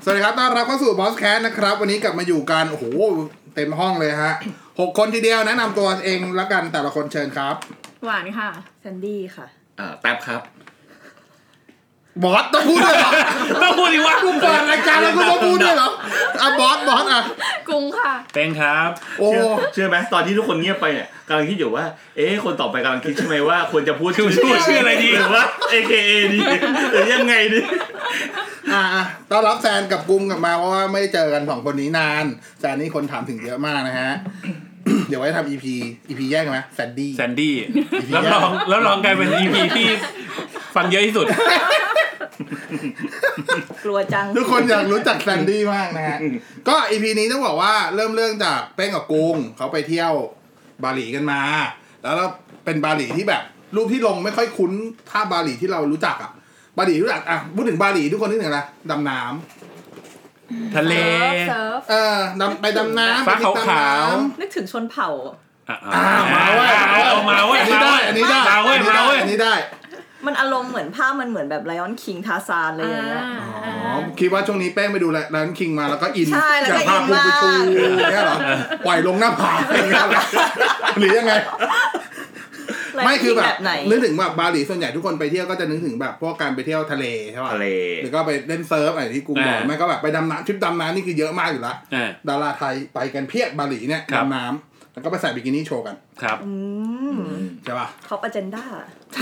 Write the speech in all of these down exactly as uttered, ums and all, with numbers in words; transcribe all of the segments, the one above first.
สวัสดีครับต้อนรับเข้าสู่ Bosscast นะครับวันนี้กลับมาอยู่กันโอ้โหเต็มห้องเลยฮะหกคนทีเดียวแนะนำตัวเองแล้วกันแต่ละคนเชิญครับหวานค่ะแซนดี้ค่ะอ่าแป๊บครับบอสต้องพูดด้วยเหรอต้องพูดดิวะกูเปิดรายการแล้วกูต้องพูดด้วยเหรออ่ะบอสบอสอ่ะกุ้งค่ะเป็นครับโอ้เชื่อไหมตอนที่ทุกคนเงียบไปเนี่ยกำลังคิดอยู่ว่าเอ๊ะคนต่อไปกำลังคิดใช่ไหมว่าควรจะพูดชื่อชื่ออะไรดีหรือว่า เอ เค เอ ดีหรือยังไงดีอ่ะต้อนรับแซนกับกุ้งกลับมาเพราะว่าไม่เจอกันสองคนนี้นานแซนนี่คนถามถึงเยอะมากนะฮะ เดี๋ยวไว้ทำ อี พี อี พี แยกไหมแซนดี้แซนดี้แล้วลองแล้วลองกลายเป็น อี พี ที่ฟังเยอะที่สุดกลัวจังทุกคนอยากรู้จักแซนดี้มากนะฮะก็ อี พี นี้ต้องบอกว่าเริ่มเรื่องจากเป้งกับกุ้งเขาไปเที่ยวบาหลีกันมาแล้วเป็นบาหลีที่แบบรูปที่ลงไม่ค่อยคุ้นท่าบาหลีที่เรารู้จักอ่ะบาหลีรู้จักอ่ะพูดถึงบาหลีทุกคนนึกถึงอะไรดำน้ำทะเลเออดำไปดำน้ำฟ้าขาวๆนึกถึงชนเผ่าอ่ามาเว้ยเอามาเว้ยอันนี้ได้อันนี้ได้มาเว้ยมาเว้ยอันนี้ได้มันอารมณ์เหมือนภาพมันเหมือนแบบไลออนคิงทาซานอะไรอย่างเงี้ยอ๋อคิดว่าช่วงนี้แป้งไปดูไลออนคิงมาแล้วก็อินจากภาพพุ่งไปชูเนี่ยเหรอปล่อยลงหน้าผาอย่างเงี้ยหรือยังไงไม่คือแบบนึกถึงแบบบาหลีส่วนใหญ่ทุกคนไปเที่ยวก็จะนึกถึงแบบพวกการไปเที่ยวทะเลใช่ป่ะทะเลหรือก็ไปเล่นเซิร์ฟอะไรที่กูบอกไม่ก็แบบไปดำน้ำทริปดำน้ำนี่คือเยอะมากอยู่แล้วดาราไทยไปกันเพียบบาหลีเนี่ยดำน้ำแล้วก็ไปใส่บิกินี่โชว์กันครับใช่ป่ะท็อปอเจนดา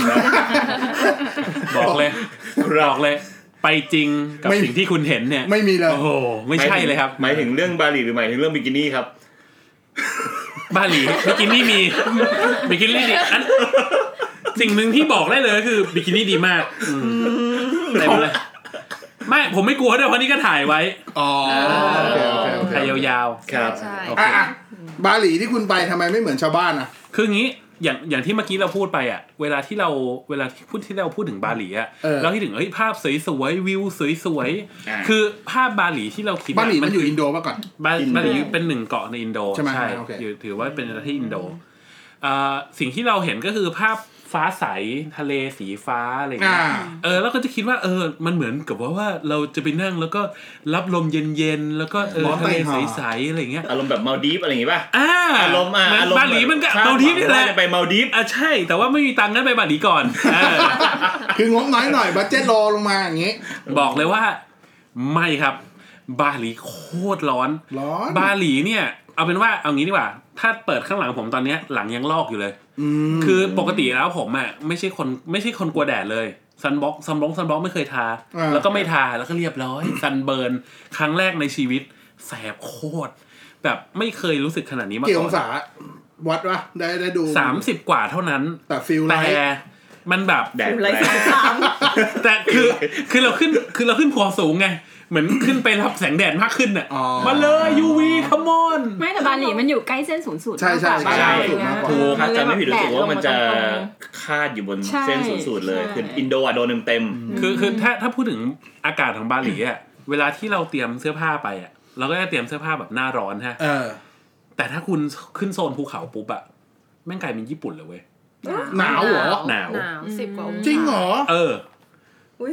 บอกเลยบอกเลยไปจริงกับสิ่งที่คุณเห็นเนี่ยไม่มีเลยโอ้โหไม่ใช่เลยครับหมายถึงเรื่องบาหลีหรือหมายถึงเรื่องบิกินี่ครับบาหลีบิกินี่มีบิกินี่ดีอันสิ่งหนึ่งที่บอกได้เลยก็คือบิกินี่ดีมากเต็มเลยไม่ผมไม่กลัวด้วยเพราะนี่ก็ถ่ายไว้อ๋อโอเคโอเคโอเคถ่ายยาวๆครับโอเคบาหลีที่คุณไปทำไมไม่เหมือนชาวบ้านอ่ะคืองี้อย่างอย่างที่เมื่อกี้เราพูดไปอ่ะเวลาที่เราเวลาพูดที่เราพูดถึงบาหลีอ่ะเราคิดถึงเฮ้ยภาพสวยๆวิวสวยๆคือภาพบาหลีที่เราคิดบาหลีมันอยู่อินโดมาก่อนบาหลีเป็นหนึ่งเกาะในอินโดใช่ถือว่าเป็นประเทศอินโดสิ่งที่เราเห็นก็คือภาพฟ้าใสทะเลสีฟ้าอะไรอย่างเงี้ยเออแล้วก็จะคิดว่าเออมันเหมือนกับว่าว่าเราจะไปนั่งแล้วก็รับลมเย็นๆแล้วก็เออทะเลใสๆอะไรอย่างเงี้ยอารมณ์แบบมาลดีฟอะไรอย่างงี้ป่ะอ่าอารมณ์อ่ะอารมณ์บาหลีมันก็มาลดีฟนี่แหละไปมาลดีฟอ่ะใช่แต่ว่าไม่มีตังค์งั้นไปบาหลีก่อนคืองบน้อยหน่อยบัดเจ็ตโลลงมาอย่างงี้บอกเลยว่าไม่ครับบาหลีโคตรร้อนร้อนบาหลีเนี่ยเอาเป็นว่าเอางี้ดีกว่าถ้าเปิดข้างหลังผมตอนนี้หลังยังลอกอยู่เลยคือปกติแล้วผมอ่ะไม่ใช่คนไม่ใช่คนกลัวแดดเลยซันบล็อกซันบล็อกซันบล็อกไม่เคยทาแล้วก็ไม่ทาแล้วก็เรียบร้อยซันเบิร์นครั้งแรกในชีวิตแสบโคตรแบบไม่เคยรู้สึกขนาดนี้มาก่อนกี่องศาวัดวะได้ได้ดูสามสิบกว่าเท่านั้นแต่ฟิลไลท์แต่มันแบบแดดแต่คือคือเราขึ้นคือเราขึ้นภูเขาสูงไงเหมือนขึ้นไปรับแสงแดดมากขึ้นอ่ะมาเลย ยู วี คัมออนไม่แต่บาหลีมันอยู่ใกล้เส้นศูนย์สูตรใช่ใช่ใช่ถูกถ้าจะไม่ผิดรู้สึกว่ามันจะคาดอยู่บนเส้นศูนย์สูตรเลยคืออินโดอ่ะโดนเต็มๆคือคือถ้าถ้าพูดถึงอากาศของบาหลีอ่ะเวลาที่เราเตรียมเสื้อผ้าไปอ่ะเราก็จะเตรียมเสื้อผ้าแบบหน้าร้อนฮะแต่ถ้าคุณขึ้นโซนภูเขาปุ๊บอ่ะแม่งกลายเป็นญี่ปุ่นเลยเว้ยหนาวเหรอหนาวสิบกว่าองศาจริงเหรอเอออุ้ย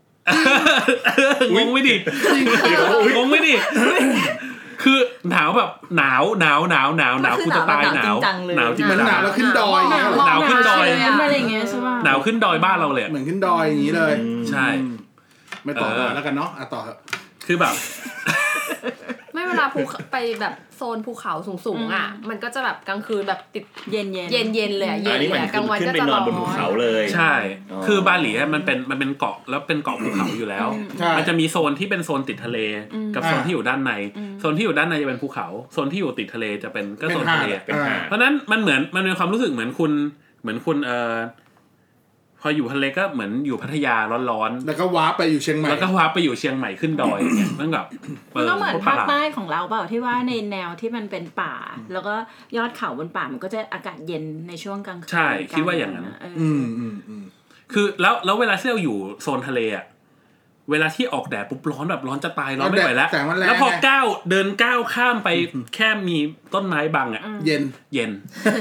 งงไม่ดิงงไม่ดิคือหนาวแบบหนาวหนาวหนาวหนาวหนาวกูจะตายหนาวหนาวจริงเหมือนหนาวแล้วขึ้นดอยหนาวขึ้นดอยอะไรอย่างเงี้ยใช่ป่ะหนาวขึ้นดอยบ้านเราเลยเหมือนขึ้นดอยอย่างนี้เลยใช่ไม่ต่อแล้วกันเนาะอ่ะต่อเถอะคือแบบไม่เวลาภูไปแบบโซนภูเขาสูงๆอ่ะมันก็จะแบบกลางคืนแบบติดเย็นๆเย็นๆเลยเย็นเลยกลางวันก็จะร้อนบนภูเขาเลยใช่คือบาหลีมันเป็นมันเป็นเกาะแล้วเป็นเกาะภูเขาอยู่แล้วมันจะมีโซนที่เป็นโซนติดทะเลกับโซนที่อยู่ด้านในโซนที่อยู่ด้านในจะเป็นภูเขาโซนที่อยู่ติดทะเลจะเป็นก็โซนทะเลเพราะนั้นมันเหมือนมันมีความรู้สึกเหมือนคุณเหมือนคุณเอ่อพออยู่ทะเลก็เหมือนอยู่พัทยาร้อนๆแล้วก็วาร์ปไปอยู่เชียงใหม่แล้วก็วาร์ปไปอยู่เชียงใหม่ขึ้นดอยอย่างเงี้ยมันแบบมันก็เหมือนภาคใต้ของเราเปล่าที่ว่าในแนวที่มันเป็นป่าแล้วก็ยอดเขาบนป่ามันก็จะอากาศเย็นในช่วงกลางคืนใช่คิดว่าอย่างนั้นอืมอืมอืมคือแล้วแล้วเวลาที่เราอยู่โซนทะเลอ่ะเวลาที่ออกแดดปุ๊บร้อนแบบร้อนจะตายร้อนไม่ไหวแล้วแสงมันแรงแล้วพอก้าวเดินก้าวข้ามไปแค่มีต้นไม้บังอ่ะเย็นเย็น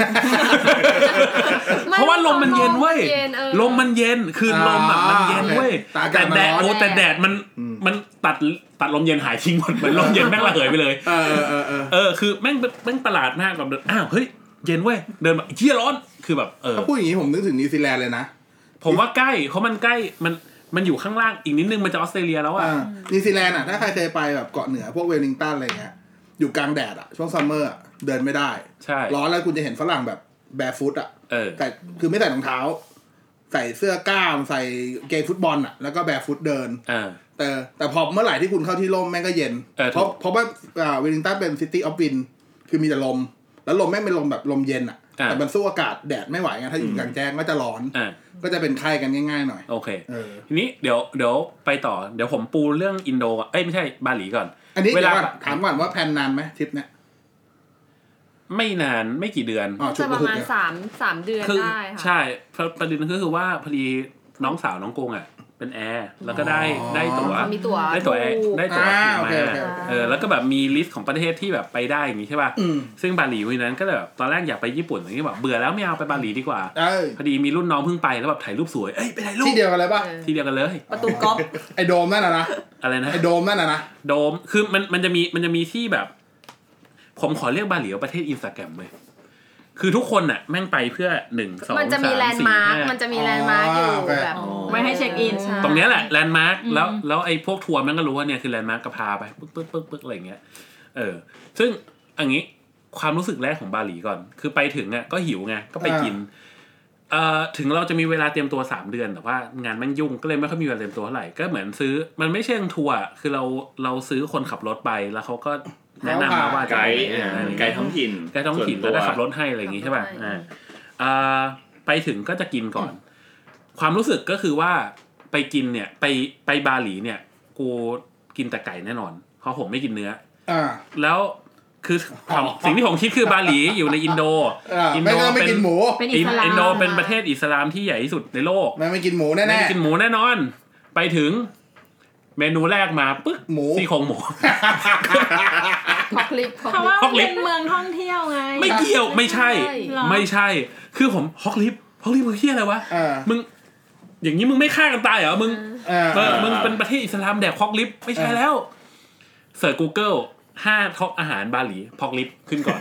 เพราะว่าลมมันเย็นเว้ยลมมันเย็นคือลมอ่ะมันเย็นเว้ยแต่แดดโอ้แต่แดดมันมันตัดตัดลมเย็นหายทิ้งหมดเหมือนลมเย็นแม่งระเหยไปเลยเออเออเออเออคือแม่งแม่งประหลาดมากแบบอ้าวเฮ้ยเย็นเว้ยเดินแบบเหี้ยร้อนคือแบบเออถ้าพูดอย่างนี้ผมนึกถึงนิวซีแลนด์เลยนะผมว่าใกล้เพราะมันใกล้มันมันอยู่ข้างล่างอีกนิดนึงมันจะออสเตรเลียแล้วอ่ะนิวซีแลนด์อ่ะถ้าใครเคยไปแบบเกาะเหนือพวกเวลลิงตันอะไรเงี้ยอยู่กลางแดดอ่ะช่วงซัมเมอร์เดินไม่ได้ใช่ร้อนแล้วคุณจะเห็นฝรั่งแบบแบร์ฟุตอ่ะแต่คือไม่ใส่รองเท้าใส่เสื้อกล้ามใส่เกงฟุตบอลอ่ะแล้วก็แบร์ฟุตเดินแต่แต่พอเมื่อไหร่ที่คุณเข้าที่ร่มแม่งก็เย็นเพราะเพราะว่าเวลลิงตันเป็นซิตี้ออฟวินคือมีแต่ลมแล้วลมแม่งเป็นลมแบบลมเย็นอ่ะแต่มันสู้อากาศแดดไม่ไหวไงถ้าอยู่กลางแจ้งก็จะร้อนก็จะเป็นไข้กันง่ายๆหน่อยโอเคทีนี้เดี๋ยวเดี๋ยวไปต่อเดี๋ยวผมปูเรื่องอินโดเอ้ยไม่ใช่บาหลีก่อนอันนี้เวลาถามก่อนว่าแพลนนานไหมทริปเนี้ยไม่นานไม่กี่เดือนจะประมาณสามสามเดือนได้ค่ะใช่ประเด็นก็คือว่าพอดีน้องสาวน้องกงอ่ะเป็นแอร์แล้วก็ได้ได้ตั๋วได้ตั๋วได้ตั๋วมาเออแล้วก็แบบมีลิสต์ของประเทศที่แบบไปได้อย่างงี้ใช่ป่ะซึ่งบาหลีวันนั้นก็แบบตอนแรกอยากไปญี่ปุ่นอย่างงี้แบบเบื่อแล้วไม่เอาไปบาหลีดีกว่าพอดีมีรุ่นน้องเพิ่งไปแล้วแบบถ่ายรูปสวยเอ้ยไปถ่ายรูปที่เดียวกันเลยป่ะที่เดียวกันเลยประตูก๊อฟไอโดมนั่นน่ะนะอะไรนะไอโดมนั่นน่ะนะโดมคือมันมันจะมีมันจะมีที่แบบผมขอเรียกบาหลีว่าประเทศอินสตาแกรมเลยคือทุกคนน่ะแม่งไปเพื่อหนึ่ง สอง สาม สี่ ห้ามันจะมีแลนด์มาร์คมันจะมีแลนด์มาร์คอยู่แบบไม่ให้เช็คอินตรงนี้แหละแลนด์มาร์คแล้วแล้วไอ้พวกทัวร์แม่งก็รู้ว่าเนี่ยคือแลนด์มาร์คก็พาไปปึ๊กปึ๊กปึ๊กปึ๊กอะไรเงี้ยเออซึ่งอันนี้ความรู้สึกแรกของบาหลีก่อนคือไปถึงอ่ะก็หิวไงก็ไปกินเอ่อถึงเราจะมีเวลาเตรียมตัวสามเดือนแต่ว่างานแม่งยุ่งก็เลยไม่ค่อยมีเวลาเตรียมตัวเท่าไหร่ก็เหมือนซื้อมันไม่ใช่ทัวร์คือเราเราซื้อคนขับรถไปแล้วเขาก็แนะนำมาว่าไกด์ไกด์ท้องถิ่นไกด์ท้องถิ่นแล้วก็ขับรถให้อะไรอย่างงี้ใช่ป่ะอ่าอ่าไปถึงก็จะกินก่อนความรู้สึกก็คือว่าไปกินเนี่ยไปไปบาหลีเนี่ยกูกินแต่ไก่แน่นอนเพราะผมไม่กินเนื้ออ่าแล้วคือสิ่งที่ผมคิดคือบาหลีอยู่ในอินโดอินโดไม่กินหมูอินโดเป็นประเทศอิสลามที่ใหญ่ที่สุดในโลกไม่ไม่กินหมูแน่ๆไม่กินหมูแน่นอนไปถึงเมนูแรกมาปึ๊กหมูซี่โครงหมูพอกลิปเพราะว่าเป็นเมืองท่องเที่ยวไงไม่เกี่ยวไม่ใช่ไม่ใช่คือผมฮอกลิปฮอกลิปมึงเหี้ยอะไรวะมึงอย่างนี้มึงไม่ฆ่ากันตายเหรอมึงเออมึงเป็นประเทศอิสลามแดกฮอกลิปไม่ใช่แล้วเสิร์ช Google ห้าท็อปอาหารบาหลีฮอกลิปขึ้นก่อน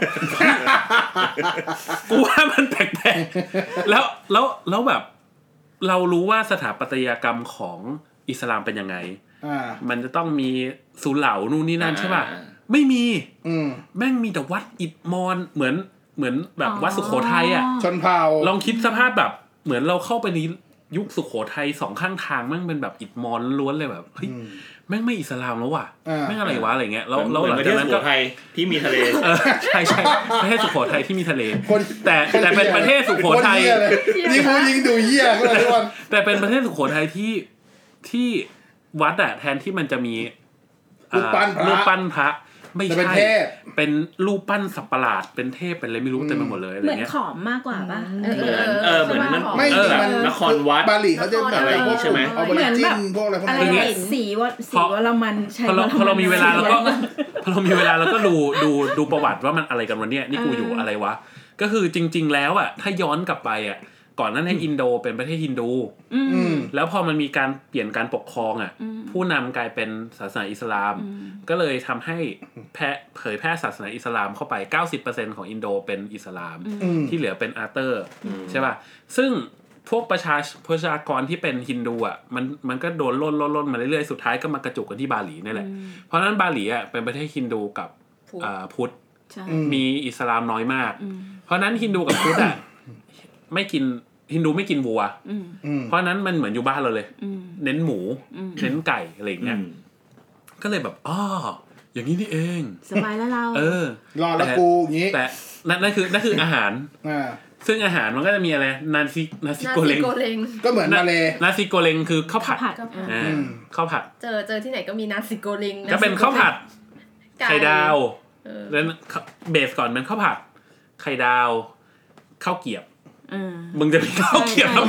กูว่ามันแปลกๆแล้วแล้วแล้วแบบเรารู้ว่าสถาปัตยกรรมของอิสลามเป็นยังไงมันจะต้องมีสุเหร่านู่นนี่นั่นใช่ป่ะไม่มีแม่งมีแต่วัดอิฐมอนเหมือนเหมือนแบบวัดสุโขทัยอ่ะชนเผ่าลองคิดสภาพแบบเหมือนเราเข้าไปในยุคสุโขทัยสองข้างทางแม่งเป็นแบบอิฐมอนล้วนเลยแบบเฮ้ยแม่งไม่อิสลามแล้วว่ะแม่งอะไรวะอะไรเงี้ยแล้วแล้วหลังจากนั้นก็สุโขทัยที่มีทะเลใช่ใช่ประเทศสุโขทัยที่มีทะเลแต่แต่เป็นประเทศสุโขทัยยิงพูดยิงดูเหี้ยก็เลยวันแต่เป็นประเทศสุโขทัยที่ที่วัดอะแทนที่มันจะมีรูปปั้นรูปปั้นพระไม่ใช่เป็นรูปปั้นสัปหลาดเป็นเทพเป็นอะไรไม่รู้เต็มไปหมดเลยอะไรเงี้ยเหมือนขอมมากกว่าป่ะเหมือนเออเหมือนมันไม่แบบนครวัดบาหลีเขาจะแบบอะไรใช่ไหมเอาบริจินพวกอะไรพวกนี้สีวัดสีวัดละมันใช่พอเรามีเวลาแล้วก็พอเรามีเวลาแล้วก็ดูดูดูประวัติว่ามันอะไรกันวันเนี้ยนี่กูอยู่อะไรวะก็คือจริงๆแล้วอ่ะถ้าย้อนกลับไปอ่ะก่อนนั้นให้อินโดเป็นประเทศฮินดูแล้วพอมันมีการเปลี่ยนการปกครองอ่ะผู้นำกลายเป็นศาสนาอิสลามก็เลยทำให้แพร่เผยแพร่ศาสนาอิสลามเข้าไป เก้าสิบเปอร์เซ็นต์ ของอินโดเป็นอิสลามที่เหลือเป็นอาร์เตอร์ใช่ป่ะซึ่งพวกประชาประชากรที่เป็นฮินดูอ่ะมันมันก็โดนล่นล่นล่นมาเรื่อยๆสุดท้ายก็มากระจุกกันที่บาหลีนี่แหละเพราะฉะนั้นบาหลีอ่ะเป็นประเทศฮินดูกับพุทธมีอิสลามน้อยมากเพราะนั้นฮินดูกับพุทธอ่ะไม่กินฮินดูไม่กินวัวเพราะนั้นมันเหมือนอยู่บ้านเราเลยเน้นหมูเน้นไก่อะไรอย่างเงี้ยก็เลยแบบอ้ออย่างนี้นี่เองสบายแล้วเราเออรอแล้วกูอย่างงี้แต่นั่นนั่นคือนั่นคืออาหารซึ่งอาหารมันก็จะมีอะไรนาซินาซิโกเลงก็เหมือนมาเลนาซิโกเลงคือข้าวผัดอ่าข้าวผัดเจอเจอที่ไหนก็มีนาซิโกเลงก็เป็นข้าวผัดไข่ดาวแล้วเบสก่อนเป็นข้าวผัดไข่ดาวข้าวเกี๊ยบมึงจะไปข้าวเกี๊ยบทำไม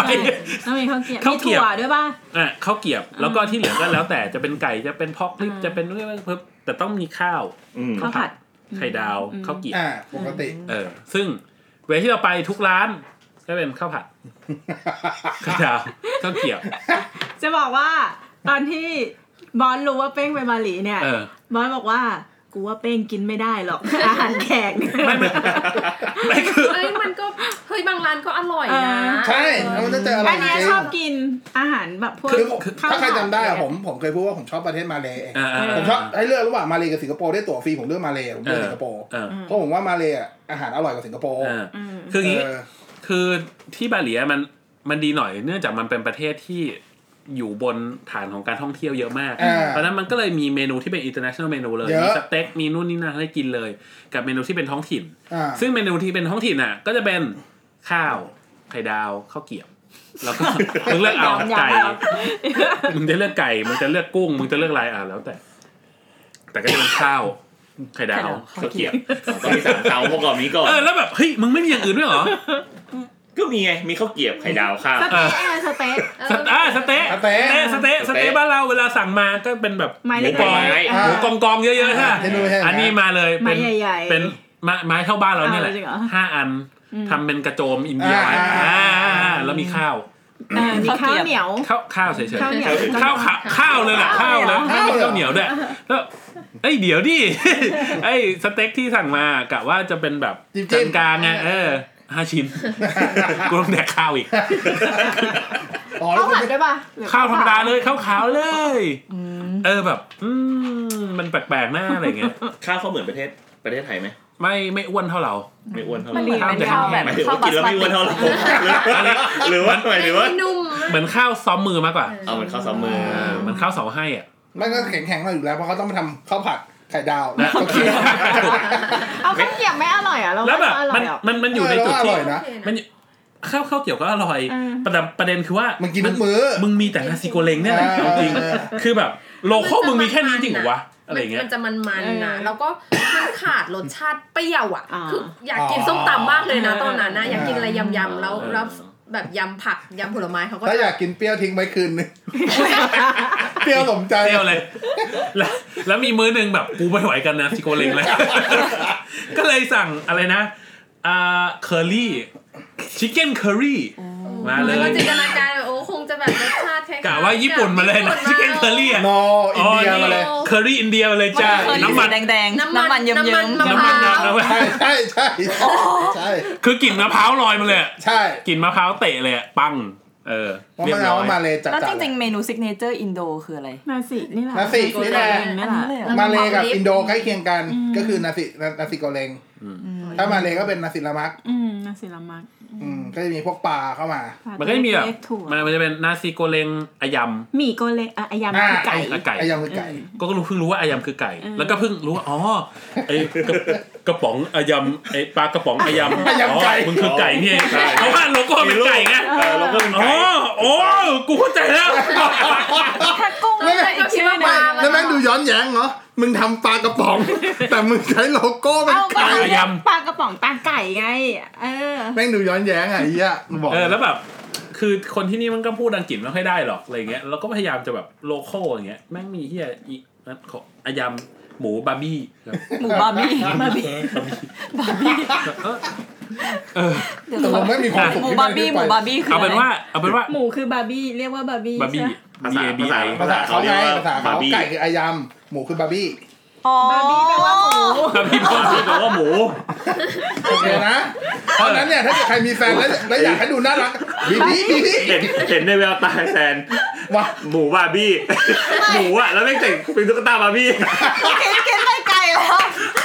ต้องมีข้าวเกรียบมีถั่วด้วยป่ะอ่ะข้าวเกรียบแล้วก็ที่เหลือก็แล้วแต่จะเป็นไก่จะเป็นพอกลิปจะเป็นเรื่องเพิ่มแต่ต้องมีข้าวข้าวผัดไข่ดาวข้าวเกรียบอ่าปกติเออซึ่งเวลาที่เราไปทุกร้านก็เป็นข้าวผัดข้าวดาวข้าวเกรียบจะบอกว่าตอนที่บอสรู้ว่าเป้งไปบาหลีเนี่ยบอสบอกว่ากูว่าเป้งกินไม่ได้หรอกอาหารแขกไม่ไม่ไม่คือเฮ้ยมันก็เฮ้ยบางร้านก็อร่อยนะใช่มันจะเจออะไรอันนี้ชอบกินอาหารแบบพวกถ้าใครจำได้ผมผมเคยพูดว่าผมชอบประเทศมาเลย์ผมชอบให้เลือกระหว่างมาเลย์กับสิงคโปร์ได้ตั๋วฟรีผมเลือกมาเลย์ผมเลือกสิงคโปร์เพราะผมว่ามาเลย์อาหารอร่อยกว่าสิงคโปร์คืออย่างนี้คือที่บาหลีมันมันดีหน่อยเนื่องจากมันเป็นประเทศที่อยู่บนฐานของการท่องเที่ยวเยอะมากเพราะนั้นมันก็เลยมีเมนูที่เป็น international เมนูเลยมีสเต็กมีนู่นนี่นั่นให้กินเลยกับเมนูที่เป็นท้องถิ่นซึ่งเมนูที่เป็นท้องถิ่นอ่ะก็จะเป็นข้าวไข่ดาวข้าวเกรี๊ยวแล้วก็มึงเลือกเอาไก่มึงจะเลือกไก่มึงจะเลือกกุ้งมึงจะเลือกอะไรอ่ะแล้วแต่แต่ก็จะเป็นข้าวไข่ดาวข้าวเกรี๊ยวต้องมีสามเตาประกอบนี้ก่อนเออแล้วแบบเฮ้ยมึงไม่มีอย่างอื่นด้วยเหรอก็มีไงมีข้าวเกรี๊ยวไข่ดาวข้าวสเต๊ะสเต๊ะอ่าสเต๊ะสเต๊ะสเต๊ะสเต๊ะบ้านเราเวลาสั่งมาก็เป็นแบบหมูกองหมูกองกองเยอะๆใช่อันนี้มาเลยเป็นเป็นไม้เท่าบ้านเราเนี่ยแหละห้าอันทำเป็นกระโจมอินเดียอ่าแล้วมีข้าวมีข้าวเหนียวข้าวข้าวเฉยๆข้าวข้าวเลยแหละข้าวเลยไม่มีข้าวเหนียวด้วยแล้วเอ้ยเดี๋ยวดิไอ้สเต็กที่สั่งมากะว่าจะเป็นแบบกลางๆไงเออห้าชิ้นกูต้องแดกข้าวอีกข้าวผัดด้วยป่ะข้าวธรรมดาเลยข้าวขาวเลยเออแบบอืมมันแปลกๆหน้าอะไรเงี้ยข้าวเขาเหมือนประเทศประเทศไทยไหมไม่ไม่อ้วนเท่าเราไม่อ้วนเท่าเราข้าวแต่ข้าวแบบข้าวกินแล้วไม่อ้วนเท่าเราหรือว่าหรือว่าเหมือนข้าวซ้อมมือมากกว่าเอาเหมือนข้าวซ้อมมือเหมือนข้าวเสาให้อ่ะมันก็แข็งๆเราอยู่แล้วเพราะเขาต้องมาทำข้าวผัดไข่ดาวโอเคเอาข้าวเกรี๊ยวไม่อร่อยอ่ะแล้วแบบมันมันมันอยู่ในจุดที่มันข้าวข้าวเกรี๊ยวก็อร่อยประเด็นประเด็นคือว่ามึงกินทุกมื้อมึงมีแต่นาซิโกเลงเนี่ยแหละจริงคือแบบโลคอลมึงมีแค่นี้จริงเหรอวะอะไรเงี้ยมันจะมันๆนะแล้วก็มันขาดรสชาติเปรี้ยวอ่ะคืออยากกินส้มตำมากเลยนะตอนนั้นนะอยากกินอะไรยำๆแล้วแล้วแบบยำผักยำผลไม้เขาก็ถ้าอยากกินเปรี้ยวทิ้งไว้คืนนึงเปรี้ยวสมใจเปรี้ยวเลยแล้วแล้วมีมื้อนึงแบบกูไม่ไหวกันนะซิโกเลงเลยก็เลยสั่งอะไรนะอ่าเคอรี่ชิคเก้นเคอรี่มาเลยแล้วจินตนาการโอ้คงจะแบบรสชาติคล้ายๆกะว่าญี่ปุ่นมาเลยนะชิคเก้นเคอรี่อ่ะโนอินเดียมาเลยเคอรี่อินเดียมาเลยจ้าน้ำมันแดงๆน้ำมันเยิ้มๆน้ำมันใช่ใช่ใช่ใช่คือกลิ่นมะพร้าวลอยมาเลยใช่กลิ่นมะพร้าวเตะเลยปังเออเรียบร้อยมาเลยจัดแล้วจริงๆเมนูซิกเนเจอร์อินโดคืออะไรนาซินี่แหละนาซินี่แหละมาเลยกับอินโดใกล้เคียงกันก็คือนาซินาซิโกเลงถ้ามาเลยก็เป็นนาซิลามักอืมนาซิลามักอืมก็จะมีพวกปลาเข้ามามันก็จะมีแบบมันมันจะเป็นนาซิโกเลงอายำหมี่โกเลงอายำคือไก่ไก่อายำคือไก่ก็รู้เพิ่งรู้ว่าอายำคือไก่แล้วก็เพิ่งรู้ว่าอ๋อไอ้กระป๋องอายำไอ้ปลากระป๋องอายำอายำไก่มึงคือไก่นี่เพราะว่าโลโก้เป็นไก่ไงโลโก้เป็นไก่อ๋อโอ้กูเข้าใจแล้วถ้ากุ้งแล้วก็คิดว่าปลาแล้วแม่งดูย้อนแย้งเนาะมึงทำปลากระป๋องแต่มึงใช้โลโก้เป็นไก่ยำปลากระป๋องตาไก่ไงเออแม่งดูย้อนแย้งอ่ะไอ้เหี้ยบอกเออแล้วแบบคือคนที่นี่มันก็พูดอังกฤษไม่ค่อยได้หรอกอะไรเงี้ยเราก็พยายามจะแบบโลคอลอย่างเงี้ยแม่งมีเหี้ยอีนั่นของอายำหมูบาร์บี้หมูบาร์บี้บาร์บี้บาร์บี้เออแต่เราไม่มีความสุขหมูบาร์บี้หมูบาร์บี้คือเอาเป็นว่าเอาเป็นว่าหมูคือบาร์บี้เรียกว่าบาร์บี้บาร์บี้ภาษาภาษาภาษาเขาไงภาษาเขาไก่คืออายำหมูคือบาร์บี้บาร์บี้แปลว่าหมูบาร์บี้แปลว่าหมูโอเคนะเพราะนั้นเนี่ยถ้าใครมีแฟนแล้วแล้วอยากให้ดูน่ารักบีบี้เห็นเห็นในแววตาแฟนว่าหมูบาร์บี้หมูอ่ะแล้วแม่งแต่งเป็นตุ๊กตาบาร์บี้เก็ตเก็ตไปไกลแล้ว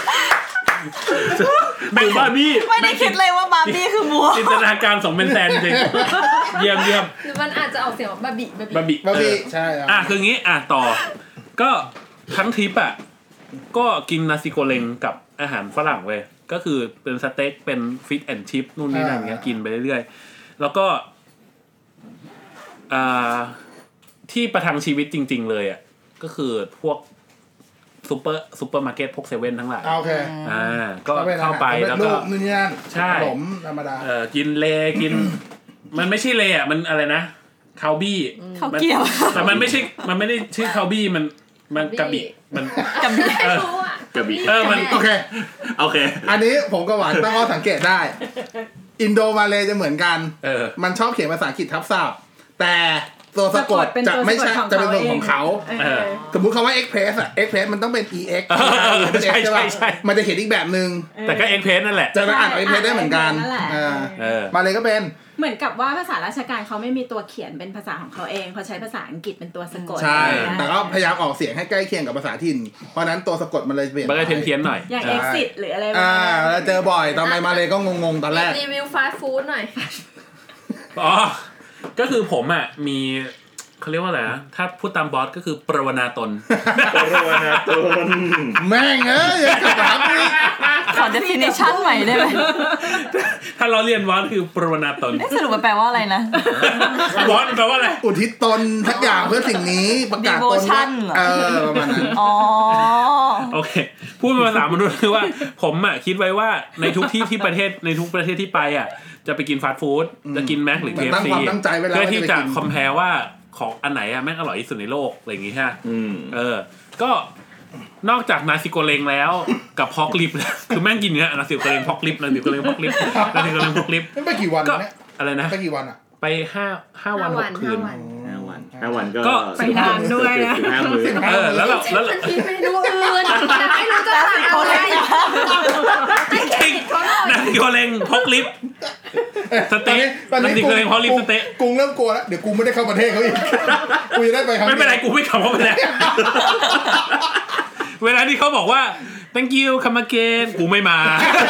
หมูบาร์บี้ไม่ได้คิดเลยว่าบาร์บี้คือหมูจินตนาการสองเป็นแซนจริงเยี่ยมเยี่ยมหรือมันอาจจะออกเสียงบาร์บี้บาร์บี้บาร์บี้ใช่อ่ะคืองี้อ่ะต่อก็ทั้งทริปอ่ะก็กินนาซิโกเลงกับอาหารฝรั่งเว้ยก็คือเป็นสเต็กเป็นฟิชแอนด์ชิพนู่นนี่นั่นอย่างเงี้ยกินไปเรื่อยๆแล้วก็อ่าที่ประทังชีวิตจริงๆเลยอ่ะก็คือพวกซุปเปอร์ซุปเปอร์มาร์เก็ตพวกเซเว่นทั้งหลายโอเคอ่าก็เข้าไปแล้วก็นู่นนี่นั่นใช่ขนมธรรมดาเออกินเลกินมันไม่ใช่เลอ่ะมันอะไรนะคาวบี้เขาเกี่ยวแต่มันไม่ใช่มันไม่ได้ชื่อคาวบี้มันมันกระบี่มันกระบี่ไม่รู้อ่ะกระบี่เออมันโอเคโอเคอันนี้ผมกับหวานตั้งข้อสังเกตได้อินโดมาเลจะเหมือนกันเออมันชอบเขียนภาษาอังกฤษทับศัพท์แต่ตัวสะกดจะไม่ใช่จะเป็นตัวของเขาสมมุติคำว่า express อ่ะ express มันต้องเป็น ex ใช่ใช่ใช่มันจะเขียนอีกแบบนึงแต่ก็ express นั่นแหละจะอ่าน express ได้เหมือนกันมาเลยก็เป็นเหมือนกับว่าภาษาราชการเขาไม่มีตัวเขียนเป็นภาษาของเขาเองเขาใช้ภาษาอังกฤษเป็นตัวสะกดใช่แต่ก็พยายามออกเสียงให้ใกล้เคียงกับภาษาถิ่นเพราะนั้นตัวสะกดมันเลยเปลี่ยนมันก็เพี้ยนๆหน่อยอย่าง exit หรืออะไรอ่าเจอบ่อยตอนไปมาเลยก็งงๆตอนแรกรีวิวฟาสต์ฟู้ดหน่อยอ๋อก็คือผมอ่ะมีเขาเรียกว่าอะไรนะถ้าพูดตามบอสก็คือประวนาตนประวนาตนแม่งเอ้ยถามดิขอ definition ใหม่ได้ไหมถ้าเราเรียนบอสคือประวนาตนสรุปมันแปลว่าอะไรนะบอสมันแปลว่าอะไรอุทิศตนทักอย่างเพื่อสิ่งนี้ประกาศตนเออประมาณนั้นอ๋อโอเคพูดเป็นภาษามนุษย์คือว่าผมอ่ะคิดไว้ว่าในทุกที่ที่ประเทศในทุกประเทศที่ไปอ่ะจะไปกินฟาสต์ฟู้ดจะกินแม็กหรือ เค เอฟ ซี เพื่อที่จะคอมแพร์ว่าของอันไหนอะแม่งอร่อยที่สุดในโลกอะไรอย่างงี้ฮะเออก็นอกจากนาซิโกเลงแล้วกับพอกลิปคือแม่งกินเนี้ยนาซิโกเลงพอกลิปนาซิโกเลงพอกลิปนาซิโกเลงพอกลิปไปกี่วันเนี่ยอะไรนะไปกี่วันอะไปห้าห้าวันหกคืนห้าวันห้าวันก็ไปนานด้วยนะห้ามื้อเออแล้วแล้วทีเมนูอื่นไม่รู้จะสั่งอะไรนาซิโกเลงพอกลิปสเต๊ะนาซิโกเลงพอกลิปสเต๊ะกูเริ่มกลัวแล้วเดี๋ยวกูไม่ได้เข้าประเทศเขาอีกกูจะได้ไปครั้งไม่เป็นไรกูไม่ขับเข้าไปแล้วเวลาที่เขาบอกว่า thank you come again กูไม่มา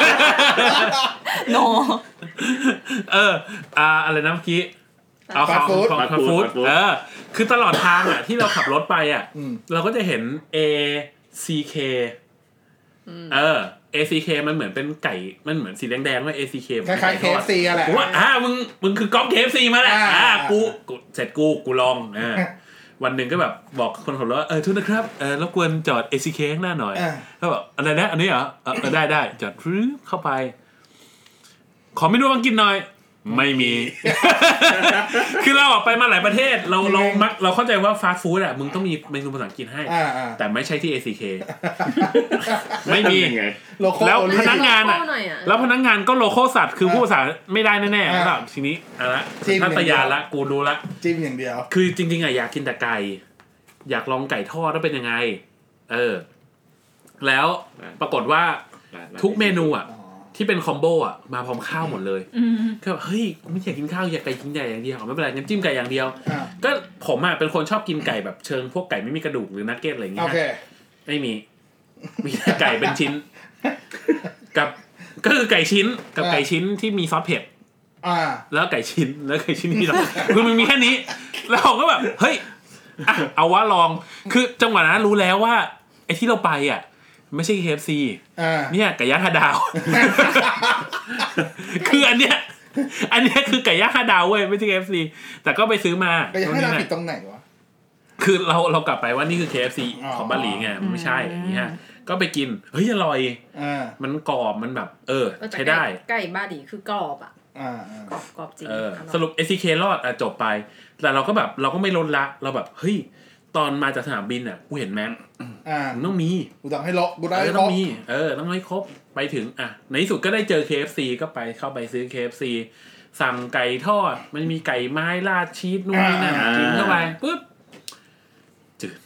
no เอออ่าอะไรนะเมื่อกี้เอาของของฟาสต์ฟู้ดเออคือตลอดทางอ่ะที่เราขับรถไปอ่ะเราก็จะเห็น เอ ซี เค เออ เอ ซี เค มันเหมือนเป็นไก่มันเหมือนสีแดงๆว่า เอ ซี เคคล้ายๆ เค เอฟ ซี อ่ะแหละว่าอ่ามึงมึงคือก๊อป เค เอฟ ซี มาแล้วอ่ากูเสร็จกูกูลองอ่าวันหนึ่งก็แบบบอกคนขับรถว่าเออทุกนะครับเออรบกวนจอด เอ ซี เค ข้างหน้าหน่อยเขาบอกอะไรนะอันนี้เหรอเออได้ได้จอดรึเข้าไปขอเมนูมากินหน่อยไม่มี คือเราออกไปมาหลายประเทศเราเรามักเราเข้าใจว่าฟาสต์ฟู้ดอ่ะมึงต้องมีเมนูภาษาอังกฤษให้แต่ไม่ใช่ที่ เอ ซี เค ไม่มีแล้วพนักงานอ่ะแล้วพนักงานก็โลโก้สัตว์คือผู้ภาษาไม่ได้แน่ๆแล้วทีนี้อ่ะละทัตยาละกูดูละจิ้มอย่างเดียวคือจริงๆอ่ะอยากกินแต่ไก่อยากลองไก่ทอดว่าเป็นยังไงเออแล้วปรากฏว่าทุกเมนูอ่ะที่เป็นคอมโบอ่ะมาพร้อมข้าวหมดเลยก็แบบเฮ้ยกูไม่อยากกินข้าวอยากไก่กินไก่อย่างเดียวไม่เป็นไรงั้นจิ้มไก่อย่างเดียวก็ผมอ่ะเป็นคนชอบกินไก่แบบเชิงพวกไก่ไม่มีกระดูกหรือนักเก็ตอะไรอย่างเงี้ยไม่มีมีไก่เป็นชิ้นกับก็คือไก่ชิ้นกับไก่ชิ้นที่มีซอสเผ็ดแล้วไก่ชิ้นแล้วไก่ชิ้นที่เราคือมันมีแค่นี้แล้วผมก็แบบเฮ้ยเอาว่าลองคือจังหวะนั้นรู้แล้วว่าไอ้ที่เราไปอ่ะไม่ใช่ เค เอฟ ซี เนี่ยไก่ย่างห้าดาวคืออันเนี้ยอันเนี้ยคือไก่ย่างห้าดาวเว้ยไม่ใช่ เค เอฟ ซี แต่ก็ไปซื้อมาไก่ย่างห้าดาวผิดตรงไหนวะคือเราเรากลับไปว่านี่คือ เค เอฟ ซี ของบาหลีไงมันไม่ใช่อย่างเงี้ยก็ไปกินเฮ้ยอร่อยมันกรอบมันแบบเออใช้ได้ไก่บาหลีคือกรอบอ่ะกรอบกรอบจริงสรุป เอ ซี เค รอดอ่ะจบไปแต่เราก็แบบเราก็ไม่ลดละเราแบบเฮ้ยตอนมาจากสนามบินอ่ะกูเห็นแม็กอ่าต้องมีกูต้องให้ลบกูได้ต้องมีเออต้องให้ครบไปถึงอ่ะในที่สุดก็ได้เจอ เค เอฟ ซี ก็ไปเข้าไปซื้อ เค เอฟ ซี สั่งไก่ทอดมันมีไก่ไม้ราดชีสนู่นนี่นั่นกินเข้าไปปุ๊บจืด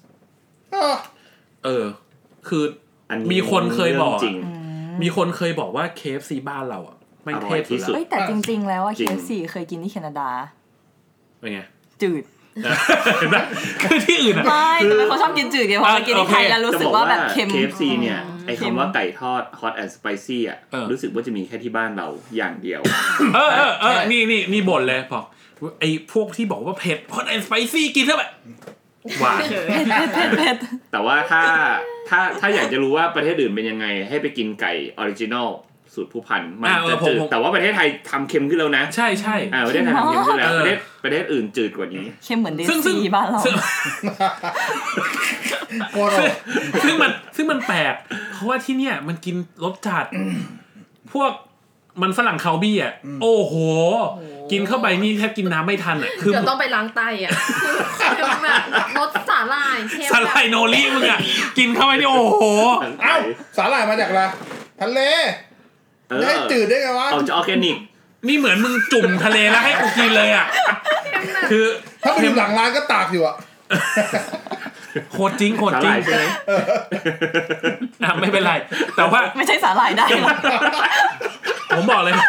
เออคือมีคนเคยบอกมีคนเคยบอกว่า เค เอฟ ซี บ้านเราอ่ะไม่เทพที่สุดแต่จริงๆแล้วว่า เค เอฟ ซี เคยกินที่แคนาดาเป็นไงจืดเห็นไหมคือที่อื่นอ่ะไม่แต่เป็นคนชอบกินจืดไงพอมากินที่ไทยแล้วรู้สึกว่าแบบเค็มเค เอฟ ซี เนี่ยไอ้คำว่าไก่ทอด hot and spicy อ่ะรู้สึกว่าจะมีแค่ที่บ้านเราอย่างเดียวเออเออเออนี่นี่นี่บ่นเลยพอไอ้พวกที่บอกว่าเผ็ด hot and spicy กินเท่าไหร่หวานเผ็ดแต่ว่าถ้าถ้าถ้าอยากจะรู้ว่าประเทศอื่นเป็นยังไงให้ไปกินไก่ออริจินอลสูตรผู้พันมันจะจืดแต่ว่าประเทศไทยทำเค็มขึ้นแล้วนะใช่ใช่อ่าประเทศไทยทำเค็มขึ้นแล้วประเทศประเทศอื่นจืดกว่านี้เค็มเหมือนเดซีบ้านเราซึ่งมันซึ่งมันแปลกเพราะว่าที่เนี่ยมันกินรสจัดพวกมันฝรั่งเคาบี้อ่ะโอ้โหกินเข้าไปนี่แทบกินน้ำไม่ทันอ่ะคือเดี๋ยวต้องไปล้างไตอ่ะคือแบบรสสาหร่ายเค็มสาหร่ายโนริมึงอ่ะกินเข้าไปนี่โอ้โหเอ้าสาหร่ายมาจากอะไรทะเลได้จืดได้ไงวะเอาจะออร์แกนิกนี่เหมือนมึงจุ่มทะเลแล้วให้กูกินเลยอ่ะคือถ้าไปดูหลังร้านก็ตากอยู่อ่ะโคตรจริงโคตรจริงเลยอ่ะไม่เป็นไรแต่ว่าไม่ใช่สาหร่ายได้ผมบอกเลย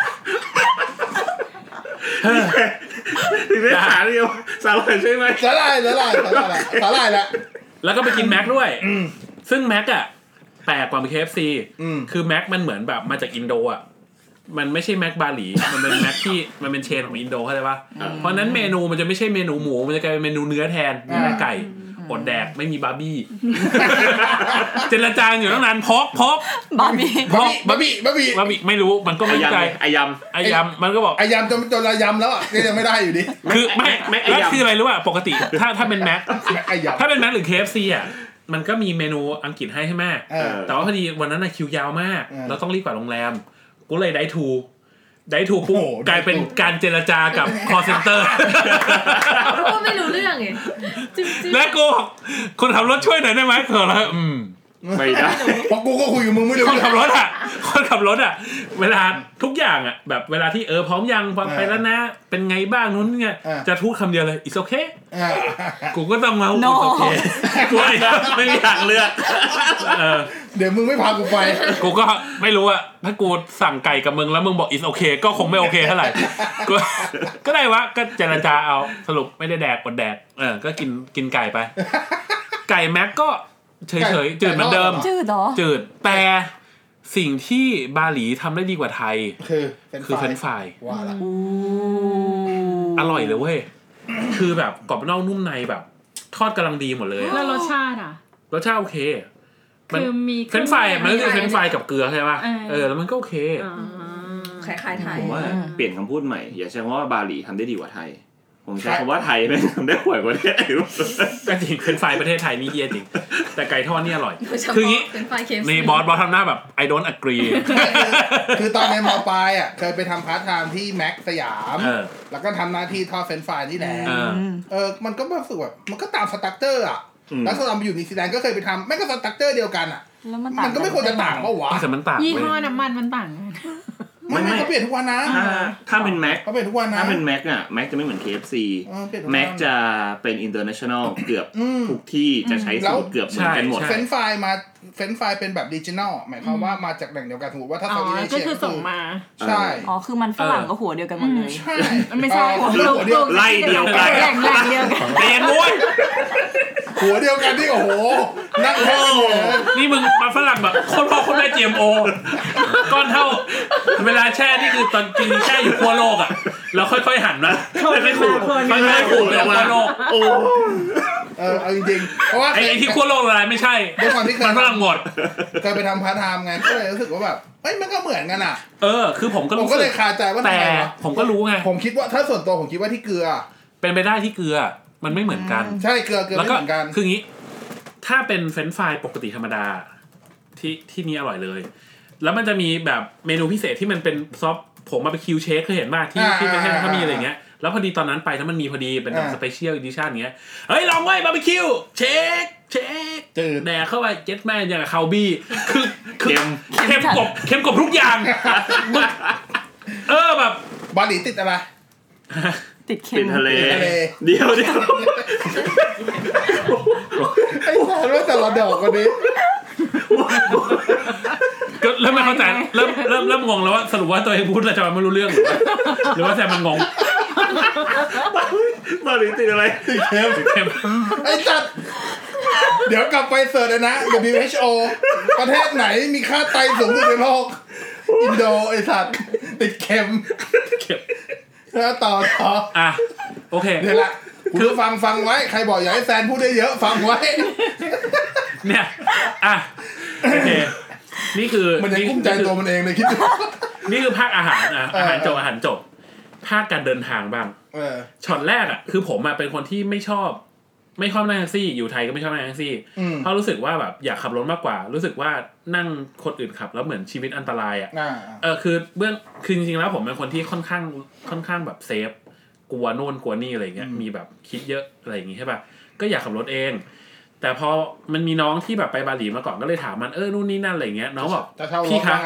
ไม่ขาเดียวสาหร่ายใช่ไหมสาหร่ายสาหร่ายสาหร่ายสาหร่ายแหละแล้วก็ไปกินแม็กด้วยซึ่งแม็กอ่ะแปลกกว่า เค เอฟ ซี คือแม็กมันเหมือนแบบมาจากอินโดอ่ะมันไม่ใช่แม็กบาหลีมันเป็นแม็กที่มันเป็นเชนของอินโดเข้าใจป่ะเพราะนั้นเมนูมันจะไม่ใช่เมนูหมูมันจะกลายเป็นเมนูเนื้อแทนเนื้อไก่อดแดกไม่มีบาร์บี้เจรจาอยู่ตั้งนานพอกพอกบาร์บี้บาร์บี้บาร์บี้บาร์บี้บาร์บี้ไม่รู้มันก็ไม่ใจไอยำไอยำมันก็บอกไอยำจนจนระยำแล้วอ่ะยังไม่ได้อยู่ดิคือไม่แล้วคืออะไรรู้ป่ะปกติถ้าถ้าเป็นแม็กถ้าเป็นแม็กหรือ เค เอฟ ซี อ่ะมันก็มีเมนูอังกฤษให้ใช่ไหมแต่ว่าพอดีวันนั้นคิวยาวมากเราต้องรีบกว่าโรงแรมกูเลยได้ทูได้ถูกปุ๊บกลายเป็นการเจรจากับ call center ก็ไม่รู้เรื่องไงจริงๆแล้วกูคนขับรถช่วยหน่อยได้ไหมเธอแล้วอืมไม่ได้เพราะกูก็คุยกับมึงไม่รู้คนขับรถอ่ะคนขับรถอ่ะเวลาทุกอย่างอ่ะแบบเวลาที่เออพร้อมยังพร้อมไปแล้วนะเป็นไงบ้างนู้นเนี่ยจะพูดคำเดียวเลย it's okay กูก็ต้องมา it's okay กูไม่มีทางเลือกเดี๋ยวมึงไม่พากูไปกูก็ไม่รู้อะถ้ากูสั่งไก่กับมึงแล้วมึงบอก it's okay ก็คงไม่โอเคเท่าไหร่ก็ก็ได้วะก็เจรจาเอาสรุปไม่ได้แดกอดแดกเออก็กินกินไก่ไปไก่แม็กก็เฉยๆจืดเหมือนเดิมจืดเหรอจืดแต่สิ่งที่บาหลีทำได้ดีกว่าไทยคือคือเฟรนช์ฟรายอร่อยเลยเว้ยคือแบบกรอบนอกนุ่มในแบบทอดกำลังดีหมดเลยแล้วรสชาติอ่ะรสชาติโอเคคือมีเฟรนช์ฟรายมันก็คือเฟรนช์ฟรายกับเกลือใช่ป่ะเออแล้วมันก็โอเคคล้ายๆไทยผมว่าเปลี่ยนคำพูดใหม่อย่าใช้คำว่าบาหลีทำได้ดีกว่าไทยผมใช้คำว่าไทยไม่ทำได้ห่วยกว่าที่อื่นก็จริงเฟรนช์ฟรายประเทศไทยนี่เยี่ยจริงแต่ไก่ทอดนี่อร่อยคืองี้นี่บอสบอสทำหน้าแบบ I don't agree คือตอนในม.ปลายอ่ะเคยไปทำพาร์ทไทม์ที่แม็กสยามแล้วก็ทำหน้าที่ทอดเฟรนช์ฟรายนี่แหละเออมันก็รู้สึกแบบมันก็ตามสตรัคเจอร์อ่ะแล้วตอนไปอยู่นิวซีแลนด์ก็เคยไปทำแม่ก็สตรัคเจอร์เดียวกันอ่ะมันก็ไม่ควรจะต่างป่ะวะแต่มันต่างยี่ห้อน้ำมันมันต่างไม่ไม่เขาเปลี่ยนทุกวันนะถ้าถ้าเป็นแม็กเขาเปลี่ยนทุกวันนะถ้าเป็นแม็กอ่ะแม็กจะไม่เหมือน เค เอฟ ซี แม็กจะเป็น international เกือบทุกที่จะใช้สูตรเกือบเหมือนกันหมดเฟรนช์ฟรายมาเฟรนช์ฟรายเป็นแบบ regional หมายความว่ามาจากแหล่งเดียวกันสมมติว่าถ้าเซาท์อีสเอเชียก็คือส่งมาใช่อ๋อคือมันฝรั่งก็หัวเดียวกันหมดเลยใช่มันไม่ใช่หัวเดียวไล่เดียวกันแหล่งแหล่งเดียวกันเปลี่ยนม้วนหัวเดียวกันที่โอ้โหนั่งโอ้นี่มึงมาฝรั่งแบบคนพ่อคนแม่ จี เอ็ม โอ ก้อนเท่าเวลาแช่นี่คือตอนกินแช่อยู่ทั่วโลกอ่ะแล้วค่อยๆหั่นนะค่อยๆขูดค่อยๆขูดไปทั่วโลกโอ้เออเอาจริงๆเพราะว่าไอ้ที่ทั่วโลกอะไรไม่ใช่มันฝรั่งหมดเคยไปทำพาร์ทไทม์ไงก็เลยรู้สึกว่าแบบเอ้ยมันก็เหมือนกันอ่ะเออคือผมก็รู้ผมก็เลยคาใจว่าแต่ผมก็รู้ไงผมคิดว่าถ้าส่วนตัวผมคิดว่าที่เกลือเป็นไปได้ที่เกลือมันไม่เหมือนกันใช่เกลือเกลือไม่เหมือนกันคืองี้ถ้าเป็นเฟรนช์ฟรายปกติธรรมดาที่ที่นี่อร่อยเลยแล้วมันจะมีแบบเมนูพิเศษที่มันเป็นซอฟผมมาไปคิวเชคเคยเห็นป่ะที่ที่ประเทศเขามีอะไรเงี้ยแล้วพอดีตอนนั้นไปถ้ามันมีพอดีเป็นแบบสเปเชียลอีดิชั่นเงี้ยเฮ้ยลองไว้บาร์บีคิวเชคเชคแดกเข้าไปเจ็ดแม่อย่างกับคาวบี้คือเค็มเค็มกบเค็มกบทุกอย่างเออแบบบาหลีติดอะไรติดเค็มทะเลเดียวเดียวไอ้สารว่าแต่ละดอกกันนี้ก็เริ่มไม่เข้าใจเริ่มเริ่มเริ่มงงแล้วว่าสรุปว่าตัวเองพูดอะไรจะไม่รู้เรื่องหรือว่าแต่มันงงบาหลีติดอะไรติดเค็มติดเค็มไอ้สัตว์เดี๋ยวกลับไปเสิร์ชเลยนะ ดับเบิลยู เอช โอ ประเทศไหนมีค่าไตสูงสุดในโลกอินโดไอ้สัตว์ติดเค็มเค็มแล้วต่อต่ออ่ะโอเคนี่แหละคือฟังฟังไว้ใครบอกอย่าให้แซนพูดได้เยอะฟังไว้เนี่ยอ่ะโอเคนี่คือมันยังกุ้มใจตัวมันเองเลยคิดดูนี่คือภาคอาหารอ่ะอาหารจบอาหารจบภาคการเดินทางบ้างช็อตแรกอ่ะคือผมอ่ะเป็นคนที่ไม่ชอบไม่ชอบนั่งแท็กซี่อยู่ไทยก็ไม่ชอบนั่งแท็กซี่เพราะรู้สึกว่าแบบอยากขับรถมากกว่ารู้สึกว่านั่งคนอื่นขับแล้วเหมือนชีวิตอันตรายอ่ะเออคือเบื้องคือจริงๆแล้วผมเป็นคนที่ค่อนข้างค่อนข้างแบบเซฟกลัวโน่นกลัวนี่อะไรเงี้ยมีแบบคิดเยอะอะไรอย่างงี้ใช่ป่ะก็อยากขับรถเองแต่พอมันมีน้องที่แบบไปบาหลีมาก่อนก็เลยถามมันเออนู่นนี่นั่นอะไรเงี้ยน้องบอกพี่ครับ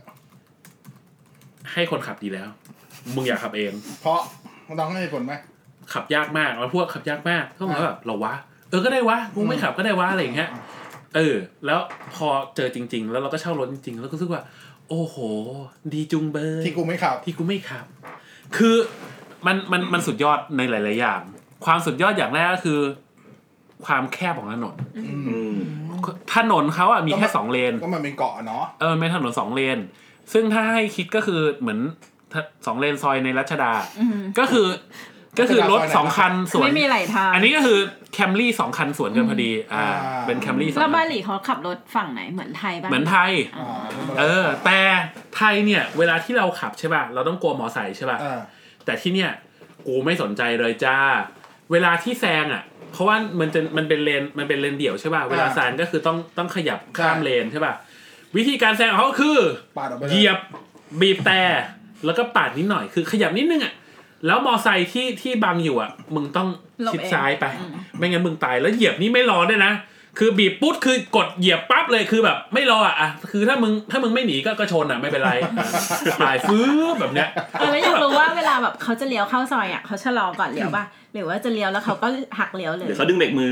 ให้คนขับดีแล้วมึงอยากขับเองเพราะน้องให้ผลไหมขับยากมากมันพวกขับยากมากก็เหมือนแบบเราวะเออก็ได้วะกูไม่ขับก็ได้วะอะไรอย่างเงี้ยเออแล้วพอเจอจริงๆแล้วเราก็เช่ารถจริงๆแล้วก็รู้สึกว่าโอ้โหดีจุงเบยที่กูไม่ขับที่กูไม่ขับคือมันมันมันสุดยอดในหลายๆอย่างความสุดยอดอย่างแรกก็คือความแคบของถนนถนนเขาอ่ะมีแค่สองเลนก็มันเป็นเกาะเนาะเออเป็นถนนสองเลนซึ่งถ้าให้คิดก็คือเหมือนสองเลนซอยในรัชดาก็คือก็คือรถสองคันสวนไม่มีไหลทางอันนี้ก็คือแคมรี่สองคันสวนกันพอดีอ่าเป็นแคมรี่สองแล้วบาหลีเขาขับรถฝั่งไหนเหมือนไทยบ้างเหมือนไทยเออแต่ไทยเนี่ยเวลาที่เราขับใช่ป่ะเราต้องกลัวมอไซค์ใช่ป่ะแต่ที่เนี่ยกูไม่สนใจเลยจ้าเวลาที่แซงอ่ะเพราะว่ามันจะมันเป็นเลนมันเป็นเลนเดี่ยวใช่ป่ะเวลาแซงก็คือต้องต้องขยับข้ามเลนใช่ป่ะวิธีการแซงของเขาคือเหยียบบีบแต่แล้วก็ปาดนิดหน่อยคือขยับนิดนึงอ่ะแล้วมอไซค์ที่ที่บังอยู่อ่ะมึงต้องชิดซ้ายไปไม่งั้นมึงตายแล้วเหยียบนี่ไม่รอด้วยนะคือบีบปุ๊บคือกดเหยียบปั๊บเลยคือแบบไม่รออ่ะอ่ะคือถ้ามึงถ้ามึงไม่หนีก็ก็ชนอ่ะไม่เป็นไรตายฟื้นแบบเนี้ยเออแล้วอยากรู้ว่าเวลาแบบเขาจะเลี้ยวเข้าซอยอ่ะเขาชะลอก่อนเลี้ยวป่ะหรือว่าจะเลี้ยวแล้วเขาก็หักเลี้ยวเลยเดี๋ยวเขาดึงเบรกมือ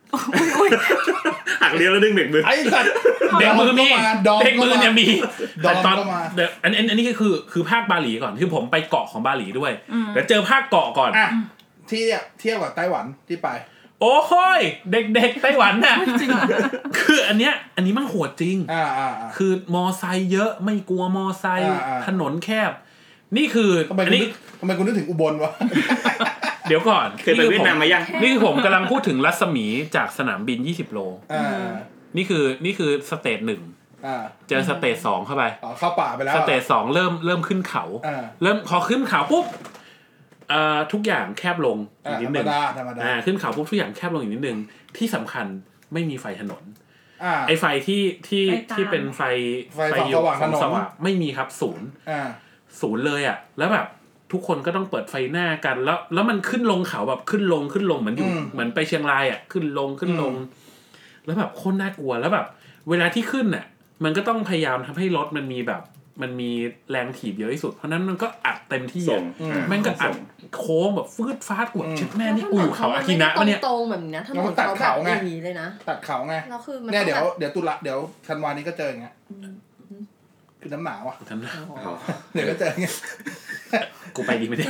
หักเลี้ยวแล้วดึงเบรกมือไอ้สัตว์เบรกมือมีเบรกมือเนี่ยมีแต่ตอนอันอันนี้คือคือภาคบาหลีก่อนคือผมไปเกาะของบาหลีด้วยแล้วเจอภาคเกาะก่อนที่เทียบกับไต้หวันที่ไปโอ้โหเด็กๆไต้หวันน่ะคืออันเนี้ยอันนี้มันโหดจริงคือมอไซค์เยอะไม่กลัวมอไซค์ถนนแคบนี่คืออันนี้ทำไมคุณนึกถึงอุบลวะเดี๋ยวก่อนเคยไปเวียดนามมายังนี่คือผมกำลังพูดถึงรัศมีจากสนามบินยี่สิบโลนี่คือนี่คือสเตจหนึ่งเจอสเตจสองเข้าไปเข้าป่าไปแล้วสเตจสองเริ่มเริ่มขึ้นเขาเริ่มพอขึ้นเขาปุ๊บอ่าทุกอย่างแคบลงอีกนิดนึงอ่าขึ้นเขาปุ๊บทุกอย่างแคบลงอีกนิดนึงที่สำคัญไม่มีไฟถนนไอไฟที่ที่ที่เป็นไฟไฟสว่างสว่างไม่มีครับศูนย์ศูนย์เลยอ่ะแล้วแบบทุกคนก็ต้องเปิดไฟหน้ากันแล้วแล้วมันขึ้นลงเขาแบบขึ้นลงขึ้นลงเหมือนอยู่เหมือนไปเชียงรายอ่ะขึ้นลงขึ้นลงแล้วแบบโคตรน่ากลัวแล้วแบบเวลาที่ขึ้นน่ะมันก็ต้องพยายามทำให้รถมันมีแบบมันมีแรงถีบเยอะที่สุดเพราะนั้นมันก็อัดเต็มที่อ่ะมันก็อัดโค้งแบบฟืดฟาดกูแบบชิดแม่นี่อู่เขาอากินะวะเนี่ยตรงๆแบบนี้นะถนนตัดเขาไงเลยนะตัดเขาไงเนี่ยเดี๋ยวเดี๋ยวตุลาเดี๋ยวธันวานี้ก็เจออย่างเงี้ยคือน้ำหนาวอ่ะน้ำหนาวเดี๋ยวก็เจออย่างเงี้ยกูไปดีไม่ได้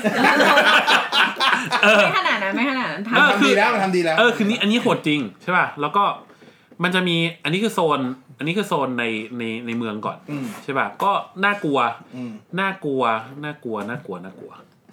ไม่ขนาดนั้นไม่ขนาดนั้นทำดีแล้วมันทำดีแล้วเออคือนี้อันนี้โหดจริงใช่ป่ะแล้วก็มันจะมีอันนี้คือโซนอันนี้คือโซนในในในเมืองก่อนใช่ป่ะก็น่ากลัวน่ากลัวน่ากลัวน่ากลัวน่ากลัว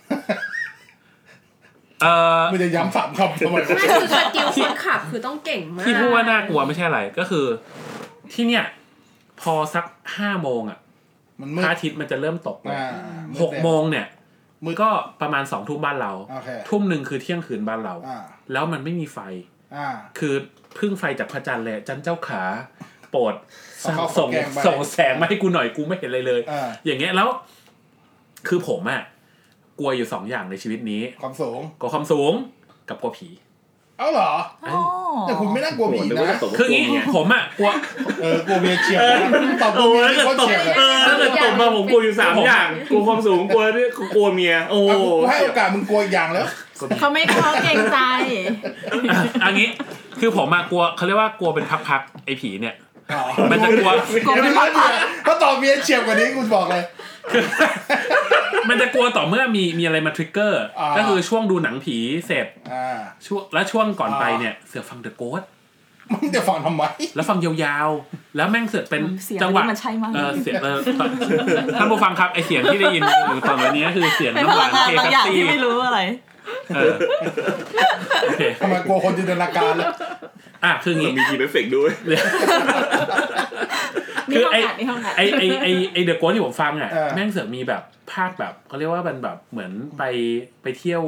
เออไม่ได้ย้ำสามคำทำไมไม่คือสกิลคนขับคือต้องเก่งมากที่พูดว่าน่ากลัวไม่ใช่อะไรก็คือที่เนี่ยพอสักห้าโมงอ่ะพระอาทิตย์มันจะเริ่มตกหกโมงเนี่ยมือก็ประมาณสองทุ่มบ้านเราทุ่มหนึ่งคือเที่ยงคืนบ้านเราแล้วมันไม่มีไฟคือพึ่งไฟจากพระจันทร์เลยจันเจ้าขาโปรดส่งส่งแสงมาให้กูหน่อยกูไม่เห็นอะไรเลยอย่างเงี้ยแล้วคือผมอ่ะกลัวอยู่สองอย่างในชีวิตนี้ความสูงกลัวความสูงกับกลัวผีเอ้าเหรอแต่คุณไม่น่ากลัวผีนะคืองี้ผมอ่ะกลัวเออกลัวเมียเฉียบตอบกลัวเมียโคตรเฉียบเออถ้าเกิดตบมาผมกลัวอยู่สามอย่างกลัวความสูงกลัวที่กลัวเมียโอ้ให้โอกาสมึงกลัวอีกอย่างแล้วเขาไม่เขาเกรงใจอันนี้คือผมอ่ะกลัวเขาเรียกว่ากลัวเป็นพักๆไอ้ผีเนี่ยมันจะกลัวกลัวเป็นพักๆก็ตอบเมียเฉียบกว่านี้กูบอกเลยมันจะกลัวต่อเมื่อมีมีอะไรมาทริกเกอร์ก็คือช่วงดูหนังผีเสร็จช่วงและช่วงก่อนไปเนี่ยเสือฟังเดอะโกสต์มึงจะฟังทำไมแล้วฟังยาวๆแล้วแม่งเสือกเป็นจังหวะเออเสียงเออท่านผู้ฟังครับไอเสียงที่ได้ยินอยู่ตอนนี้คือเสียงน้ำหวานเคกัสซี่ไม่รู้อะไรเออโอเคทำไมกลัวคนจินตนาการเลยอ่ะคืองี้มีทีเอฟเฟกต์ด้วยคือไอไอไอไอไอเดอะโกสต์ที่ผมฟังอ่ะแม่งเสือกมีแบบภาคแบบเขาเรียกว่ามันแบบเหมือนไปไปเที่ยว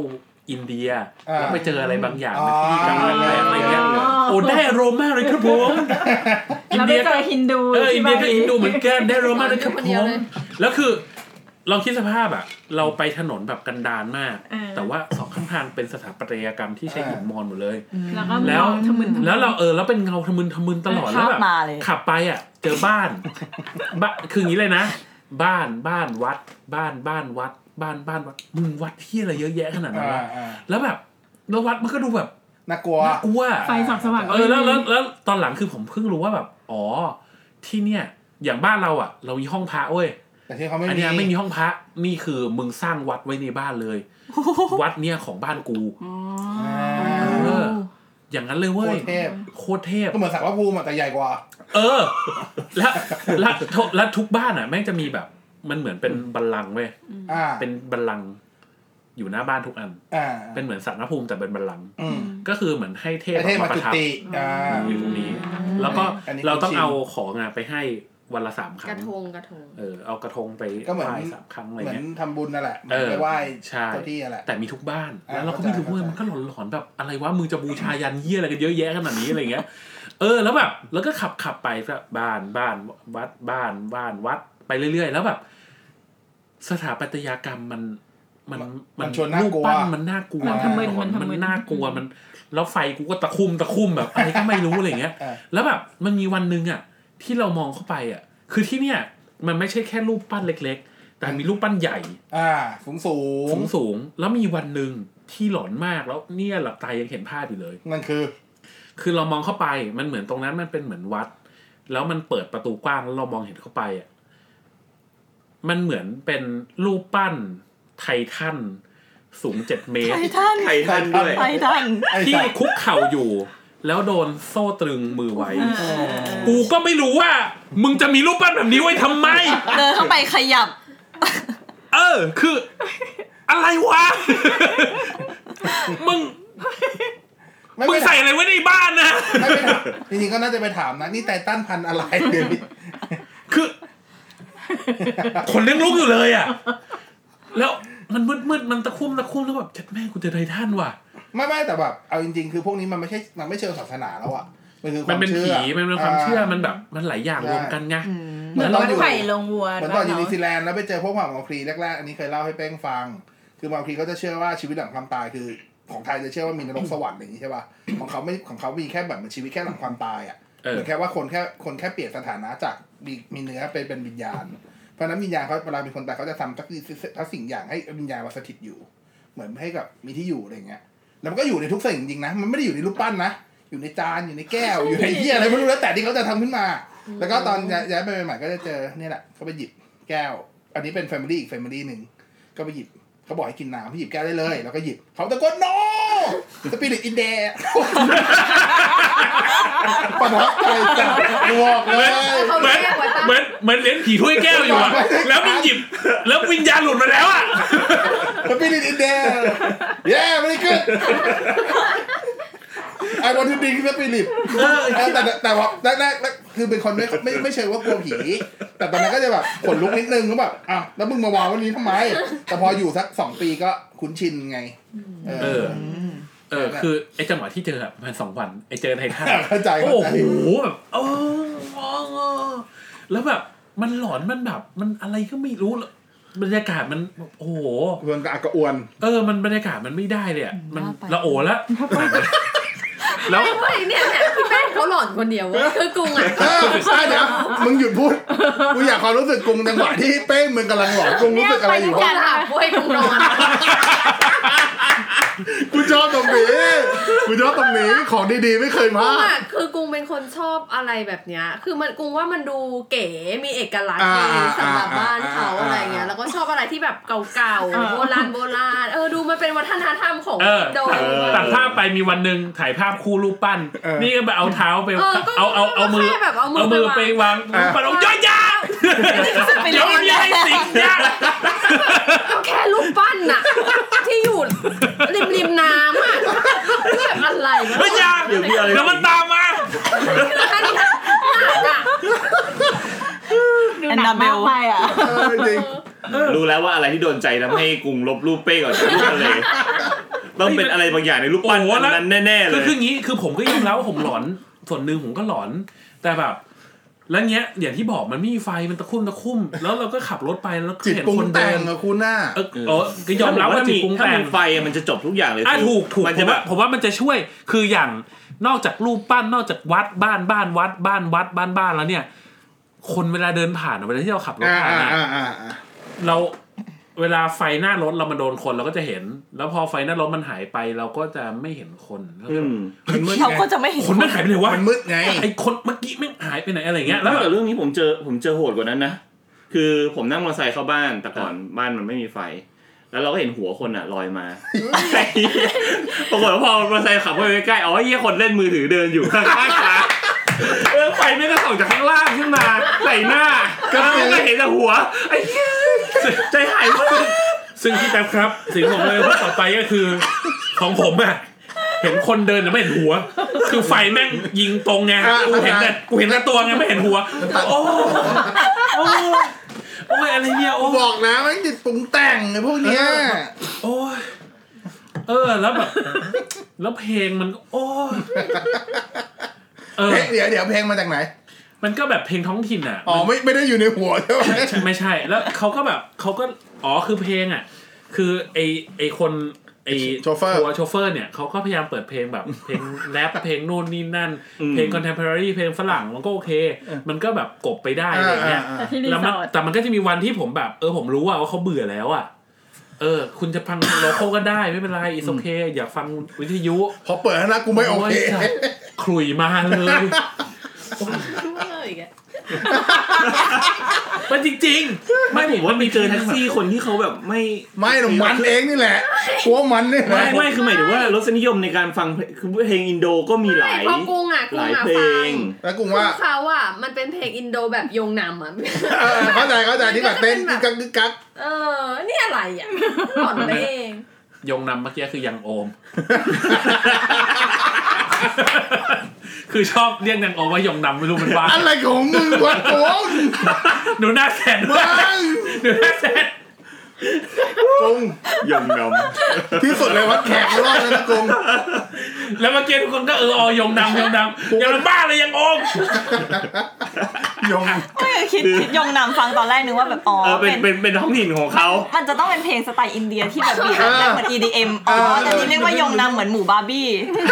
อินเดียแล้วไปเจออะไรบางอย่างในพิธีกรรมแปลกๆอะไรเงี้ยโอ้ได้อารมณ์มากเลยครับผมอินเดียก็ฮินดูเอออินเดียก็ฮินดูเหมือนกันได้อารมณ์มากเลยครับผมแล้วคือลองคิดสภาพอ่ะเราไปถนนแบบกันดารมากแต่ว่าสองข้างทางเป็นสถาปัตยกรรมที่ใช้หินมอญหมดเลยแล้วแล้วเราเออแล้วเป็นเงาทะมึนทะมึนตลอดแล้วแบบขับไปอ่ะเจอบ้านบ้านคืออย่างนี้เลยนะบ้านบ้านวัดบ้านบ้านวัดบ้านบ้านวัดมึงวัดที่อะไรเยอะแยะขนาดนั้นวะแล้วแบบแล้ววัดมันก็ดูแบบน่ากลัวน่ากลัวไฟส่องสว่างเออแล้วแล้วแล้วตอนหลังคือผมเพิ่งรู้ว่าแบบอ๋อที่เนี่ยอย่างบ้านเราอ่ะเรามีห้องพระเว้ยแต่ที่เขาไม่มีอันนี้ไม่มีห้องพระนี่คือมึงสร้างวัดไว้ในบ้านเลยวัดเนี่ยของบ้านกูเอออย่างนั้นเลยเว้ยโคตรเทพโคตรเทพก็เหมือนศาลพระภูมิแต่ใหญ่กว่าเออแล้วแล้วแล้วทุกบ้านอ่ะแม่งจะมีแบบมันเหมือนเป็นบัลลังก์เว้ยเป็นบัลลังก์อยู่หน้าบ้านทุกอันเป็นเหมือนศาลพระภูมิแต่เป็นบัลลังก์ก็คือเหมือนให้เทพมาประทับอยู่ตรงนี้แล้วก็เราต้องเอาของอ่ะไปให้วันละสามครั้งกระทงกระทงเออเอากระทงไปไหว้สามครั้งอะไรเงี้ยเหมือนทำบุญนั่นแหละไปไหว้เจ้าที่นั่นแหละแต่มีทุกบ้านแล้วเราก็ไม่รู้ว่ามันก็หลอนๆแบบอะไรวะมึงจะบูชายันเหี้ยอะไรกันเยอะแยะขนาดนี้อะไรเงี้ยเออแล้วแบบแล้วก็ขับขับไปก็บ้านบ้านวัดบ้านบ้านวัดไปเรื่อยๆแล้วแบบสถาปัตยกรรมมันมันมันชวนน่ากลัวมันน่ากลัวมันมันน่ากลัวมันแล้วไฟกูก็ตะคุ่มตะคุ่มแบบอะไรก็ไม่รู้อะไรเงี้ยแล้วแบบมันมีวันนึงอ่ะที่เรามองเข้าไปอ่ะคือที่เนี่ยมันไม่ใช่แค่รูปปั้นเล็กๆแต่มีรูปปั้นใหญ่อ่าสูงสูงสูงสูงแล้วมีวันนึงที่หลอนมากแล้วเนี่ยหลับตายังเห็นภาพอยู่เลยนั่นคือคือเรามองเข้าไปมันเหมือนตรงนั้นมันเป็นเหมือนวัดแล้วมันเปิดประตูกว้างแล้วเรามองเห็นเข้าไปอ่ะมันเหมือนเป็นรูปปั้นไททันสูงเจ็ดเมตรไททันไททันด้วยไททันที่คุกเข่าอยู่แล้วโดนโซ่ตรึงมือไว้กูก็ไม่รู้ว่ามึงจะมีรูปปั้นแบบนี้ไว้ทำไมเดินเข้าไปขยับเออคืออะไรวะมึงมึงใส่อะไรไว้ในบ้านนะไม่ไปถามจริงๆก็น่าจะไปถามนะนี่ไททันพันอะไรคือคนเลี้ยงลูกอยู่เลยอ่ะแล้วมันมืดๆมันตะคุ่มตะคุ่มแล้วแบบแม่กูเจอไททันว่ะไม่ไม่แต่แบบเอาจริงๆคือพวกนี้มันไม่ใช่มันไม่เชิงศาสนาแล้วอ่ะมันคือมันเป็นผีมันเป็นความเชื่อมันแบบมันหลายอย่างรวมกันไงเหมือนตอนอยู่ไข่ลงวัวเหมือนตอนอยู่นิวซีแลนด์แล้วไปเจอพวกหมาหมอคลีแรกๆอันนี้เคยเล่าให้แป้งฟังคือหมาหมอคลีเขาจะเชื่อว่าชีวิตหลังความตายคือของไทยจะเชื่อว่ามีนรกสวรรค์อย่างนี้ใช่ป่ะของเขาไม่ของเขามีแค่แบบมันชีวิตแค่หลังความตายอ่ะเหมือนแค่ว่าคนแค่คนแค่เปลี่ยนสถานะจากมีมีเนื้อเป็นเป็นวิญญาณเพราะนั้นวิญญาณเขาเวลาเป็นคนตายเขาจะทำทุกสิ่งอย่างให้วิญญาณมาสถิตอยู่เหมือนให้กับมีที่อยู่อะไรเงี้ยแล้วมันก็อยู่ในทุกสิ่งจริงๆนะมันไม่ได้อยู่ในรูปปั้นนะอยู่ในจานอยู่ในแก้วอยู่ในเหี้ยอะไรไม่รู้แล้วแต่ที่เขาจะทำขึ้นมาแล้วก็ตอนย้ายไปใหม่ๆก็จะเจอเนี่ยแหละเขาไปหยิบแก้วอันนี้เป็นแฟมิลี่อีกแฟมิลี่นึงก็ไปหยิบเขาบอกให้กินน้ำพี่หยิบแก้วได้เลยแล้วก็หยิบเขาตะโกนโนสปิริตอินเดย์ปะทะใจจัดบอกเลยเหมือนเหมือนเหมือนเลี้ยงผีถ้วยแก้วอยู่อ่ะแล้วมึงหยิบแล้ววิญญาณหลุดมาแล้วอ่ะสปิริตอินเดย์เย้ไม่ได้ขึ้นไอ้วันที่ดิงสปิริตแต่แต่ว่าแรกๆคือเป็นคนไม่ไม่ไม่เชิงว่ากลัวผีแต่ตอนนั้นก็จะแบบขนลุกนิดนึงก็แบบอ้าวแล้วมึงมาวางวันนี้ทำไมแต่พออยู่สักสองปีก็คุ้นชินไงเออเออคือไอ้จังหวะที่เจอแบบมันสองวันไอ้เจอไททันโอ้โหแบบเออแล้วแบบมันหลอนมันแบบมันอะไรก็ไม่รู้บรรยากาศมันโอ้โหเรื่องกระอวนเออมันบรรยากาศมันไม่ได้เลยอ่ะมันละโอแล้วแล้วไม่เนี่ยเนี่ยพี่แป้งเขาหลอนคนเดียวคือกรุงอ่ะใช่เดี๋ยวมึงหยุดพูดกูอยากความรู้สึกกรุงจังหวะที่เป้งมึงกำลังหลอนกรุงรู้สึกอะไรอยู่วะอย่าถามกูให้กูนอนกูชอบตรงนี้กูชอบตรงนี้ของดีๆไม่เคยพลาดคือกรุงเป็นคนชอบอะไรแบบเนี้ยคือมันกรุงว่ามันดูเก๋มีเอกลักษณ์ดีสำหรับบ้านเขาอะไรเงี้ยแล้วก็ชอบอะไรที่แบบเก่าๆโบราณโบราณเออดูมันเป็นวัฒนธรรมของโดยตัดภาพไปมีวันนึงถ่ายภาพคู่รูปปั้นนี่ก็ไปเอาเท้าไปเอาเอาเอามือเอามือไปวางปะลงย่อยยาเดี๋ยวมันให้สิ่งยาแค่รูปปั้นน่ะที่อยู่ริมริมน้ำอ่ะแบบอะไรวะไม่ยากเดี๋ยวมันตามมาแอนนาเบลไปอ่ะจริงรู้แล้วว่าอะไรที่โดนใจทำให้กรุงลบรูปเป้ก่อนจะรูปเลยต้องเป็นอะไรบางอย่างในรูปปั้นนั้นแน่ๆเลยคือคืองี้คือผมก็ยอมรับว่าผมหลอนส่วนนึงผมก็หลอนแต่แบบแล้วเงี้ยอย่างที่บอกมันไม่มีไฟมันตะคุ่มตะคุ่มแล้วเราก็ขับรถไปแล้วเห็นคนเดินกับคุณหน้าเออก็ยอมรับว่าจิตปรุงแต่งไฟมันจะจบทุกอย่างเลยถูกถูกผมว่าผมว่ามันจะช่วยคืออย่างนอกจากรูปปั้นนอกจากวัดบ้านบ้านวัดบ้านวัดบ้านบ้านแล้วเนี่ยคนเวลาเดินผ่านเวลาที่เราขับรถผ่านอ่ะเราเวลาไฟหน้ารถเรามาโดนคนเราก็จะเห็นแล้วพอไฟหน้ารถมันหายไปเราก็จะไม่เห็นคนเราก็จะไม่เห็นคนมันหายไปไหนวะมันมืดไงไอ้คนเมื่อกี้ไม่หายไปไหนอะไรเงี้ยแล้วแต่เรื่องนี้ผมเจอผมเจอโหดกว่านั้นนะคือผมนั่งมอเตอร์ไซค์เข้าบ้านแต่ก่อนบ้านมันไม่มีไฟแล้วเราก็เห็นหัวคนอ่ะลอยมาปรากฏว่าพอมอเตอร์ไซค์ขับไปใกล้ๆอ๋อไอ้เหี้ยคนเล่นมือถือเดินอยู่ข้างๆขาเออไฟไม่ได้ส่องจากข้างล่างขึ้นมาใส่หน้าก็ไม่เห็นแต่หัวไอ้เหี้ยใจหายมากซึ่งพี่แป๊บครับสิ่งของเลยพูดต่อไปก็คือของผมอ่ะเห็นคนเดินแต่ไม่เห็นหัวคือไฟแม่งยิงตรงไงกูเห็นแต่กูเห็นแต่ตัวไงไม่เห็นหัวโอ้โอ้โอ้ยอะไรเนี่ยโอ้บอกนะมันจิตปรุงแต่งไอ้พวกเนี้ยโอ้ยเออแล้วแบบแล้วเพลงมันโอ้เออเดี๋ยวเดี๋ยวเพลงมาจากไหนมันก็แบบเพลงท้องถิ่นอ่ะอ๋อไม่ไม่ได้อยู่ในหัวใช่ไหมไม่ใช่แล้วเขาก็แบบเขาก็อ๋อคือเพลงอ่ะคือไอไอคนไอโชเฟอร์โชเฟอร์เนี่ยเขาก็พยายามเปิดเพลงแบบเพลงแรปเพลงนู่นนี่นั่นเพลงคอนเทมพอรารีเพลงฝรั่งมันก็โอเคมันก็แบบกบไปได้อะไรเงี้ยแล้วมันแต่มันก็จะมีวันที่ผมแบบเออผมรู้ว่าเขาเบื่อแล้วอ่ะเออคุณจะฟังโลโก้ก็ได้ไม่เป็นไรอีโอเคอยากฟังวิทยุพอเปิดนะกูไม่โอเคขลุ่ยมาเลยมันจริงๆไม่ผมว่ามีเจอแท็กซี่คนที่เขาแบบไม่ไม่หรอกมันเองนี่แหละพวกมันนี่ไม่ไม่คือหมายถึงว่ารสนิยมในการฟังคือเพลงอินโดก็มีหลายหลายเพลงแล้วกูว่าเขาอ่ะมันเป็นเพลงอินโดแบบยงนำอ่ะเข้าใจเข้าใจที่แบบเต้นกักกักเออนี่อะไรอ่ะหลอนไปเองยงนำเมื่อกี้คือยังโอมคือชอบเรียกนางโอมว่ายงนำไม่รู้มันว่าอะไรของมึงวะโอ้ยหนูหน้าแสนมากหนูหน้าแสนกงยงนำที่สุดเลยวัดแขกรอดแล้วนะกงแล้วเมื่อกี้ทุกคนก็เอออ๋อยงนำยงนำยังบ้าเลยยังโอมยงก็คิดคิดยงนำฟังตอนแรกนึกว่าแบบอ๋อเป็นเป็นเป็นท้องถิ่นของเขามันจะต้องเป็นเพลงสไตล์อินเดียที่แบบบีทแบบเหมือน อี ดี เอ็ม อ๋อแต่นี่เรียกว่ายงนำเหมือนหมู่บาร์บี้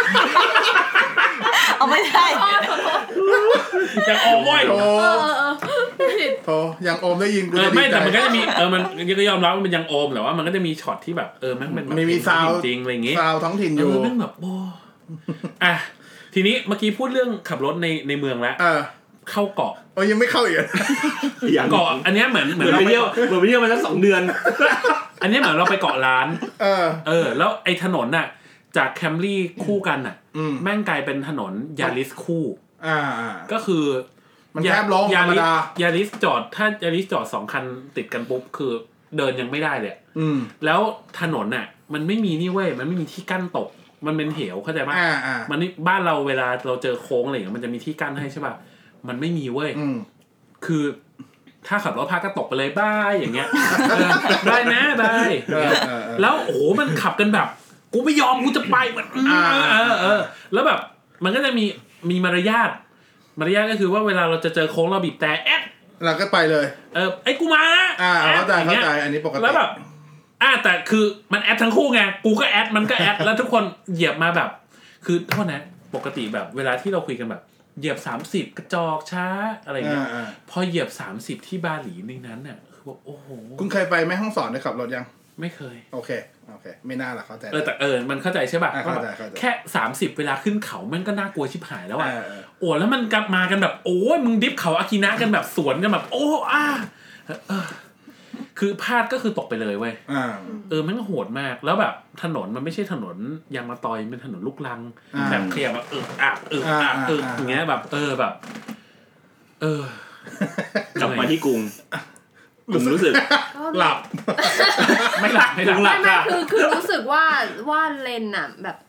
เอาไม่ใช่ยังโอมว้ยโอ้โธ่ยังโอมได้ยินกูจะไม่แต่มันก็จะมีเออมันก็ยอมรับว่ามันยังโอมแต่ว่ามันก็จะมีช็อตที่แบบเออมันมันมีซาวจริงอะไรอย่างงี้ซาวท้องถิ่นอยู่มันแบบโอ้อ่ะทีนี้เมื่อกี้พูดเรื่องขับรถในในเมืองแล้วเข้าเกาะเออยังไม่เข้าอีกเกาะอันนี้เหมือนเหมือนเราไปเที่ยวเหมือนไปเที่ยวมาสักสองเดือนอันนี้เหมือนเราไปเกาะล้านเออเออแล้วไอ้ถนนน่ะจากแคมรี่คู่กันน่ะแม่งกลายเป็นถนนยาริสคู่อ่าก็คือมันแคบลงธรรมดายาริสจอดถ้ายาริสจอดสองคันติดกันปุ๊บคือเดินยังไม่ได้เลยอืมแล้วถนนน่ะมันไม่มีนี่เว้ยมันไม่มีที่กั้นตกมันเป็นเหวเข้าใจป่ะมันนี่บ้านเราเวลาเราเจอโค้งอะไรอย่างเงี้ยมันจะมีที่กั้นให้ใช่ป่ะมันไม่มีเว้ยคือถ้าขับรถพาก็ตกไปเลยบ้ายอย่างเงี้ยได้นะได้แล้วโอ้โหมันขับกันแบบกูไม่ยอมกูจะไปมันเออเออแล้วแบบมันก็จะมีมีมารยาทมารยาทก็คือว่าเวลาเราจะเจอโค้งเราบีบแต่แอดเราก็ไปเลยเออไอ้กูมาอ่าเข้าใจเข้าใจอันนี้ปกติแล้วแบบอ่าแต่คือมันแอดทั้งคู่ไงกูก็แอดมันก็แอดแล้วทุกคนเหยียบมาแบบคือโทษนะปกติแบบเวลาที่เราคุยกันแบบเหยียบสามสิบกระจอกช้าอะไรเงี้ยพอเหยียบสามสิบที่บาหลีในนั้นน่ะคือว่าโอ้โหคุณเคยไปแม่ฮ่องสอนได้ขับรถยังไม่เคยโอเคโอเคไม่น่าล่ะเข้าใจเออแต่เออมันเข้าใจใช่ป่ะเข้าใจเข้าใจแค่สามสิบเวลาขึ้นเขามันก็น่ากลัวชิบหายแล้วอ่ะโอ้แล้วมันกลับมากันแบบโอ้ยมึงดิฟเขาอากินะกันแบบสวนกันแบบโอ้อ่าคือพลาดก็คือตกไปเลยเว้ยเออมันโหดมากแล้วแบบถนนมันไม่ใช่ถนนยางมะตอยเป็นถนนลูกรังแบบขยับแบบเอออ่ะเอออ่ะเอออย่างเงี้ยแบบเออแบบเออกลับมาที่กรุงผมรู้สึกหลับไม่หลับไม่หลับไม่ไม่คือคือรู้สึกว่าว่าเลนน่ะแบบ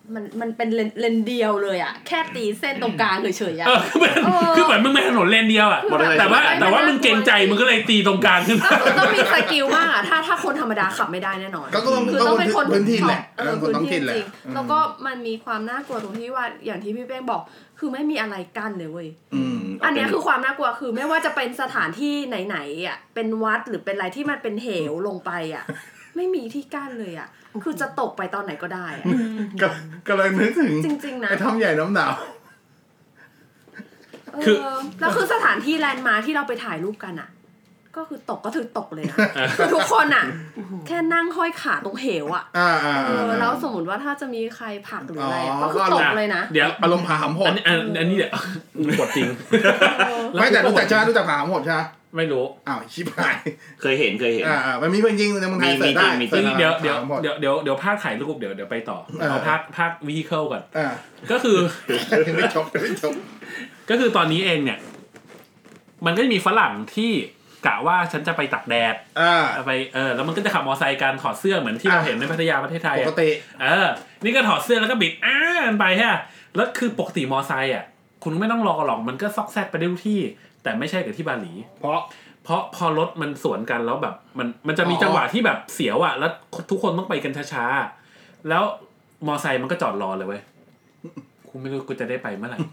มันมันเป็นเลนเลนเดียวเลยอ่ะแค่ตีเส้นตรงกลางเฉยๆอ่ะเออคือมันคือเหมือนมึงไม่ถนนเลนเดียวอ่ะแต่ว่าแต่ว่ามึงเกรงใจมึงก็เลยตีตรงกลางขึ้นต้องมีสกิลมากอ่ะถ้าถ้าคนธรรมดาขับไม่ได้แน่นอนก็ต้องต้องเป็นคนพื้นที่แหละเออคนต้องถิ่นแหละแล้วก็มันมีความน่ากลัวตรงที่ว่าอย่างที่พี่เป้งบอกคือไม่มีอะไรกั้นเลยเว้ยอันนี้คือความน่ากลัวคือไม่ว่าจะเป็นสถานที่ไหนๆอ่ะเป็นวัดหรือเป็นอะไรที่มันเป็นเหวลงไปอ่ะไม่มีที่กั้นเลยอ่ะคือจะตกไปตอนไหนก็ได้อ่ะก็เลยนึกถึงจริงๆนะไอ้ถ้ำใหญ่น้ำหนาวคือแล้วคือสถานที่แลนด์มาร์คที่เราไปถ่ายรูปกันอ่ะก็คือตกก็คือตกเลยนะคือทุกคนอ่ะแค่นั่งห้อยขาตรงเหวอ่ะเออแล้วสมมติว่าถ้าจะมีใครผลักหรืออะไรก็คือตกเลยนะเดี๋ยวอารมณ์ผาหำหดอันอันนี้เดี๋ยวกดจริงไม่แต่รู้จักชารู้จักผาหำหดใช่ไหมไม่รู้อ้าวชิบหายเคยเห็นเคยเห็นอ่ามันมีเพื่อนยิงในเมืองไทยเสิร์ฟได้เดี๋ยวเดี๋ยวเดี๋ยวเดี๋ยวเดี๋ยวภาคถ่ายรูปเดี๋ยวเดี๋ยวไปต่อเอาภาคภาควีเคิลก่อนก็คือไม่จบไม่จบก็คือตอนนี้เองเนี่ยมันก็จะมีฝรั่งที่กะว่าฉันจะไปตักแดดไปเออแล้วมันก็จะขับมอเตอร์ไซค์กันถอดเสื้อเหมือนที่เราเห็นในพัทยาประเทศไทยปกติเออนี่ก็ถอดเสื้อแล้วก็บิดอ้าไปฮะแล้วคือปกติมอเตอร์ไซค์อ่ะคุณไม่ต้องรอหรอกมันก็ซอกแซกไปได้ทุกที่แต่ไม่ใช่กับที่บาหลีเพราะเพราะพอรถมันสวนกันแล้วแบบมันมันจะมีจังหวะที่แบบเสียวอ่ะแล้วทุกคนต้องไปกันช้าๆแล้วมอไซค์มันก็จอดรอเลยเว้ยกูไม่รู้กูจะได้ไปเมื่อไหร่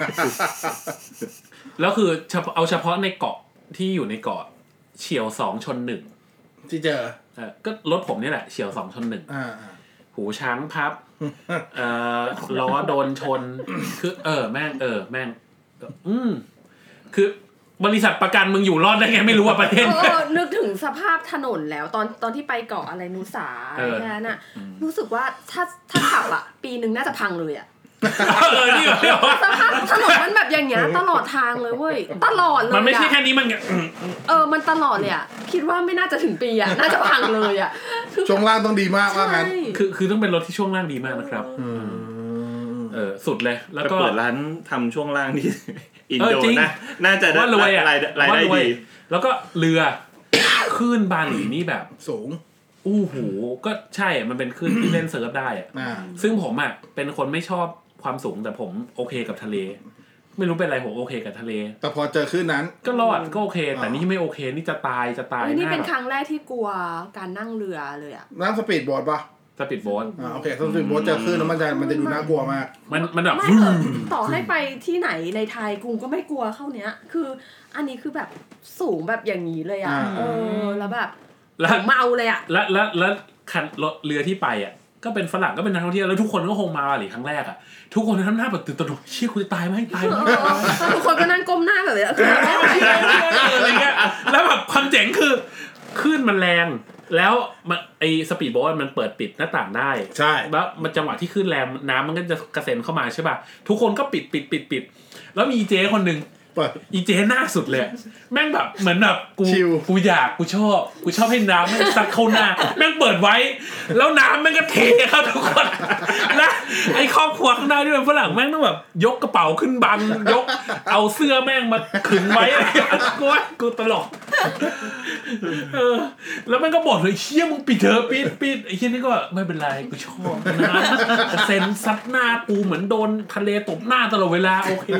แล้วคือเอาเฉพาะในเกาะที่อยู่ในเกาะเฉียวสองชนหนึ่งที่เจอเออก็รถผมนี่แหละเฉียวสองชนหนึ่งหูช้างพับเอ่อล้อโดนชนคือเออแม่งเออแม่งอืมคือบริษัทประกันมึงอยู่รอดได้ไงไม่รู้ว่าประเทศเออนึกถึงสภาพถนนแล้วตอนตอนที่ไปเกาะอะไรนุสาแค่นั้นน่ะรู้สึกว่าถ้าถ้าขับอ่ะปีนึงน่าจะพังเลยอ่ะเออนี่สภาพถนนมันแบบอย่างเงี้ยตลอดทางเลยเว้ยตลอดเลยมันไม่ใช่แค่นี้มันเออมันตลอดเลยอ่ะคิดว่าไม่น่าจะถึงปีอ่ะน่าจะพังเลยอ่ะช่วงล่างต้องดีมากว่างั้นคือคือต้องเป็นรถที่ช่วงล่างดีมากนะครับเออสุดเลยแล้วก็เปิดร้านทำช่วงล่างที่อินโดนะน่าจะได้รายรายได้ดีแล้วก็เรือคลื่นบาหลีนี่แบบสูงอู้หูก็ใช่มันเป็นคลื่นที่เล่นเซิร์ฟได้อะซึ่งผมอ่ะเป็นคนไม่ชอบความสูงแต่ผมโอเคกับทะเลไม่รู้เป็นอะไรผมโอเคกับทะเลแต่พอเจอคลื่นนั้นก็รอดก็โอเคแต่นี่ไม่โอเคนี่จะตายจะตายนี่เป็นครั้งแรกที่กลัวการนั่งเรือเลยอ่ะนั่งสปีดโบ๊ทป่ะสปีดโบ๊ทอ่าโอเคสปีดโบ๊ทเจอคลื่นแล้วมันจะมันจะดูน่ากลัวมากมันมันแบบต่อให้ไปที่ไหนในไทยกูก็ไม่กลัวเข้าเนี้ยคืออันนี้คือแบบสูงแบบอย่างนี้เลยอ่ะเออแล้วแบบเมาเลยอ่ะแล้วแล้วแล้วคันรถเรือที่ไปอ่ะก็เป็นฝรั่งก็เป็นนักท่องเที่ยวแล้วทุกคนก็คงมาหรือครั้งแรกอ่ะทุกคนทำหน้าแบบตื่นตระหนกเชี่ยกูจะตายไหมตายไหมทุกคนก็นั่งก้มหน้าแบบนี้อะไรเงี้ยแล้วแบบความเจ๋งคือคลื่นมันแรงแล้วมันไอสปีดโบ๊ทมันเปิดปิดหน้าต่างได้ใช่แล้วมันจังหวะที่คลื่นแรงน้ำมันก็จะกระเซ็นเข้ามาใช่ป่ะทุกคนก็ปิดปิดปิดปิดแล้วมีเจ๊คนนึงอีเจ๊หน้าสุดเลยแม่งแบบเหมือนแบบกูกูอยากกูชอบกูชอบให้น้ำแม่งซัดเข้าหน้าแม่งเปิดไว้แล้วน้ำแม่งก็เทเข้าทุกคนแล้วไอ้ครอบครัวข้างหน้าที่เป็นฝรั่งแม่งต้องแบบยกกระเป๋าขึ้นบังยกเอาเสื้อแม่งมาขึงไว้กูว่ากูตลกเออแล้วแม่งก็บอกเลยเชี่ยมึงปิดเถอะปิดปิดไอ้เชี่ยนี่ก็ไม่เป็นไรกูชอบน้ำกระเซ็นซัดหน้ากูเหมือนโดนทะเลตบหน้าตลอดเวลาโอเค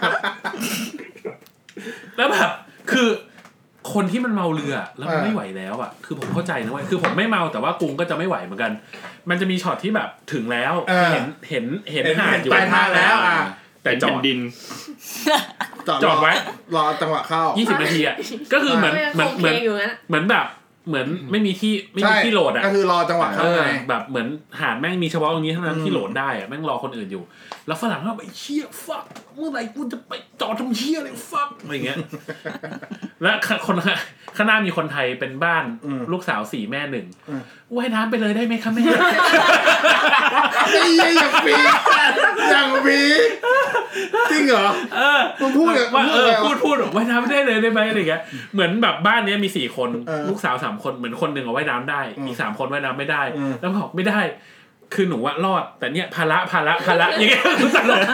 แล้วแบบคือคนที่มันเมาเรือแล้วมันไม่ไหวแล้วอ่ะคือผมเข้าใจนะเว้ยคือผมไม่เมาแต่ว่ากุ้งก็จะไม่ไหวเหมือนกันมันจะมีช็อตที่แบบถึงแล้วเห็นเห็นเห็นหาดอยู่ปลายทางแล้วอ่ะแต่จอดดินจอดไว้รอจังหวะเข้ายี่สิบนาทีอ่ะก็คือเหมือนเหมือนเหมือนเหมือนแบบเหมือนไม่มีที่ไม่มีที่โหลดอ่ะก็คือรอจังหวะเข้าไงแบบเหมือนหาดแม่งมีเฉพาะตรงนี้เท่านั้นที่โหลดได้อ่ะแม่งรอคนอื่นอยู่แล้วฝรั่งก็ไปเชี่ยฟักเมื่อไหร่กูจะไปจอดทำเชี่ยอะไรฟักอะไรเงี้ยแล้วคนข้างหน้ามีคนไทยเป็นบ้านลูกสาวสี่แม่หนึ่งว่ายน้ำไปเลยได้ไหมคะแม่ไอ้ยี่อย่างปีอย่างปีจริงเหรอเออมึงพูดว่าเออพูดพูดว่ายน้ำไม่ได้เลยได้ไหมอะไรเงี้ยเหมือนแบบบ้านนี้มีสี่คนลูกสาวสามคนเหมือนคนหนึ่งเอาว่ายน้ำได้อีกสามคนว่ายน้ำไม่ได้แล้วบอกไม่ได้คือหนูว่ารอดแต่เนี่ยภาระภาระภาระอย่างเงี้ยคือตลก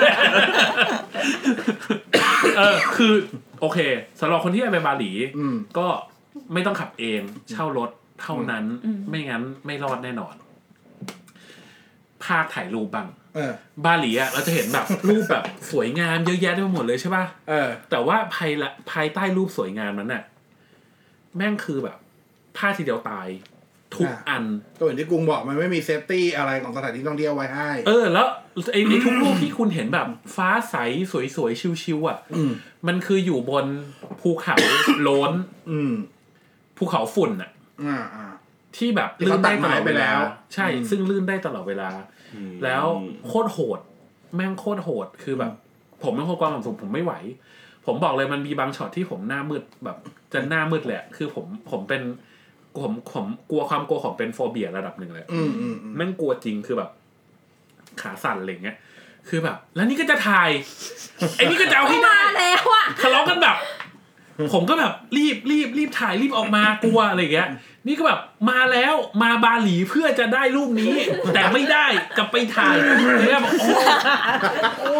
เออคือโอเคสำหรับคนที่ไปบาหลีก็ไม่ต้องขับเองเช่ารถเท่านั้นไม่งั้นไม่รอดแน่นอนภาคถ่ายรูปบ้างบาหลีอ่ะเราจะเห็นแบบรูปแบบสวยงามเยอะแยะไปหมดเลยใช่ป่ะเออแต่ว่าภายละภายใต้รูปสวยงามนั้นน่ะแม่งคือแบบผ้าทีเดียวตายทุกอันก็เหมือนที่กรุงบอกมันไม่มีเซฟตี้อะไรของสถานที่ท่องเที่ยวไว้ให้เออแล้วไอ้ไอ้ทุกรูปที่คุณเห็นแบบฟ้าใสสวยๆชิวๆอ่ะมันคืออยู่บนภูเขาโล้นภูเขาฝุ่นอ่ะที่แบบลื่นได้ตลอดเวลาใช่ซึ่งลื่นได้ตลอดเวลาแล้วโคตรโหดแม่งโคตรโหดคือแบบผมไม่โคตรความสมผมไม่ไหวผมบอกเลยมันมีบางช็อตที่ผมหน้ามืดแบบจะหน้ามืดแหละคือผมผมเป็นผมผมกลัวความกลัวของเป็นโฟเบียระดับหนึ่งเลยแม่งกลัวจริงคือแบบขาสั่นอะไรเงี้ยคือแบบแล้วนี่ก็จะถ่ายไอ้นี่ก็จะเอาให้ได้แล้วอะทะเลาะกันแบบผมก็แบบรีบรีบรีบถ่ายรีบออกมากลัวอะไรเงี้ยนี่ก็แบบมาแล้วมาบาหลีเพื่อจะได้รูปนี้แต่ไม่ได้กลับไปถ่ายเนี่ยแบบโอ้โอ้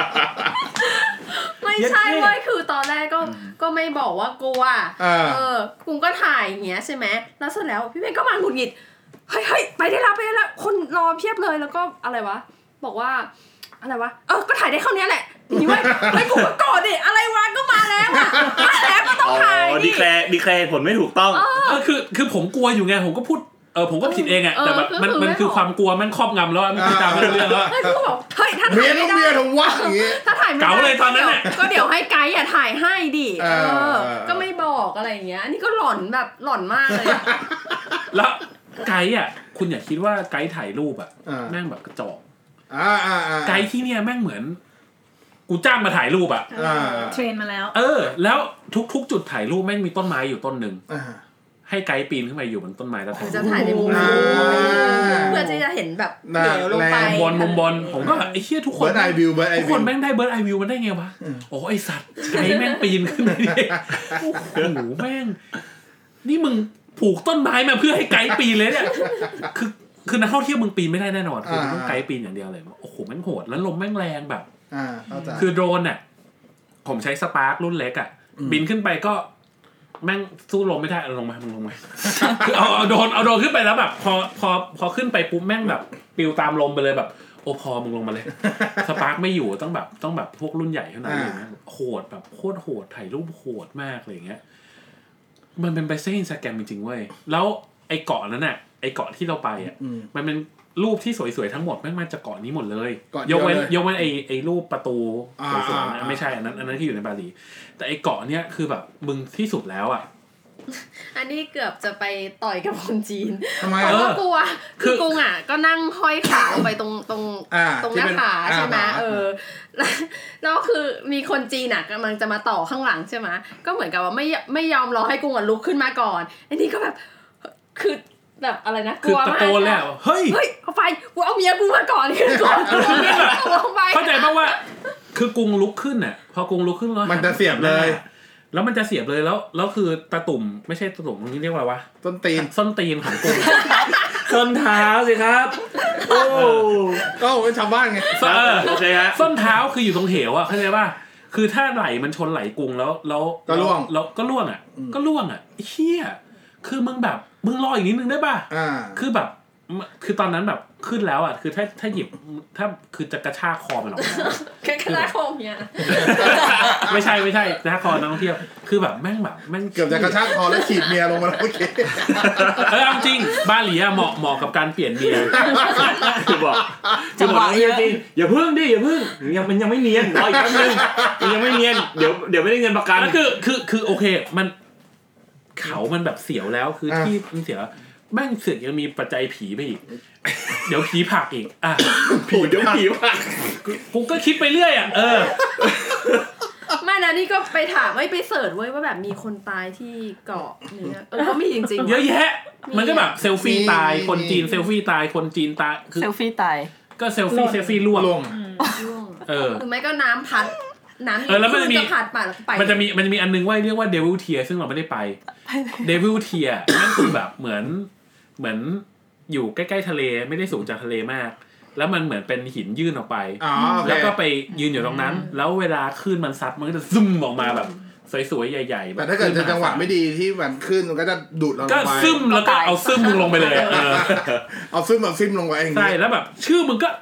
ไม่ใช่เว้ยคือตอนแรกก็ก็ไม่บอกว่ากลัวเออกูก็ถ่ายอย่างเงี้ยใช่ไหมแล้วเสร็จแล้วพี่เมย์ก็มาหงุดหงิดเฮ้ยเฮ้ยไปได้แล้วไปได้แล้วคนรอเพียบเลยแล้วก็อะไรวะบอกว่าอะไรวะเออก็ถ่ายได้เท่านี้แหละนี่เว้ยไม่กูก็กดดิอะไรวะก็มาแล้วอ่ะมาแล้วก็ต้องถ่ายอ๋อดีแคลร์ดีแคลร์ผลไม่ถูกต้องเออคือคือผมกลัวอยู่ไงผมก็พูดเออผมก็ผิดเองอ่ะแต่แบบมันมันคือความกลัวมันครอบงำแล้วมันคือตามเรื่องแล้วเฮ้ยกูบอกเฮ้ยถ้าถ่ายไม่ได้ถ้าถ่ายไม่ได้เก๋าเลยตอนนั้นน่ะก็เดี๋ยวให้ไกด์อ่ะถ่ายให้ดิเออก็ไม่บอกอะไรอย่างเงี้ยอันนี้ก็หลอนแบบหลอนมากเลยแล้วไกด์อ่ะคุณอย่าคิดว่าไกด์ถ่ายรูปอ่ะแม่งแบบกระจอกไกด์ที่เนี่ยแม่งเหมือนกูจ้างมาถ่ายรูปอ่ะเทรนมาแล้วเออแล้วทุกๆจุดถ่ายรูปแม่งมีต้นไม้อยู่ต้นนึงให้ไกด์ปีนขึ้นไปอยู่บนต้นไม้แล้วจะถ่ายในมุมเพื่อที่จะเห็นแบบเหนือลงไปบอลมุมบอลผมก็ไอ้เหี้ยทุกคนทุกคนแม่งได้เบิร์ดไอวิวมันได้ไงวะโอ้ไอสัตว์ไกด์แม่งปีนขึ้นไปดิโอ้โหแม่งนี่มึงผูกต้นไม้มาเพื่อให้ไกด์ปีนเลยเนี่ยคือคือนักท่องเที่ยวมึงปีนไม่ได้แน่นอนคือมึงต้องไกด์ปีนอย่างเดียวเลยโอ้โหแม่งโหดแล้วลมแม่งแรงแบบคือโดรนเนี่ยผมใช้สปาร์ครุ่นเล็กอ่ะบินขึ้นไปก็แม่งสู้ลมไม่ได้เอาลงมาลงมาคือเอาเอาโดนเอาโดนขึ้นไปแล้วแบบพอพอพอขึ้นไปปุ๊บแม่งแบบปิวตามลมไปเลยแบบโอพอมึงลงมาเลยสปาร์คไม่อยู่ต้องแบบต้องแบบพวกรุ่นใหญ่เท่านั้นเลยนะโหดแบบโคตรโหดถ่ายรูปโหดมากอะไรอย่างเงี้ยมันเป็นไปเส้น Instagram จริงๆเว้ยแล้วไอ้เกาะนั้นน่ะไอ้เกาะที่เราไปอ่ะมันเป็นรูปที่สวยๆทั้งหมดแม่งมาจากเกาะนี้หมดเลยยกเว้นยกเว้นไอ้ไอ้รูปประตูสวยๆไม่ใช่อันนั้นอันนั้นที่อยู่ในบาหลีแต่ไอ้เกาะเนี้ยคือแบบมึงที่สุดแล้วอ่ะอันนี้เกือบจะไปต่อยกับคนจีนเพราะว่ากลัวคือกุ้งอ่ะก็นั่งห้อยขาลงไปตรงตรงตรงหน้าผาใช่ไหมเออแล้วคือมีคนจีนอ่ะกำลังจะมาต่อข้างหลังใช่ไหมก็เหมือนกับว่าไม่ไม่ยอมรอให้กุ้งอ่ะลุกขึ้นมาก่อนอันนี้ก็แบบคือแบบอะไรนะกลัวมากคือตะโกนแล้วเฮ้ยเฮ้ยเอาไปกูเอาเมียกูมาก่อนคือก่อนลงไปเข้าใจป่ะว่าคือกรุงลุกขึ้นน่ะพอกรุงลุกขึ้นแล้วมันจะเสียบเลยแล้วมันจะเสียบเลยแล้วแล้วคือตะตุ่มไม่ใช่ตะตุ่มตรงนี้เรียกว่าอะไรวะส้นตีนส้นตีนของกรุงส้นเท้าสิครับโอ้ก็เป็นชาวบ้านไงโอเคฮะส้นเท้าคืออยู่ตรงเหวอ่ะเข้าใจป่ะคือถ้าไหลมันชนไหลกรุงแล้วแล้วก็ล่วงแล้วก็ล่วงอ่ะก็ล่วงอ่ะเหี้ยคือมึงแบบมึงรออีกนิดนึงได้ป่ะคือแบบคือตอนนั้นแบบขึ้นแล้วอ่ะคือถ้าถ้าหยิบถ้าคือจะกระชากคอมันออกแค่กระชากคอเมียไม่ใช่ไม่ใช่กระชากคอนักท่องเที่ยวคือแบบแม่งแบบแม่งเกือบจะกระชากคอแล้วขีดเมียลงมาแล้วโอเคเออจริงบาหลีอ่ะเหมาะเหมาะกับการเปลี่ยนเมียคือบอกจังหวะจริงอย่าพึ่งดิอย่าพึ่งยังมันยังไม่เนียนรออีกแป๊บนึงมันยังไม่เนียนเดี๋ยวเดี๋ยวไม่ได้เงินประกันแล้วคือคือคือโอเคมันเขามันแบบเสียวแล้วคือที่มันเสียวแม่งเสือกยังมีปัจจัยผีไปอีกเดี๋ยวผีผักอีกอ่ะผีเดี๋ยวผีผักกูก็คิดไปเรื่อยอ่ะเออไม่นะนี่ก็ไปถามไว้ไปเสิร์ชไว้ว่าแบบมีคนตายที่เกาะเนี่ยเออก็มีจริงๆเยอะแยะมันก็แบบเซลฟี่ตายคนจีนเซลฟี่ตายคนจีนตายคือเซลฟี่ตายก็เซลฟี่เซลฟี่ล่วงเออหรือไม่ก็น้ำพัดน้ำเออแล้วมันจะมีพัดไปแล้วไปมันจะมีมันจะมีอันนึงว่าเรียกว่าเดวิลเทียซึ่งเราไม่ได้ไปเดวิลเทียนั่นคือแบบเหมือนเหมือนอยู่ใกล้ๆทะเลไม่ได้สูงจากทะเลมากแล้วมันเหมือนเป็นหินยื่นออกไปแล้วก็ไปยืนอยู่ตรงนั้นแล้วเวลาคลื่นมันซัดมันก็จะซึมออกมาแบบสวยๆใหญ่ๆแต่ถ้าเกิดจังหวะไม่ดีที่มันคลื่นมันก็จะดูดเราลงไปก็ซึมแล้วก็เอาซึมมึงลงไปเลยเออเอาซึมเอาซึมลงไปเองใช่แล้วแบบชื่อมึงก็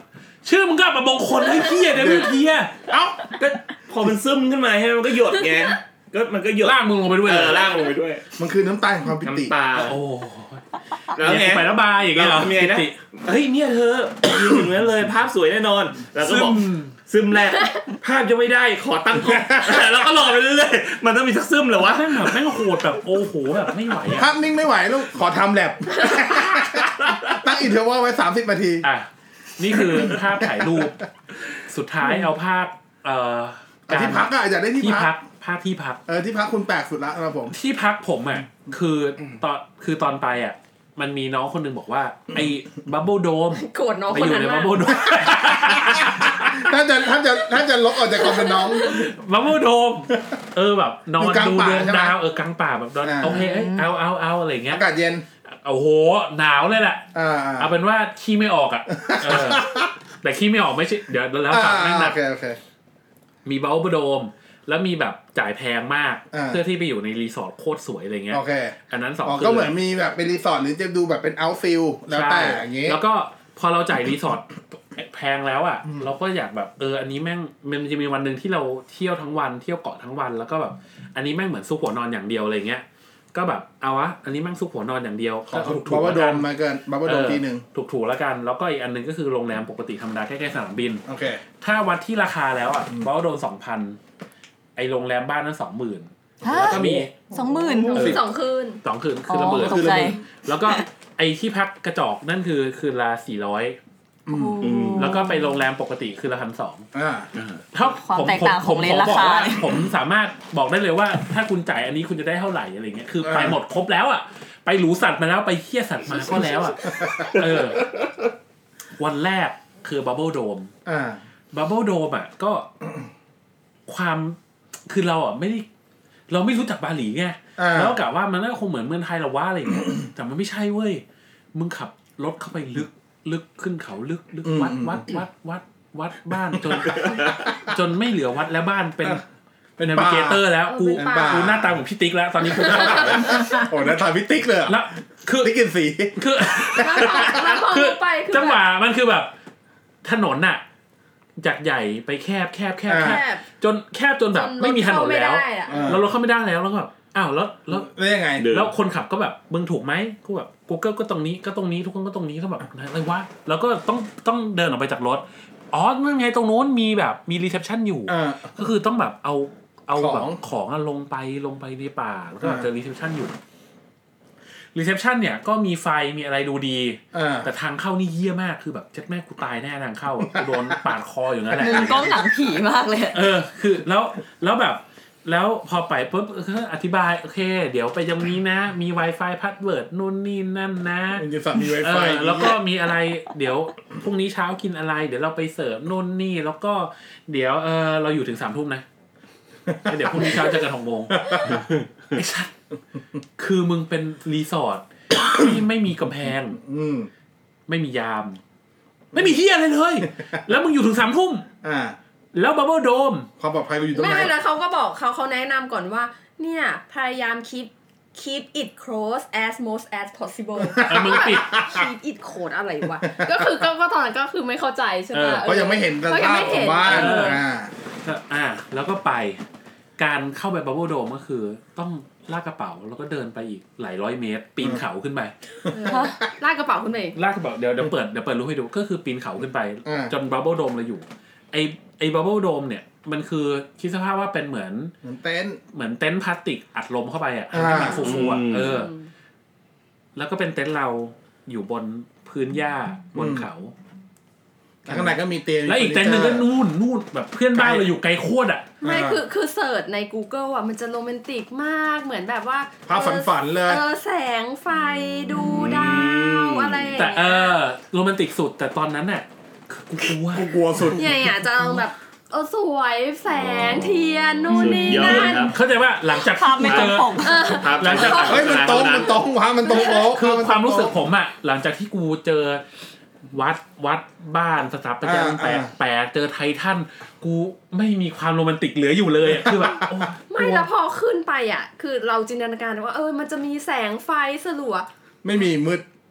ชื่อมึงก็แบบมงคลไอ้เหี้ยเดี๋ยวมึงเหี้ยเอ้าก็พอมันซึมขึ้นมาให้มันก็หยดไงก็มันก็หยดลากมึงลงไปด้วยเออลากลงไปด้วยมันคือน้ำตาแห่งความปิติน้ำตาโอ้แล้วไงไปแล้วบายอย่างเงี้ยเหรอทำยังไงนะเฮ้ยเนี่ยเธอยืนอยู่นั้นเลยภาพสวยแน่นอนแล้วก็บอกซึมแรกภาพจะไม่ได้ขอตั้งกล้องแล้วก็รอไปเรื่อยๆมันต้องมีสักซึมเหรอวะแม่งแบบแม่งโหดแบบโอ้โหแบบไม่ไหวอะภาพนิ่งไม่ไหวลูกขอทำแลบตั้งอินเทอร์วัลไว้สามสิบนาทีอ่ะนี่คือภาพถ่ายรูปสุดท้ายเอาภาพเอ่อที่พักอะอยากได้ที่ที่พัพักกภาพที่พักเออที่พักคุณแปลกสุดละครับผมที่พักผมอ่ะคือตอนคือตอนไปอ่ะมันมีน้องคนนึงบอกว่าไอ้บับเบิ้ลโดมโกรธน้องไปคนอยู่นั้นในมาบักบเบิ้ลโดมถ้าจะถ้าจะถ้าจะลบออกจากความเป็นน้องบับเบิ้ลโดมเออแบบนอนดูดวงใช่ไหมดาวเออกลางป่าแบบนอนอ่าโอเคเอ้ยเอาเอาเอาอะไรอย่างเงี้ยอากาศเย็นโอ้โหหนาวเลยแหละอ่าเอาเป็นว่าขี้ไม่ออกอ่ะเออแต่ขี้ไม่ออกไม่ใช่เดี๋ยวแล้วฝั่งนั่งหนัโอก เคโอเคมีบับเบิ้ลโดมแล้วมีแบบจ่ายแพงมากอ่าเพื่อที่ไปอยู่ในรีสอร์ทโคตรสวยอะไรเงี้ยโอเคอันนั้นสองอ๋อคืนก็เหมือนมีแบบเป็นรีสอร์ทหรือจะดูแบบเป็นเอาท์ฟิลแล้วแต่อย่างงี้แล้วก็พอเราจ่ายรีสอร์ทแพงแล้วอ่ะเราก็อยากแบบเอออันนี้แม่งมันจะมีวันหนึ่งที่เราเที่ยวทั้งวันเที่ยวเกาะทั้งวันแล้วก็แบบอันนี้แม่งเหมือนซุกหัวนอนอย่างเดียวอะไรเงี้ยก็แบบเอาวะอันนี้แม่งซุกหัวนอนอย่างเดียวขอถูกถูบักบเบิ้ลแล้วโดกัมนมาเกินบับเบิ้ลโดมทีหนึ่งถูกถูกแล้วกันแล้วก็อีกอันหนึงก็คือโรงแรมปกติธรรมดาใกล้ๆสนามบินโอเคถ้าวัดที่ราคาแล้วอ่ะบับเบิ้ลโดมสองพันไอโรงแรมบ้านนั้นสองหมื่นแล้วก็มีสองหมื่นสองคืนสองคืนคือละหมื่นตกใจแล้วก็ไอที่พักกระจอกนั่นคือคืนละสี่ร้อยแล้วก็ไปโรงแรมปกติคือละพันสองอ่าถ้าความผมแตกต่างของเรนราคาผมผมสามารถบอกได้เลยว่าถ้าคุณจ่ายอันนี้คุณจะได้เท่าไหร่อะไรเงี้ยคือไปหมดครบแล้วอ่ะไปหรูสัตว์มาแล้วไปเคี่ยสัตว์มาก็แล้วอ่ะเออวันแรกคือบับเบิลโดมอ่าบับเบิลโดมอ่ะก็ความคือเราอ่ะไม่ได้เราไม่รู้จักบาหลีไงแล้วกะว่ามันน่าคงเหมือนเมืองไทยเราว่าอะไรอย่างเงี้ยแต่มันไม่ใช่เว้ยมึงขับรถเข้าไปลึกลึกขึ้นเขาลึกลึกวัดวัดวัดวัดวัดบ้านจนจนไม่เหลือวัดแล้วบ้านเป็นเป็นนาวิเกเตอร์แล้วกูกูหน้าตาเหมือนพี่ติ๊กแล้วตอนนี้กูจะเข้าป่าแล้วโอ้หน้าตาพี่ติ๊กเลยแล้วคือติ๊กกินสีคือแล้วพอคือไปคือจังหวะมันคือแบบถนนน่ะจากใหญ่ไปแคบแคบแคบแคบจนแคบจนแบบไม่มีถนนแล้วแล้วรถเข้าไม่ได้แล้วแล้วก็แบบอ้าวแล้วแล้วแล้วยังไงแล้วคนขับก็แบบมึงถูกไหมกูแบบ Google ก็ตรงนี้ก็ตรงนี้ทุกคนก็ตรงนี้ก็แบบอะไรวะแล้วก็ต้องต้องเดินออกไปจากรถอ๋อนั่นไงตรงโน้นมีแบบมีรีเซพชันอยู่ก็คือต้องแบบเอาเอาแบบของลงไปลงไปในป่าแล้วก็เจอรีเซพชันอยู่รีเซพชันเนี่ยก็มีไฟมีอะไรดูดีแต่ทางเข้านี่เหี้ยมากคือแบบเจ็ดแม่กูตายแน่ทางเข้ากูโดนปาดคออยู่นั่นแหละมุมกล้องหนังผีมากเลยเออคือแล้วแล้วแบบแล้วพอไปปุ๊บอธิบายโอเคเดี๋ยวไปตรงนี้นะมี Wi-Fi พาสเวิร์ดนู่นนี่นั่นนะมีฝั่งมี Wi-Fi แล้วก็มีอะไรเดี๋ยวพรุ่งนี้เช้ากินอะไรเดี๋ยวเราไปเสิร์ฟนู่นนี่แล้วก็เดี๋ยวเออเราอยู่ถึงสามทุ่มนะเดี๋ยวพรุ่งนี้เช้าเจอกันหกโมงไอ้ชัดคือมึงเป็นรีสอร์ทที่ไม่มีกำแพงไม่มียามไม่มีเฮียอะไรเลยแล้วมึงอยู่ถึงสามทุ่มแล้วบับเบิ้ลโดมความปลอดภัยเราอยู่ตรงไหนไม่แล้วเขาก็บอกเขาเขาแนะนำก่อนว่าเนี่ยพยายาม keep keep it close as most as possible มึงปิด keep it close อะไรวะก็คือก็ก็ตอนนั้นก็คือไม่เข้าใจใช่ไหมเพราะยังไม่เห็นสภาพของบ้านอ่าอ่าแล้วก็ไปการเข้าไปบับเบิ้ลโดมก็คือต้องลากกระเป๋าแล้วก็เดินไปอีกหลายร้อยเมตรปีนเขาขึ้นไปลากกระเป๋าขึ้นไปลากกระเป๋าเดี๋ยวเดี๋ยวเปิดเดี๋ยวเปิดรูปให้ดูก็คือปีนเขาขึ้นไปจนบับเบิ้ลโดมเราอยู่ไอไอบับเบิ้ลโดมเนี่ยมันคือคิดสภาพว่าเป็นเหมือนเหมือนเต็นท์เหมือนเต็นท์พลาสติกอัดลมเข้าไปอ่ะให้มันฟูๆอ่ะเออแล้วก็เป็นเต็นท์เราอยู่บนพื้นหญ้าบนเขาข้างในก็มีเตียงแล้วอีกเต็นท์นึงก็นู่นนู่นแบบเพื่อนบ้านเราอยู่ไกลโคตรอ่ะไม่คือคือเสิร์ชใน Google อ่ะมันจะโรแมนติกมากเหมือนแบบว่าภาพฝันๆเลยเออแสงไฟดูดาวอะไรแต่เออโรแมนติกสุดแต่ตอนนั้นน่ะกูกลัวกูกลัวสุดเนี่ยอ่ะจะเอาแบบเออสวยแสงเทียนนู่นนี่นั่นเข้าใจว่าหลังจากภาพไม่ตรงปกหลังจากเฮ้ยมันตรงมันตรงวะมันตรงโอ้คือความรู้สึกผมอ่ะหลังจากที่กูเจอวัดวัดบ้านสถาปัตยกรรมแปลกแปลกเจอไททันกูไม่มีความโรแมนติกเหลืออยู่เลยคือแบบไม่แล้วพอขึ้นไปอ่ะคือเราจินตนาการว่าเออมันจะมีแสงไฟสลัวไม่มีมืด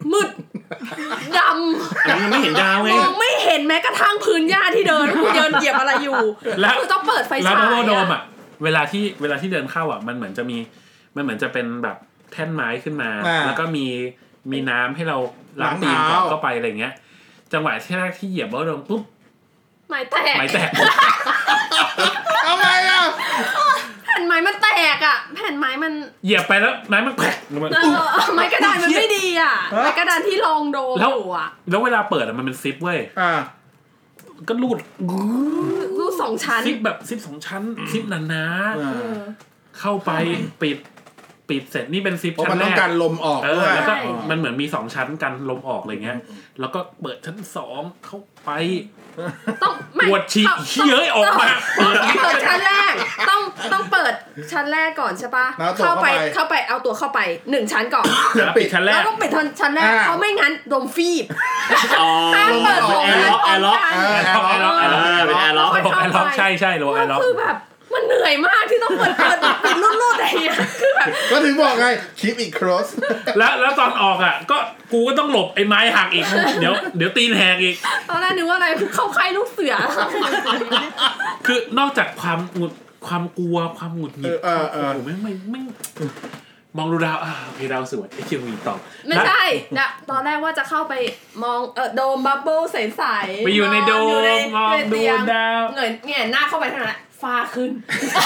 มืดดำอันนี้ยังไม่เห็นดาวไงมองไม่เห็นแม้กระทั่งพื้นหญ้าที่เดินกูเดินเหยียบอะไรอยู่แล้วคือต้องเปิดไฟฉายแล้วโดมอ่ะเวลาที่เวลาที่เดินเข้าอ่ะมันเหมือนจะมีมันเหมือนจะเป็นแบบแท่นไม้ขึ้นมาแล้วก็มีมีน้ำให้เราล้างตีนก่อนเข้าไปอะไรเงี้ยจังหวะที่แรกที่เหยียบว่าโดมปุ๊บไม้แตกไม้แตกทำไมอ่ะแผ่นไม้มันแตกอ่ะแผ่นไม้มันเหยียบไปแล้วไม้มันแตกไม้กระดานมันไม่ดีอ่ะไม้กระดานที่รองโดมอยู่อ่ะแล้วเวลาเปิดอ่ะมันเป็นซิปเว้ยก็รูดรูดสองชั้นซิปแบบซิปสองชั้นซิปหนาๆเข้าไปปิดปิดเสร็จนี่เป็นซิปชั้นแรกมันต้องการลมออกด้วยแล้วก็มันเหมือนมีสองชั้นกันลมออกอะไรเงี้ยแล้วก็เปิดชั้นสองเข้าไปต้องปวดฉี่เย้ยออกมาเปิดเปิดชั้นแรกต้องต้องเปิดชั้นแรกก่อนใช่ปะเข้าไปเข้าไปเอาตัวเข้าไปหนึ่งชั้นก่อนแล้วปิดชั้นแรกแล้วต้องปิดชั้นแรกเพราะไม่งั้นโดนฟีบห้ามเปิดสองชั้นแอร์ล็อกแอร์ล็อกแอร์ล็อกแอร์ล็อกเป็นแอร์ล็อกแอร์ล็อกใช่ใช่ระบบแอร์ล็อกคือแบบมันเหนื่อยมากที่ต้องเปิดเปิดปิดรุ่นๆอะไรอย่างเงี้ยคือแบบก็ถึงบอกไง keep it close แล้วแล้วตอนออกอ่ะก็กูก็ต้องหลบไอ้ไม้หักอีกเดี๋ยวเดี๋ยวตีนแหกอีกตอนแรกนึกว่าอะไรเข้าค่ายลูกเสือคือนอกจากความหงุดความกลัวความหงุดหงิดโอ้โหไม่ไม่ไม่มองดูดาวอ่าโอเคดาวสวยไอ้เคียวมีต่อไม่ใช่นะตอนแรกว่าจะเข้าไปมองเออโดมบับเบิ้ลใสๆไปอยู่ในโดมมองดูดาวเงยเงยหน้าเข้าไปเท่านั้นฟ้าขึ้น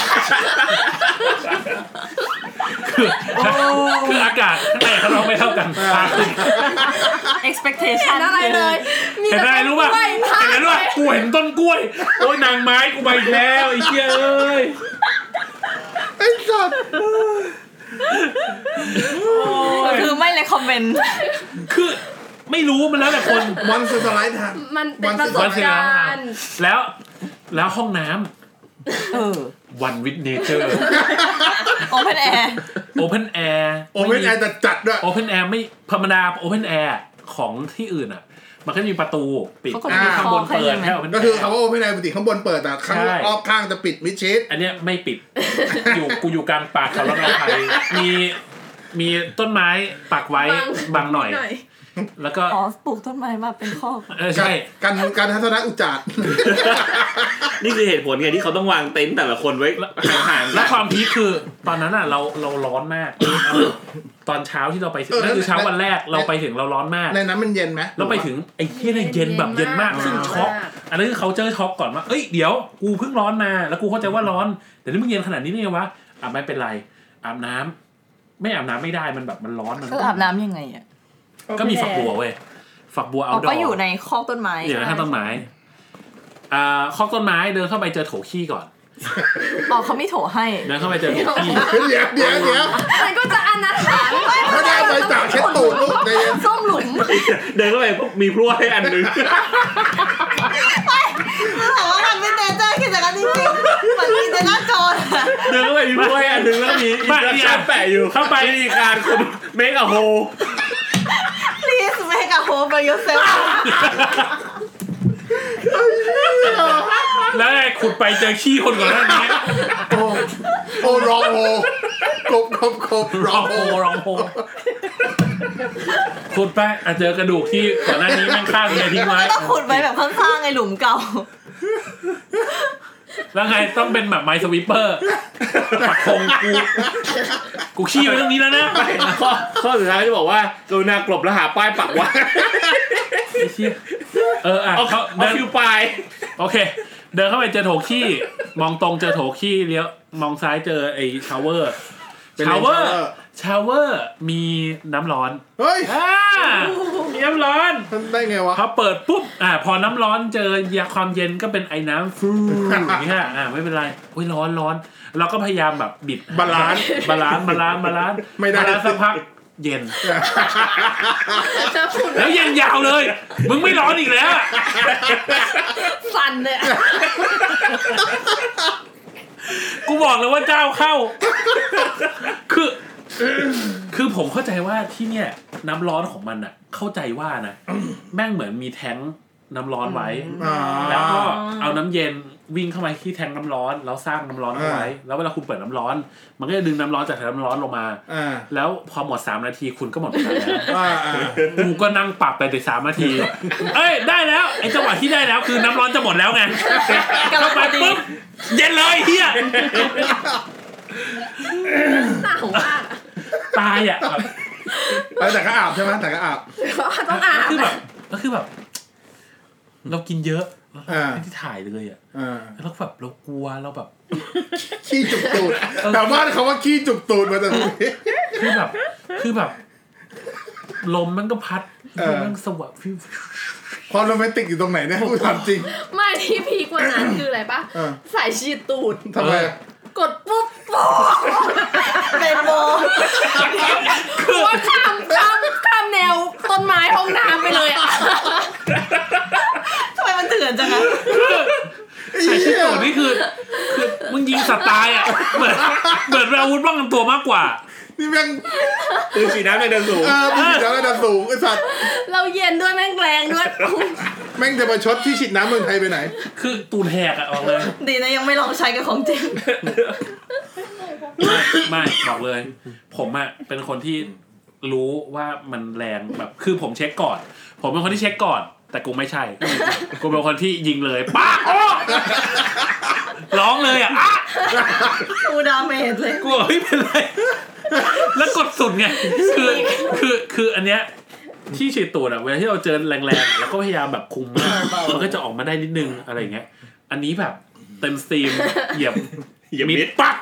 คืออากาศข้างในเขาเราไม่เท่ากันฟ้าขึ้น expectation อะไรเลยเห็นอะไรรู้ป่ะเห็นอะไรรู้ป่ะกูเห็นต้นกล้วยโอ้ยนางไม้กูไปอีกแล้วไอ้เชี่ยเอ้ยไอ้สัตว์คือไม่เลยคอมเมนต์คือไม่รู้มันแล้วแต่คนวันสุดท้ายทางมันเป็นประสบการณ์แล้วแล้วห้องน้ำเออ One with Nature Open Air Open Air Open Air จะจัดด้วย Open Air ไม่ธรรมดา Open Air ของที่อื่นอ่ะมันก็มีประตูปิดข้างบนเปิดก็คือเขาว่า Open Air ปกติข้างบนเปิดแต่ข้างรอบข้างจะปิดมิดชิดอันเนี้ยไม่ปิดอยู่กูอยู่กลางป่าเขาแล้วไทยมีมีต้นไม้ปักไว้บังหน่อยแล้วก็อ๋อปลูกต้นไม้มาเป็นคอกเออใช่การการทัศนอุจจาระนี่คือเหตุผลไงที่เขาต้องวางเต็นท์แต่ละคนไว้ห่างๆแล้วความพีคคือตอนนั้นอ่ะเราเราร้อนมากตอนเช้าที่เราไปนั่นคือเช้าวันแรกเราไปถึงเราร้อนมากในนั้นมันเย็นไหมเราไปถึงไอ้เหี้ยเนี่ยเย็นแบบเย็นมากซึ่งช็อกอันนั้นคือเขาเจอช็อกก่อนว่าเอ้ยเดี๋ยวกูเพิ่งร้อนมาแล้วกูเข้าใจว่าร้อนแต่นี่มึงเย็นขนาดนี้ได้ไงวะอ่ะไม่เป็นไรอาบน้ำไม่อาบน้ำไม่ได้มันแบบมันร้อนมันคืออาบน้ำยังไงอ่ะก็มีฝักบัวเว้ยฝักบัวเอาดอกก็อยู่ในคอกต้นไม้อยู่ในข้างต้นไม้อ่าคอกต้นไม้เดินเข้าไปเจอโถขี้ก่อนอ๋อเขาไม่โถให้เดินเข้าไปเจอโถขี้เดี๋ยวเดี๋ยวเดี๋ยวมันก็จะอนาถาไม่ได้ไปจากเช็ดตูดลูกในส้มหลุมเดินเข้าไปมีพลั่วให้อันนึงแต่ว่ามันไม่เนเจอร์กิจการจริงๆเหมือนมีแต่หน้าจอเดินเข้าไปมีพลั่วให้อันนึงแล้วมีอินสตรัคชั่นแปะอยู่เข้าไปวิธีการคุณเมคอะโฮ Please make a hole for yourself แล้วไงขุดไปเจอขี้คนก่อนหน้านี้โอ้โอ้รองโฮกบกบกบรองโฮรองโฮขุดไปอาจเจอกระดูกที่ก่อนหน้านี้แม่งข้างเลยทิ้งไว้ต้องขุดไปแบบข้างๆไอ้หลุมเก่าแล้วไงต้องเป็นแบบไมซ์สวิปเปอร์ปักธงกูกูขี้ไว้ตรงนี้แล้วนะข้อข้อสุดท้ายจะบอกว่ากรุณากลบแล้วหาป้ายปักไว้เอออ่ะเขาเดินคิวปลายโอเคเดินเข้าไปเจอโถขี้มองตรงเจอโถขี้เลี้ยวมองซ้ายเจอไอ้ชาวเวอร์ชาวเวอร์ชาวเวอร์มีน้ำร้อนเฮ้ยมีน้ำร้อนทำได้ไงวะพอเปิดปุ๊บอ่าพอน้ำร้อนเจอยาความเย็นก็เป็นไอ้น้ำฟูอย่างเงี้ยอ่าไม่เป็นไรโอ้ยร้อนร้อนเราก็พยายามแบบบิดบาลานซ์บาลานซ์บาลานซ์บาลานซ์ไม่ได้สักพักเย็นแล้วเย็นยาวเลยมึงไม่ร้อนอีกแล้วสั่นเลยกูบอกเลยว่าเจ้าเข้าคือคือผมเข้าใจว่าที่เนี่ยน้ำร้อนของมันอ่ะเข้าใจว่านะแม่งเหมือนมีแท้งน้ำร้อนไว้แล้วก็เอาน้ำเย็นวิ่งเข้ามาที่แทงน้ำร้อนแล้วสร้างน้ำร้อนเอาไว้แล้วเวลาคุณเปิดน้ำร้อนมันก็จะดึงน้ำร้อนจากแทงน้ำร้อนลงมาแล้วพอหมดสามนาทีคุณก็หมดเวลาแล้วกูก็นั่งปรับไปในสามนาทีเอ้ยได้แล้วไอ้จังหวะที่ได้แล้วคือน้ำร้อนจะหมดแล้วไงเข้าไปปุ๊บเย็นเลยเฮียหนาวมากตายอ่ะแต่ก็อาบใช่ไหมแต่ก็อาบต้องอาบคือแบบก็คือแบบเรากินเยอะไม่ได้ถ่ายเลยอ่ะแล้วแบบเรากลัวเราแบบขี้จุกตูดแต่ว่าเขาว่าขี้จุกตูดมาแต่คือแบบคือแบบลมมันก็พัดมันสวัสดิ์ความโรแมนติกอยู่ตรงไหนเนี่ยพูดตามจริงไม่ที่พีกว่านั้นคืออะไรปะใส่ชีตูดทำไมกดปุ๊บปุ๊บเป็นโบคือว่าข้ามข้ามข้ามแนวต้นไม้ห้องน้ำไปเลยอ่ะทำไมมันเถื่อนจังอะใส่ชีตูดนี่คือคือมึงยิงสัตว์ตายอ่ะเหมือนเหมือนอาวุธป้องกันตัวมากกว่านี่แม่งปืนฉีดน้ำในเดินสูงเออปืนฉีดน้ำในเดินสูงไอ้สัตว์เราเย็นด้วยแม่งแรงด้วยแม่งจะมาชดที่ฉีดน้ำเมืองไทยไปไหนคือตูนแหกอะออกเลยดีนะยังไม่ลองใช้กับของจริงไม่ไม่บอกเลยผมอะเป็นคนที่รู้ว่ามันแรงแบบคือผมเช็คก่อนผมเป็นคนที่เช็คก่อนแต่กูไม่ใช่กูเป็นคนที่ยิงเลยป๊าร้องเลยอะอ่ะกูดาเมจเลยกูไม่เป็นไรแล้วกดสุดไงคือคือคืออันเนี้ยที่ฉีดตูดอะเวลาที่เราเจอแรงๆแล้วก็พยายามแบบคุมมันก็จะออกมาได้นิดนึงอะไรเงี้ยอันนี้แบบเต็มสตรีมเหยียบเหยียบมิดปัก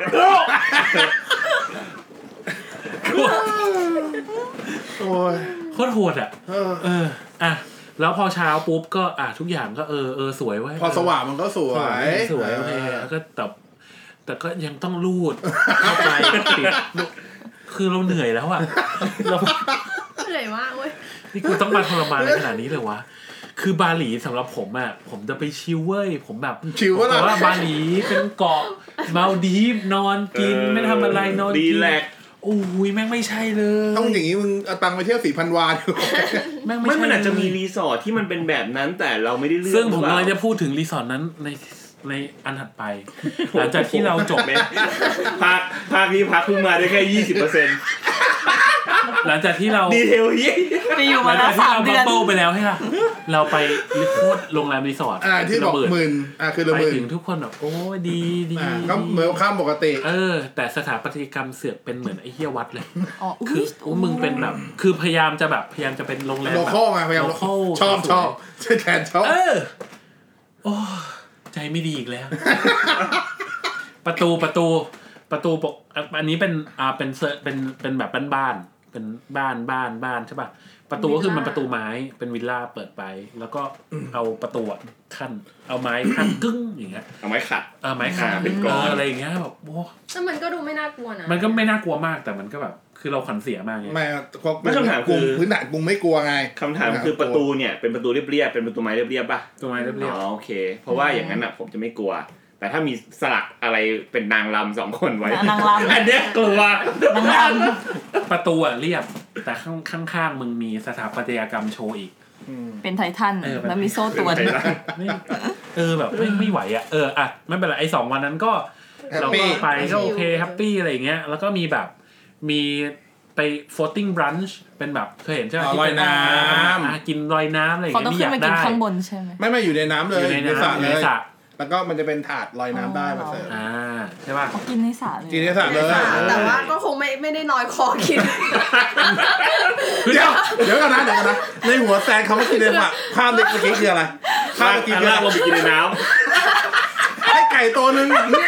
โอ้ยโคตรโหดอะเออเอออ่ะแล้วพอเช้าปุ๊บก็อ่ะทุกอย่างก็เออเออสวยไว้พอสว่างมันก็สวยสวยโอเคแล้วก็แต่แต่ก็ยังต้องรูดเข้าไปปิดคือเราเหนื่อยแล้วอะเราเหนื่อยมากเว้ยนี่กูต้องมาทรมานในขนาดนี้เลยวะคือบาหลีสำหรับผมอะผมจะไปชิลเว้ยผมแบบชิลว่าแต่ว่าบาหลีเป็นเกาะมาลดีฟนอนกินไม่ทำอะไรนอนกินโอ้ยแม่งไม่ใช่เลยต้องอย่างนี้มึงเอาตังค์ไปเที่ยวสี่พันวาอยู่แม่งไม่มันอาจจะมีรีสอร์ทที่มันเป็นแบบนั้นแต่เราไม่ได้เลือกซึ่งผมกำลังจะพูดถึงรีสอร์ทนั้นในในอันถัดไปหลังจากที่เราจบเลยภาคภาคนี้พักเพิ่งมาได้แค่ ยี่สิบเปอร์เซ็นต์หลังจากที่เราดีเทลเยอะไปอยู่มาแล้วสามเดือนเราไปแล้วใช่ป่ะเราไปรีโคดโรงแรมรีสอร์ทอ่าที่บอกหมื่นอ่าคือละหมื่นไปถึงทุกคนแบบโอ้ดีดีก็เหมือนข้ามปกติเออแต่สถาปัตยกรรมเสือกเป็นเหมือนไอ้เหี้ยวัดเลยคือโอ้มึงเป็นแบบคือพยายามจะแบบพยายามจะเป็นโรงแรมโลคอลไงพยายามชอบชอบใช่แทนชอบเออโอ้ใจไม่ดีอีกแล้วประตูประตูประตูปกอันนี้เป็นอ่าเป็นเป็นเป็นแบบบ้านๆเป็นบ้านบ้านบ้านใช่ป่ะประตูก็คือมันประตูไม้เป็นวิลล่าเปิดไปแล้วก็เอาประตูขั้นเอาไม้ขั้นกึ้งอย่างเงี้ยเอาไม้ขัดเออไม้ขัดเป็นกรอะไรอย่างเงี้ยแบบโอ้แต่มันก็ดูไม่น่ากลัวนะมันก็ไม่น่ากลัวมากแต่มันก็แบบคือเราขวัญเสียมากไงไม่ไม่คำถามคือพื้นฐานกูไม่กลัวไงคำถามคือประตูเนี่ยเป็นประตูเรียบๆเป็นประตูไม้เรียบๆป่ะตัวไม้เรียบๆอ๋อโอเคเพราะว่าอย่างนั้นอ่ะผมจะไม่กลัวแต่ถ้ามีสลักอะไรเป็นนางรำสองคนไว้นางรำอันเนี้ยกลัวนางรำประตูอ่ะเรียบแต่ข้างข้างๆมึงมีสถาปัตยกรรมโชว์อีกเป็นไททันแล้วมีโซ่ตรวนเออแบบไม่ไม่ไหวอ่ะเอออ่ะไม่เป็นไรไอ้สองวันนั้นก็เราก็ไปก็โอเคแฮปปี้อะไรอย่างเงี้ยแล้วก็มีแบบมีไป floating brunch เป็นแบบเคยเห็นใช่ไหมลอยน้ำกินลอยน้ำอะไรอย่างเงี้ยไม่อยากได้เขาต้องขึ้นมากินข้างบนใช่ไหมไม่ไม่อยู่ในน้ำเลยอยู่ในสระเลยแล้วก็มันจะเป็นถาดลอยน้ำได้มาเสิร์ฟอ่าใช่ป่ะเขากินในสระเลยกินในสระเลยแต่ว่าก็คงไม่ไม่ได้น้อยคอกินเดี๋ยวเดี๋ยวกันนะเดี๋ยวกันนะในหัวแซงเขาไม่กินในสระภาพเมื่อกี้คืออะไรภาพเมื่อกี้คือเราไปกินในน้ำไอ้ไก่ตัวนึง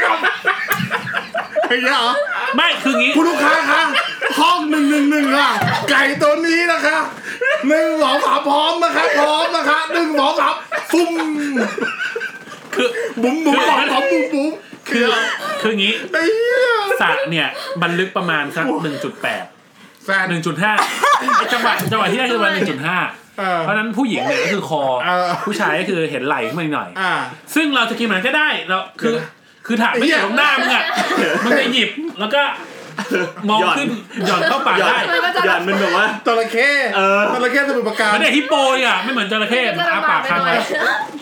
ไอ้เงี้ยเหรอไม่คืองี้คุณลูกค้าคะห้องหนึ่งหนึ่งหนึ่งอ่ะไก่ตัวนี้นะคะหนึ่งสองสามพร้อมนะคะพร้อมนะคะหนึ่งสองสามฟุ้มคือบุ๋มบุ๋มของของบุ๋มบุ๋มคือคืองี้สระเนี่ยบรรลึกประมาณสักหนึ่งจุดแปดแฟนหนึ่งจุดห้าจังหวะจังหวะที่ได้คือประมาณหนึ่งจุดห้าเพราะนั้นผู้หญิงเนี่ยก็คือคอผู้ชายก็คือเห็นไหล่ขึ้นมาหน่อยซึ่งเราจะกินมันก็ได้เราคือคือถาดไม่อยู่ตรงหน้ามึงอ่ะมึงจะหยิบแล้วก็มองขึ้นหย่อนเข้าปากได้หย่อนมันแบบว่าจระเข้จระเข้สมุทรปราการไม่ได้ฮิปโปอ่ะไม่เหมือนจระเข้อ้าปากค้างไว้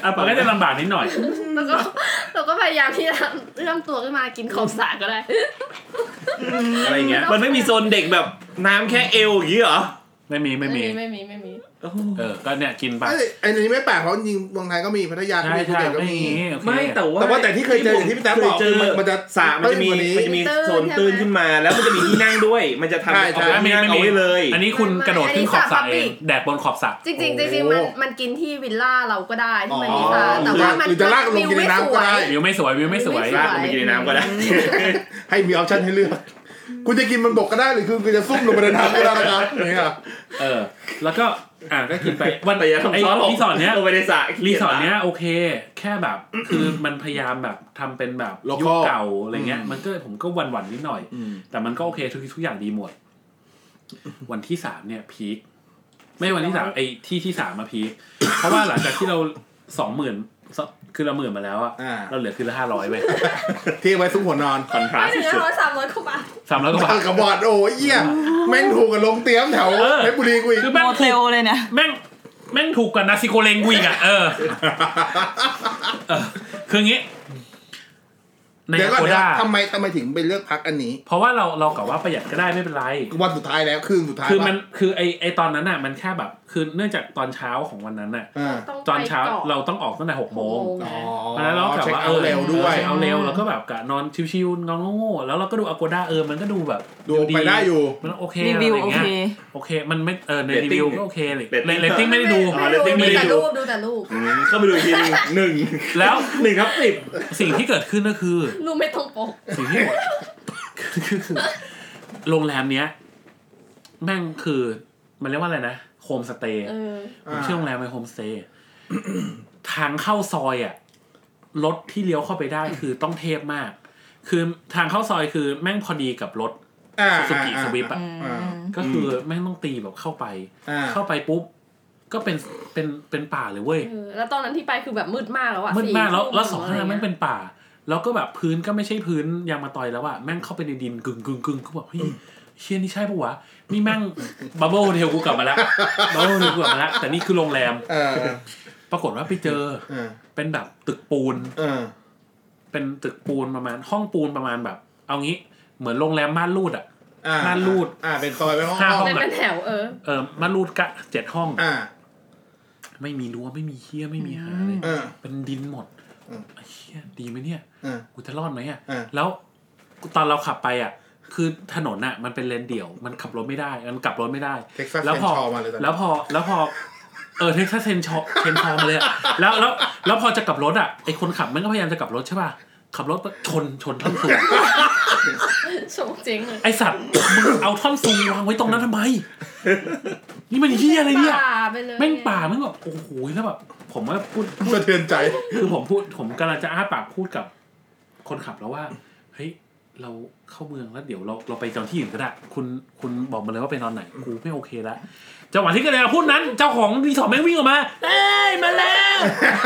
มันก็จะลำบากนิดหน่อยแล้วก็เราก็พยายามที่จะเอื้อมตัวขึ้นมากินขอบสระก็ได้อะไรเงี้ยมันไม่มีโซนเด็กแบบน้ำแค่เอวอย่างงี้เหรอไม่มีไม่มีไม่มีไม่มีเออก็เนี่ยกินไปไอ้นี่ไม่แปลกเพราะจริงเมืองไทยก็มีพัทยาก็มีภูเก็ตก็มีไม่แต่ว่าแต่ว่าแต่ที่เคยเจออย่างที่พี่แต๊บบอกคือมันจะสระมันจะมีมันจะมีโซนตื้นขึ้นมาแล้วมันจะมีที่นั่งด้วยมันจะทำเอาไม่ไม่มีเลยอันนี้คุณกระโดดขึ้นขอบสระเองแดดบนขอบสระจริงจริงจริงมันมันกินที่วิลล่าเราก็ได้ที่มันมีสระแต่ว่ามันจะลากลงกินในน้ำก็ได้วิวไม่สวยวิวไม่สวยลากลงไปกินในน้ำก็ได้ให้มีออปชั่นให้เลือกคุณจะกินมันบกก็ได้หรือคือคุณจะซุ่มลงไปในน้ำก็ได้นะครับอย่างเงี้ยเออแล้วก็อ่าก็กินไปวันไอ้รีสอร์ทเนี้ยลงไปในสระรีสอร์ทเนี้ยโอเคแค่แบบคือมันพยายามแบบทำเป็นแบบยุคเก่าอะไรเงี้ยมันก็ผมก็หวั่นๆนิดหน่อยแต่มันก็โอเคทุกทุกอย่างดีหมดวันที่สามเนี่ยพีคไม่วันที่สามไอ้ที่ที่สามมาพีคเพราะว่าหลังจากที่เราสองหมื่นคือเราหมื่นมาแล้วอ่ะเราเหลือคือละห้าร้อยไปที่ไว้ซุกหัวนอนคอนทราสต์สุดๆสามร้อยกว่าบาทสามร้อยกว่าบาทกับบอดโอ้ยเหี้ยแม่งถูกกับลงเตี้ยมแถวเพชรบุรีกูอีกคือแม่งเทลเลยนะแม่งแม่งถูกกว่านาซิโกเลงกูอีกอ่ะเออเออคืองี้ในโคด้าทำไมทำไมถึงไปเลือกพักอันนี้เพราะว่าเราเรากะว่าประหยัดก็ได้ไม่เป็นไรวันสุดท้ายแล้วคืนสุดท้ายคือมันคือไอไอตอนนั้นน่ะมันแค่แบบคือเนื่องจากตอนเช้าของวันนั้นน่ะตอนเช้าเราต้องออกตั้งแต่หกโมงเพราะนั้นเรากะว่าเออเร็วด้วยเอาเร็วแล้วก็แบบกะนอนชิวๆนอนโง่ๆแล้วเราก็ดูอโกด้าเออมันก็ดูแบบดูไปได้อยู่มันโอเคอะไรอย่างเงี้ยโอเคมันไม่เออในรีวิวก็โอเคเลยเรตติ้งไม่ได้ดูเรตติ้งไม่ได้ดูดูแต่รูปเข้าไปดูอีกทีหนึ่งแล้วหนึ่งครับสิบสิ่งที่เกิดขึ้นก็คือรูปไม่ตรงปกสิ่งที่คือโรงแรมเนี้ยแม่งคือมันเรียกว่าอะไรนะโฮมสเตย์ไม่ใช่โรงแรมเป็นโฮมสเตย์ทางเข้าซอยอ่ะรถที่เลี้ยวเข้าไปได้คือต้องเทพมากคือทางเข้าซอยคือแม่งพอดีกับรถซูซูกิสวิปอ่ะก็คือแม่งต้องตีแบบเข้าไปเข้าไปปุ๊บก็เป็นเป็นเป็นป่าเลยเว้ยแล้วตอนนั้นที่ไปคือแบบมืดมากแล้วอ่ะมืดมากแล้วแล้วสองข้างแม่งเป็นป่าแล้วก็แบบพื้นก็ไม่ใช่พื้นยางมะตอยแล้วอะแม่งเข้าไปในดินกึ่งกึ่งกึ่งก็แบบเฮ้ยเชี่ยนี่ใช่ปะวะนี่แม่งบับเบิ้ลโฮเทลกูกลับมาแล้วบับเบิ้ลโฮเทลกูกลับมาแล้วแต่นี่คือโรงแรมปรากฏว่าไปเจอเป็นแบบตึกปูนเป็นตึกปูนประมาณห้องปูนประมาณแบบเอางี้เหมือนโรงแรมม่านรูดอะม่านรูดอ่าเป็นซอยเป็นห้องห้องเป็นแถวเออเออม่านรูดกะเจ็ดห้องไม่มีรั้วไม่มีเหี้ยไม่มีหาเลยเป็นดินหมดไอ้เหี้ยดีไหมเนี่ยกูจะรอดไหมอ่ะแล้วตอนเราขับไปอ่ะคือถนนอ่ะมันเป็นเลนเดี่ยวมันขับรถไม่ได้มันกลับรถไม่ได้แล้วพอแล้วพอแล้วพอเออเท็กซัสเซนชอเซนชอมาเลยแล้วแล้วแล้วพอจะกลับรถอ่ะไอ้คนขับมันก็พยายามจะกลับรถใช่ป่ะขับรถชนชนท่อนสูงโชว์จริงเลยไอสัตว์มึงเอาท่อนสูงวางไว้ตรงนั้นทำไมนี่มันเหี้ยอะไรเนี่ยแม่งป่าแม่งแบบโอ้โหแล้วแบบผมว่าพูดสะเทือนใจคือผมพูดผมกำลังจะอ้าปากพูดกับคนขับแล้วว่าเฮ้ยเราเข้าเมืองแล้วเดี๋ยวเราเราไปนอนที่อื่นก็ได้คุณคุณบอกมาเลยว่าไปนอนไหนกูไม่โอเคแล้วจังหวะที่กำลังพูดนั้นเจ้าของรีสอร์ทแม่งวิ่งออกมาเอ้ยมาแล้ว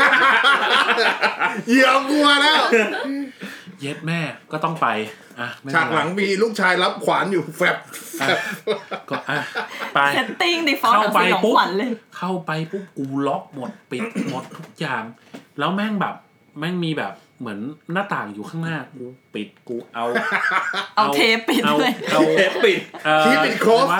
เหยียบกลัวแล้วเย็ดแม่ก็ต้องไปอ่ะฉากหลังมีลูกชายรับขวานอยู่แฟบก็อ่ะไปเซตติ้งดิฟอลต์เข้าไปปุ๊บเข้าไปปุ๊บกูล็อกหมดปิดหมดทุกอย่างแล้วแม่งแบบแม่งมีแบบเหมือนหน้าต่างอยู่ข้างหน้ากูปิดกูเอาเอาเทปปิดเลยเอาเทปปิดคีบปิดโค้ด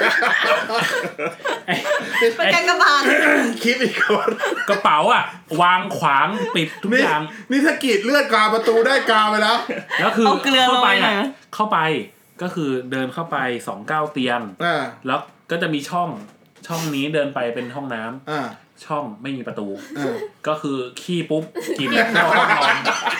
เป็นการกระบาดคีบปิดโค้ดกระเป๋าอ่ะวางขวางปิดทุกอย่างนี่ถ้ากรีดเลือดกาประตูได้กาไปแล้วแล้วคือเข้าไปอ่ะเข้าไปก็คือเดินเข้าไปสองก้าวเตียงแล้วก็จะมีช่องช่องนี้เดินไปเป็นห้องน้ำช่องไม่มีประตูก็คือขี้ปุ๊บกินเข้าห้องนอน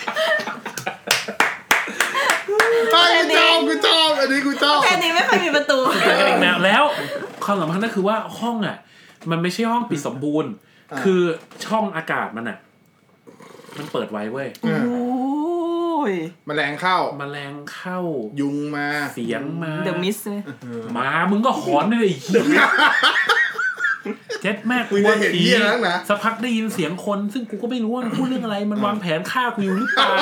กูชอบกูชอบอันนี้กูชอบแค่นี้ไม่ค่อยมีประตูแล้วความสำคัญก็คือว่าห้องอ่ะมันไม่ใช่ห้องปิดสมบูรณ์คือช่องอากาศมันอ่ะมันเปิดไว้เว้ยแมลงเข้าแมลงเข้ายุงมาเสียงมาเดอะมิสมามึงก็หอนเลยเจ็ดแม่กูว่าผีสักพักได้ยินเสียงคนซึ่งกูก็ไม่รู้ว่ามันพูดเรื่องอะไรมันวางแผนฆ่ากูอยู่หรือเปล่า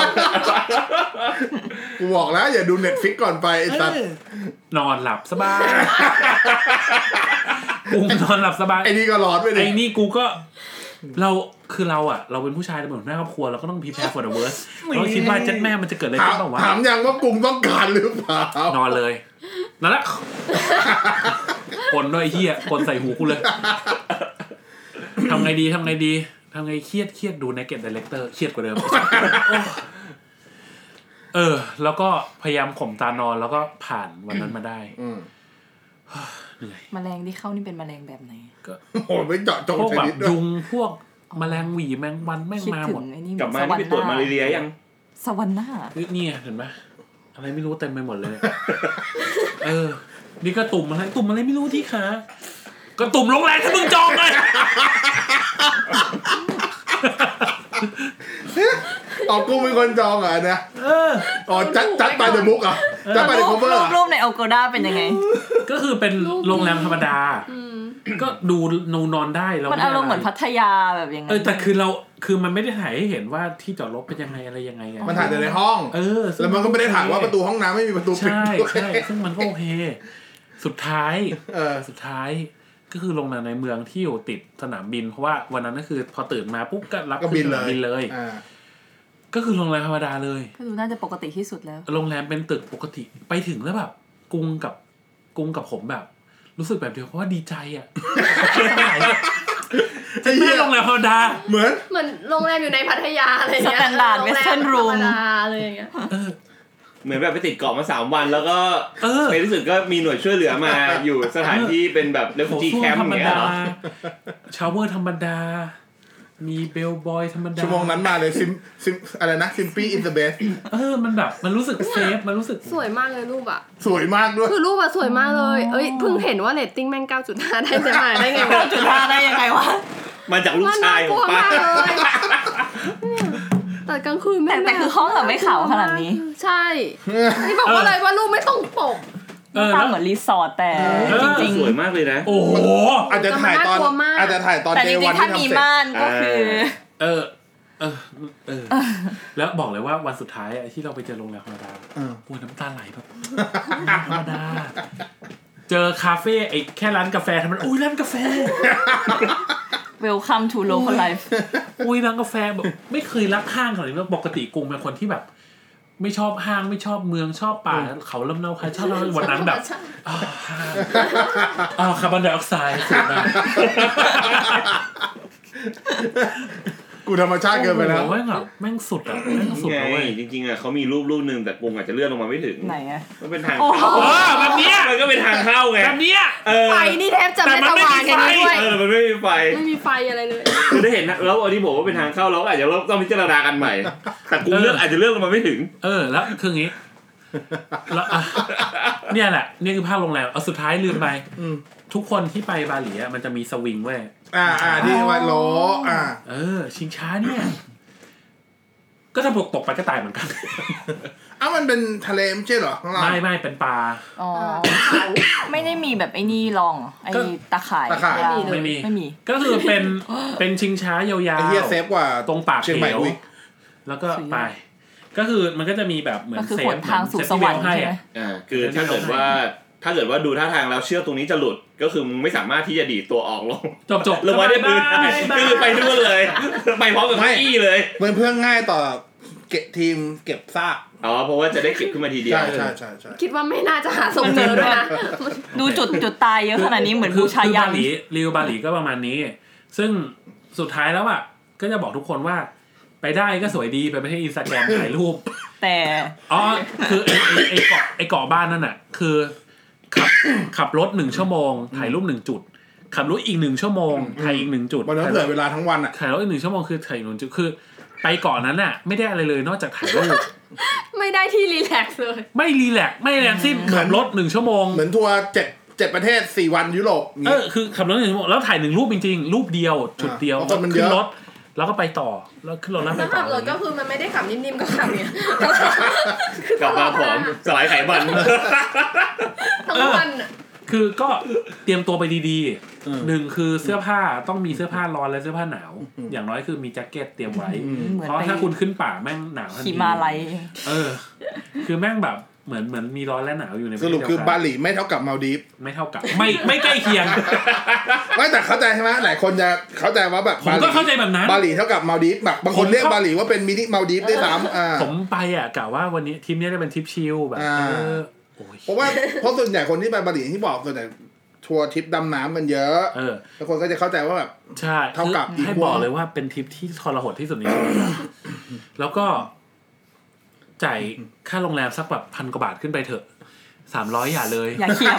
กูบอกแล้วอย่าดู Netflix ก่อนไปไอ้สัตว์นอนหลับสบายกูนอนหลับสบายไอ้นี่ก็ร้อนไปดิไอ้นี่กูก็เราคือเราอ่ะเราเป็นผู้ชายเราเป็นหัวหน้าครอบครัวเราก็ต้อง prepare for the worst เราคิดว่าเจ็ดแม่มันจะเกิดอะไรขึ้นบ้างวะถามยังว่ากุ้งต้องการหรือเปล่านอนเลยนั่นแหละกลด้วยไอ้เหี้ยกลใส่หูกูเลยทำไงดีทำไงดีทำไงเครียดเครียดดู Naked Director เครียดกว่าเดิมเออแล้วก็พยายามข่มตานอนแล้วก็ผ่านวันนั้นมาได้เหนื่อยแมลงที่เข้านี่เป็นแมลงแบบไหนก็โอ้ไม่เจาะจงชนิดด้วยยุงพวกแมลงหวีแมงวันแม่งมาหมดกลับมาที่ไปตรวจมาลาเรียยังสวรรค์หน้านี่เห็นไหมอะไรไม่รู้เต็มไปหมดเลยเออนี่ก็ตุ่มอะไรตุ่มอะไรไม่รู้ที่ขาก็ตุ่มโรงแรมที่มึงจองเลยอ๋อกูเป็นคนจองเหรอเนี่ยอ๋อจัดจัดไปเดอะบุ๊กอ่ะจัดไปเดอะคัฟเวอร์รูปใน Agoda เป็นยังไงก็คือเป็นโรงแรมธรรมดาก็ดูนูนอนได้แล้วมันอารมณ์เหมือนพัทยาแบบยังไงเออแต่คือเราคือมันไม่ได้ถ่ายให้เห็นว่าที่จอดรถเป็นยังไงอะไรยังไงไงมันถ่ายแต่ในห้องเออแล้วมันก็ไม่ได้ถ่ายว่าประตูห้องน้ำไม่มีประตูปิดใช่ใช่ซึ่งมันก็โอเคสุดท้ายเออสุดท้ายก็คือโรงแรมในเมืองที่อยู่ติดสนามบินเพราะว่าวันนั้นก็คือพอตื่นมาปุ๊บก็รับขึ้นสนามบินเลยก็คือโรงแรมธรรมดาเลยก็ดูน่าจะปกติที่สุดแล้วโรงแรมเป็นตึกปกติไปถึงแล้วแบบกุ้งกับกุ้งกับผมแบบรู้สึกแบบเดียวเพราะว่าดีใจอ่ะจะไม่โรงแรมธรรมดาเหมือนเหมือนโรงแรมอยู่ในพัทยาอะไรเงี้ยสแตนดาร์ดเวสเทิร์นรูมอะไรอย่างเงี้ยเหมือนแบบไปติดเกาะมาสามวันแล้วก็ในที่สุดก็มีหน่วยช่วยเหลือมาอยู่สถานที่เป็นแบบเรฟูจีแคมป์อย่างเงี้ยเหรอชาวเวอร์ธรรมดามีเบลบอยธรรมดาชั่วโมงนั้นมาเลยซิมซิมอะไรนะซิมปี้อินเดอะเบสเออมันแบบมันรู้สึกเซฟมันรู้สึกสวยมากเลยรูปอ่ะสวยมากด้วยคือรูปอ่ะสวยมากเลยเอ้ยเพิ่งเห็นว่าเรตติ้งแม่ง เก้าจุดห้า ได้จะมาได้ไงเก้าจุดห้า ได้ยังไงวะมาจากลูกชายของป้าแต่กลางคืนแต่แต่คือห้องแบบไม่ขาวขนาดนี้ใช่ที่บอกว่าอะไรว่ารูปไม่ตรงปกเออเหมือนรีสอร์ทแต่จริงๆสวยมากเลยนะโอ้โหอาจจะถ่ายตอนอาจจะถ่ายตอนเดย์วันที่ทำเสร็จแต่จริงๆถ้ามีม่านก็คือเออเออเออแล้วบอกเลยว่าวันสุดท้ายที่เราไปเจอโรงแรมธรรมดาโอ้ยน้ำตาไหลแบบธรรมดาเจอคาเฟ่ไอ้แค่ร้านกาแฟทำไมอุ้ยร้านกาแฟ Welcome to local life อุ้ยร้านกาแฟแบบไม่เคยรักห้างขนาดนี้ปกติกุ้งเป็นคนที่แบบไม่ชอบห้างไม่ชอบเมืองชอบป่าเขาลำเนาใครชอบวันนั้นแบบอ้าวคาร์บอนไดออกไซด์สุดนะกูธรรมชาติเกินไปแล้วแม่งอ่ะแม่งสุดอ่ะแม่งสุดเลย จริงๆอ่ะเขามีรูปรูปนึงแต่กุ้งอาจจะเลื่อนลงมาไม่ถึงไหนอ่ะมันเป็นทางเข้าเออแบบนี้มันก็เป็นทางเข้าไงแบบนี้ไฟนี่แทบจะไม่สว่างกันด้วยเออมันไม่มีไฟไม่มีไฟอะไรเลยคือได้เห็นแล้วอันนี้บอกว่าเป็นทางเข้าเราก็อาจจะต้องพิจารณากันใหม่แต่กุ้งเลือกอาจจะเลื่อนลงมาไม่ถึงเออแล้วคืออย่างงี้แล้วเนี่ยแหละนี่คือภาพโรงแรมเอาสุดท้ายลืมไปทุกคนที่ไปบาหลีอ่ะมันจะมีสวิงเว้ยอ่าอ่าที่ว่าล้ออ่าเออชิงช้าเนี่ยก็ถ้าพวกตกไปก็ตายเหมือนกันอ้าวมันเป็นทะเลไม่ใช่เหรอไม่ไม่เป็นปลาอ๋อไม่ได้มีแบบไอ้นี่รองไอ้ตะข่ายไม่มีไม่มีก็คือเป็นเป็นชิงช้ายาวๆไอ้เหี้ยเซฟกว่าตรงปากเหวแล้วก็ไปก็คือมันก็จะมีแบบเหมือนเซฟทางสู่สวรรค์ให้อ่าคือถ้าเกิดว่าถ้าเกิดว่าดูท่าทางแล้วเชือกตรงนี้จะหลุดก็คือมึงไม่สามารถที่จะดีดตัวออกลงจบจบลงมาได้พื้นก็คือไปนู่นเลยไปพร้อมกับอี้เลยเพื่อนเพื่อนง่ายต่อเก็บทีมเก็บซากอ๋อเพราะว่าจะได้เก็บขึ้นมาทีเดียวใช่ใช่ใช่ใช่คิดว่าไม่น่าจะหาส่งเจอด้วยนะดูจุดจุดตายเยอะขนาดนี้เหมือนบูชายันบาหลีรีวิวบาหลีก็ประมาณนี้ซึ่งสุดท้ายแล้วอ่ะก็จะบอกทุกคนว่าไปได้ก็สวยดีไปประเทศอินสตาแกรมถ่ายรูปแต่อ๋อคือไอ้ไอ้เกาะไอ้เกาะบ้านนั่นน่ะคือขับขับรถหนึ่งชั่วโมงถ่ายรูปหนึ่งจุดขับรถอีกหนึ่งชั่วโมงถ่ายอีกหนึ่งจุดมันต้องเหลือเวลาทั้งวันอ่ะถ่ายรถอีกหนึ่งชั่วโมงคือถ่ายหนึ่งจุดคือไปเกาะนั้นน่ะไม่ได้อะไรเลยนอกจากถ่ายรูปไม่ได้ที่รีแลกซ์เลยไม่รีแลกซ์ไม่แรงสิ้นขับรถหนึ่งชั่วโมงเหมือนทัวร์เจ็ดเจ็ดประเทศสี่วันยุโรปเออคือขับรถหนึ่งชั่วโมงแล้วถ่ายหนึ่งรูปจริงๆรูปเดียวจุดเดียวขึ้นรถแล้วก็ไปต่อแล้วขึ้นรถแล้วไปต่อขับรถก็คือมันไม่ได้ขับนิ่มๆก็ขับเนี่ยกลับมาผอมสลายไขมันทั้งวันคือก็เตรียมตัวไปดีๆหนึ่งคือเสื้อผ้าต้องมีเสื้อผ้าร้อนและเสื้อผ้าหนาวอย่างน้อยคือมีแจ็คเก็ตเตรียมไว้เพราะถ้าคุณขึ้นป่าแม่งหนาวทันทีขี่มาลัยเออคือแม่งแบบเหมือนเหมือนมีร้อนและหนาวอยู่ในสรุปคือบาหลีไม่เท่ากับมาลดีฟไม่เท่ากับไม่ไม่ใกล้เคียงไม่แต่เข้าใจใช่ไหมหลายคนจะเข้าใจว่าแบบผมก็เข้าใจแบบนั้นบาหลีเท่ากับมาลดีฟแบบบางคนเรียกบาหลีว่าเป็นมินิมาลดีฟด้วยซ้ำผมไปอ่ะกะว่าวันนี้ทริปนี้จะเป็นทริปชิลแบบเออเพราะว่าเพราะส่วนใหญ่คนที่ไปบาหลีที่บอกส่วนใหญ่ทัวร์ทริปดำน้ำกันเยอะเออแล้วคนก็จะเข้าใจว่าแบบใช่เท่ากับให้บอกเลยว่าเป็นทริปที่ทรหดที่สุดในชีวิตแล้วก็จ่ายค่าโรงแรมสักแบบพันกว่าบาทขึ้นไปเถอะสามร้อยอย่าเลยอย่าเขียม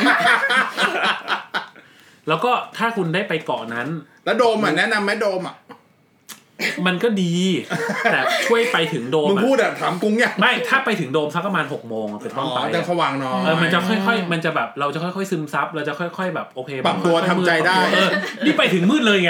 แล้วก็ถ้าคุณได้ไปเกาะนั้นแล้วโดมอ่ะแนะนำไหมโดมอ่ะมันก็ดีแต่ช่วยไปถึงโดมมึงพูดอ่ะถามกุ้งยังไม่ถ้าไปถึงโดมสักประมาณหกโมงเป็นต้นไปจะสว่างน้อยเออมันจะค่อยๆมันจะแบบเราจะค่อยๆซึมซับเราจะค่อยๆแบบโอเคปรับตัวทำใจได้เออนี่ไปถึงมืดเลยไง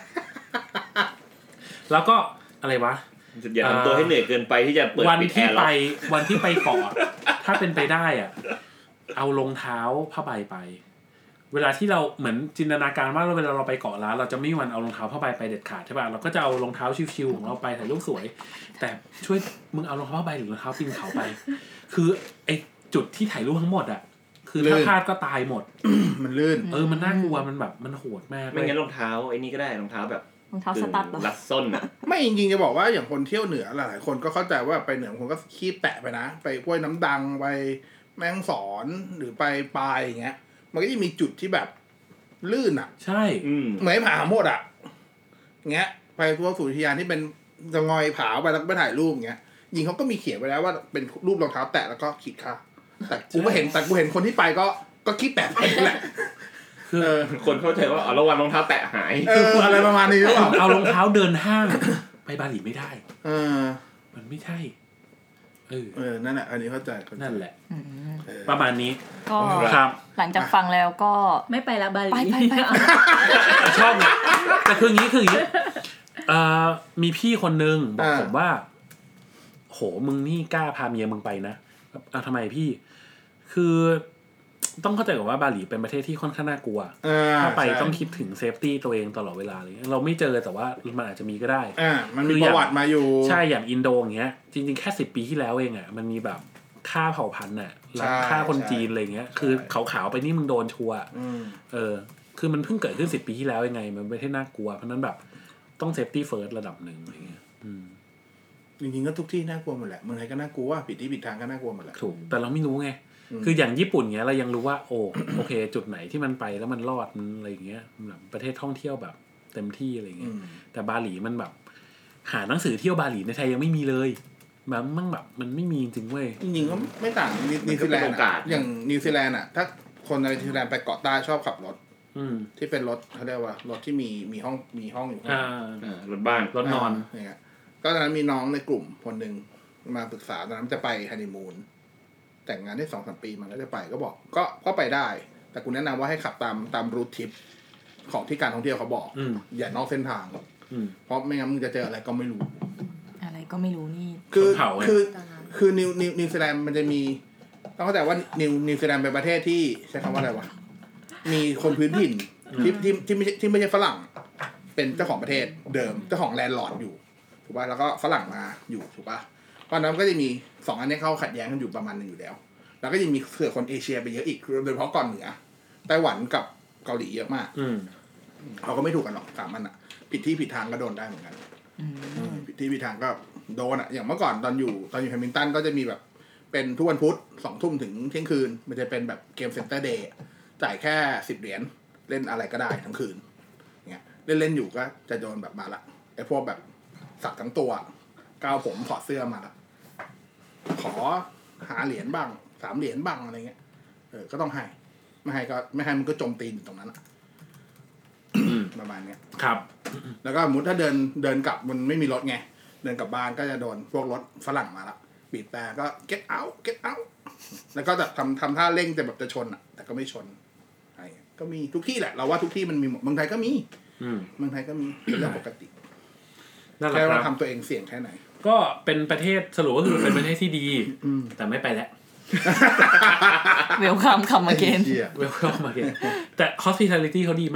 แล้วก็อะไรวะอย่าทำตัวให้เหนื่อยเกินไปที่จะเปิดวันที่ไปวันที่ไปเกาะถ้าเป็นไปได้อ่ะเอารองเท้าผ้าใบไปเวลาที่เราเหมือนจินตนาการว่าเราเวลาเราไปเกาะล้านเราจะไม่มีวันเอารองเท้าผ้าใบไปเด็ดขาดใช่ป่ะเราก็จะเอารองเท้าชิวๆของเราไปถ่ายรูปสวยแต่ช่วยมึงเอารองเท้าผ้าใบหรือรองเท้าปีนเขาไปคือไอ้จุดที่ถ่ายรูปทั้งหมดอ่ะคือถ้าพลาดก็ตายหมดมันลื่นเออมันน่ากลัวมันแบบมันโหดมากไม่งั้นรองเท้าไอ้นี่ก็ได้รองเท้าแบบรองเท้าสตั๊ดรัดส้นอ่ะไม่จริงๆจะบอกว่าอย่างคนเที่ยวเหนือหลายคนก็เข้าใจว่าไปเหนือคนก็ขี้แตะไปนะไปห้วยน้ำดังไปแม่ฮ่องสอนหรือไปปายอย่างเงี้ยมันก็จะมีจุดที่แบบลื่นอ่ะใช่เหมือนผาหมดอ่ะเงี้ยไปพวกสุริยานที่เป็นจะงอยผาไปแล้วไปถ่ายรูปเงี้ยยิงเขาก็มีเขียนไว้แล้วว่าเป็นรูปรองเท้าแตะแล้วก็ขีดค่าแต่กูก็เห็นแต่กูเห็นคนที่ไปก็ก็ขี้แตะไปแหละคือคนเข้าใจว่าเอาระวังรองเท้าแตะหายเอออะไรประมาณนี้หรือเปล่าเอารองเท้าเดินห้างไปบาหลีไม่ได้เออมันไม่ใช่เออเออนั่นแหละอันนี้เข้าใจนั่นแหละประมาณนี้ก็หลังจากฟังแล้วก็ไม่ไปละบาหลีไปไปชอบนะแต่คืออย่างนี้คืออย่างนี้เอ่อมีพี่คนนึงบอกผมว่าโหมึงนี่กล้าพาเมียมึงไปนะเอาทำไมพี่คือต้องเข้าใจก่อนว่าบาหลีเป็นประเทศที่ค่อนข้างน่ากลัวถ้าไปต้องคิดถึงเซฟตี้ตัวเองตลอดเวลาเลยเราไม่เจอแต่ว่ามันอาจจะมีก็ได้อ่ามันมีประวัติมาอยู่ใช่อย่างอินโดอย่างเงี้ยจริงๆแค่สิบปีที่แล้วเองอ่ะมันมีแบบฆ่าเผ่าพันธุ์น่ะฆ่าคนจีนอะไรเงี้ยคือขาวๆไปนี่มึงโดนชัวร์เออคือมันเพิ่งเกิดขึ้นสิบปีที่แล้วยังไงมันไม่ใช่น่ากลัวเพราะนั้นแบบต้องเซฟตี้เฟิร์สระดับหนึ่งอะไรเงี้ยจริงๆก็ทุกที่น่ากลัวหมดแหละเมืองไทยก็น่ากลัวผิดที่ผิดทางก็น่ากลัวหมดแหละถูกแต่เราไม่รู้ไงคืออย่างญี่ปุ่นเงี้ยเรายังรู้ว่าโอ้โอเคจุดไหนที่มันไปแล้วมันรอดมันอะไรอย่างเงี้ยแบบประเทศท่องเที่ยวแบบเต็มที่อะไรเงี้ยแต่บาหลีมันแบบหาหนังสือเที่ยวบาหลีในไทยยังไม่มีเลยแบบมันแบบมันไม่มีจริงเว้ยจริงๆก็ไม่ต่างนิวซีแลนด์อย่างนิวซีแลนด์อ่ะถ้าคนในนิวซีแลนด์ไปเกาะใต้ชอบขับรถที่เป็นรถเขาเรียกว่ารถที่มีมีห้องมีห้องอยู่อ่ารถบ้านรถนอนเนี่ยก็ตอนนั้นมีน้องในกลุ่มคนนึงมาปรึกษาตอนนั้นจะไปฮันนีมูนแต่งงานได้ สองถึงสาม ปีมันก็จะไปก็บอกก็ก็ไปได้แต่กูแนะนำว่าให้ขับตามตามรูททริปของที่การท่องเที่ยวเขาบอกอย่านอกเส้นทางเพราะไม่งั้นมึงจะเจออะไรก็ไม่รู้อะไรก็ไม่รู้นี่คือคือคือนิวนิวนิวซีแลนด์มันจะมีต้องเข้าใจว่านิวนิวซีแลนด์เป็นประเทศที่ใช้คำว่าอะไรวะมีคนพื้นถิ่นที่ที่ที่ไม่ใช่ที่ไม่ใช่ฝรั่งเป็นเจ้าของประเทศเดิมเจ้าของแลนด์ลอร์ดอยู่ถูกป่ะแล้วก็ฝรั่งมาอยู่ถูกป่ะตอนนั้นก็จะมีสองอันนี้เข้าขัดแย้งกันอยู่ประมาณนึงอยู่แล้วแล้วก็ยังมีเสือคนเอเชียไปเยอะอีกโดยเฉพาะก่อนเหนือไต้หวันกับเกาหลีเยอะมากเขาก็ไม่ถูกกันหรอกสามมันอ่ะผิดที่ผิดทางก็โดนได้เหมือนกันผิดที่ผิดทางก็โดนอ่ะอย่างเมื่อก่อนตอนอยู่ตอนอยู่แฮมิลตันก็จะมีแบบเป็นทุกวันพุธสองทุ่มถึงเที่ยงคืนมันจะเป็นแบบเกมเซ็นเตอร์เดย์จ่ายแค่สิบเหรียญเล่นอะไรก็ได้ทั้งคืนเงี้ยเล่นเล่นอยู่ก็จะโดนแบบมาละไอ้พวกแบบสักทั้งตัวก้าวผมถอดเสื้อมาละขอหาเหรียญบ้างสามเหรียญบ้างอะไรเงี้ยเออก็ต้องให้ไม่ให้ก็ไม่ให้มันก็จมตีนอยู่ตรงนั้นอะประมาณเนี้ยครับแล้วก็สมมติถ้าเดินเดินกลับมันไม่มีรถไงเดินกลับบ้านก็จะโดนพวกรถฝรั่งมาละบีบแต่ก็ get out get out แล้วก็จะทำทำท่าเร่งแต่แบบจะชนอ่ะแต่ก็ไม่ชนไอ้ก็มีทุกที่แหละเราว่าทุกที่มันมีเมืองไทยก็มีเมืองไทยก็มีเป็นเรื่องปกติแค่ว่าทำตัวเองเสี่ยงแค่ไหนก็เป็นประเทศสรุปก็คือเป็นประเทศที่ดีแต่ไม่ไปแล้วเวลคัมคัมมาเกนเวลคัมมาเกนแต่ hospitality เขาดีมาก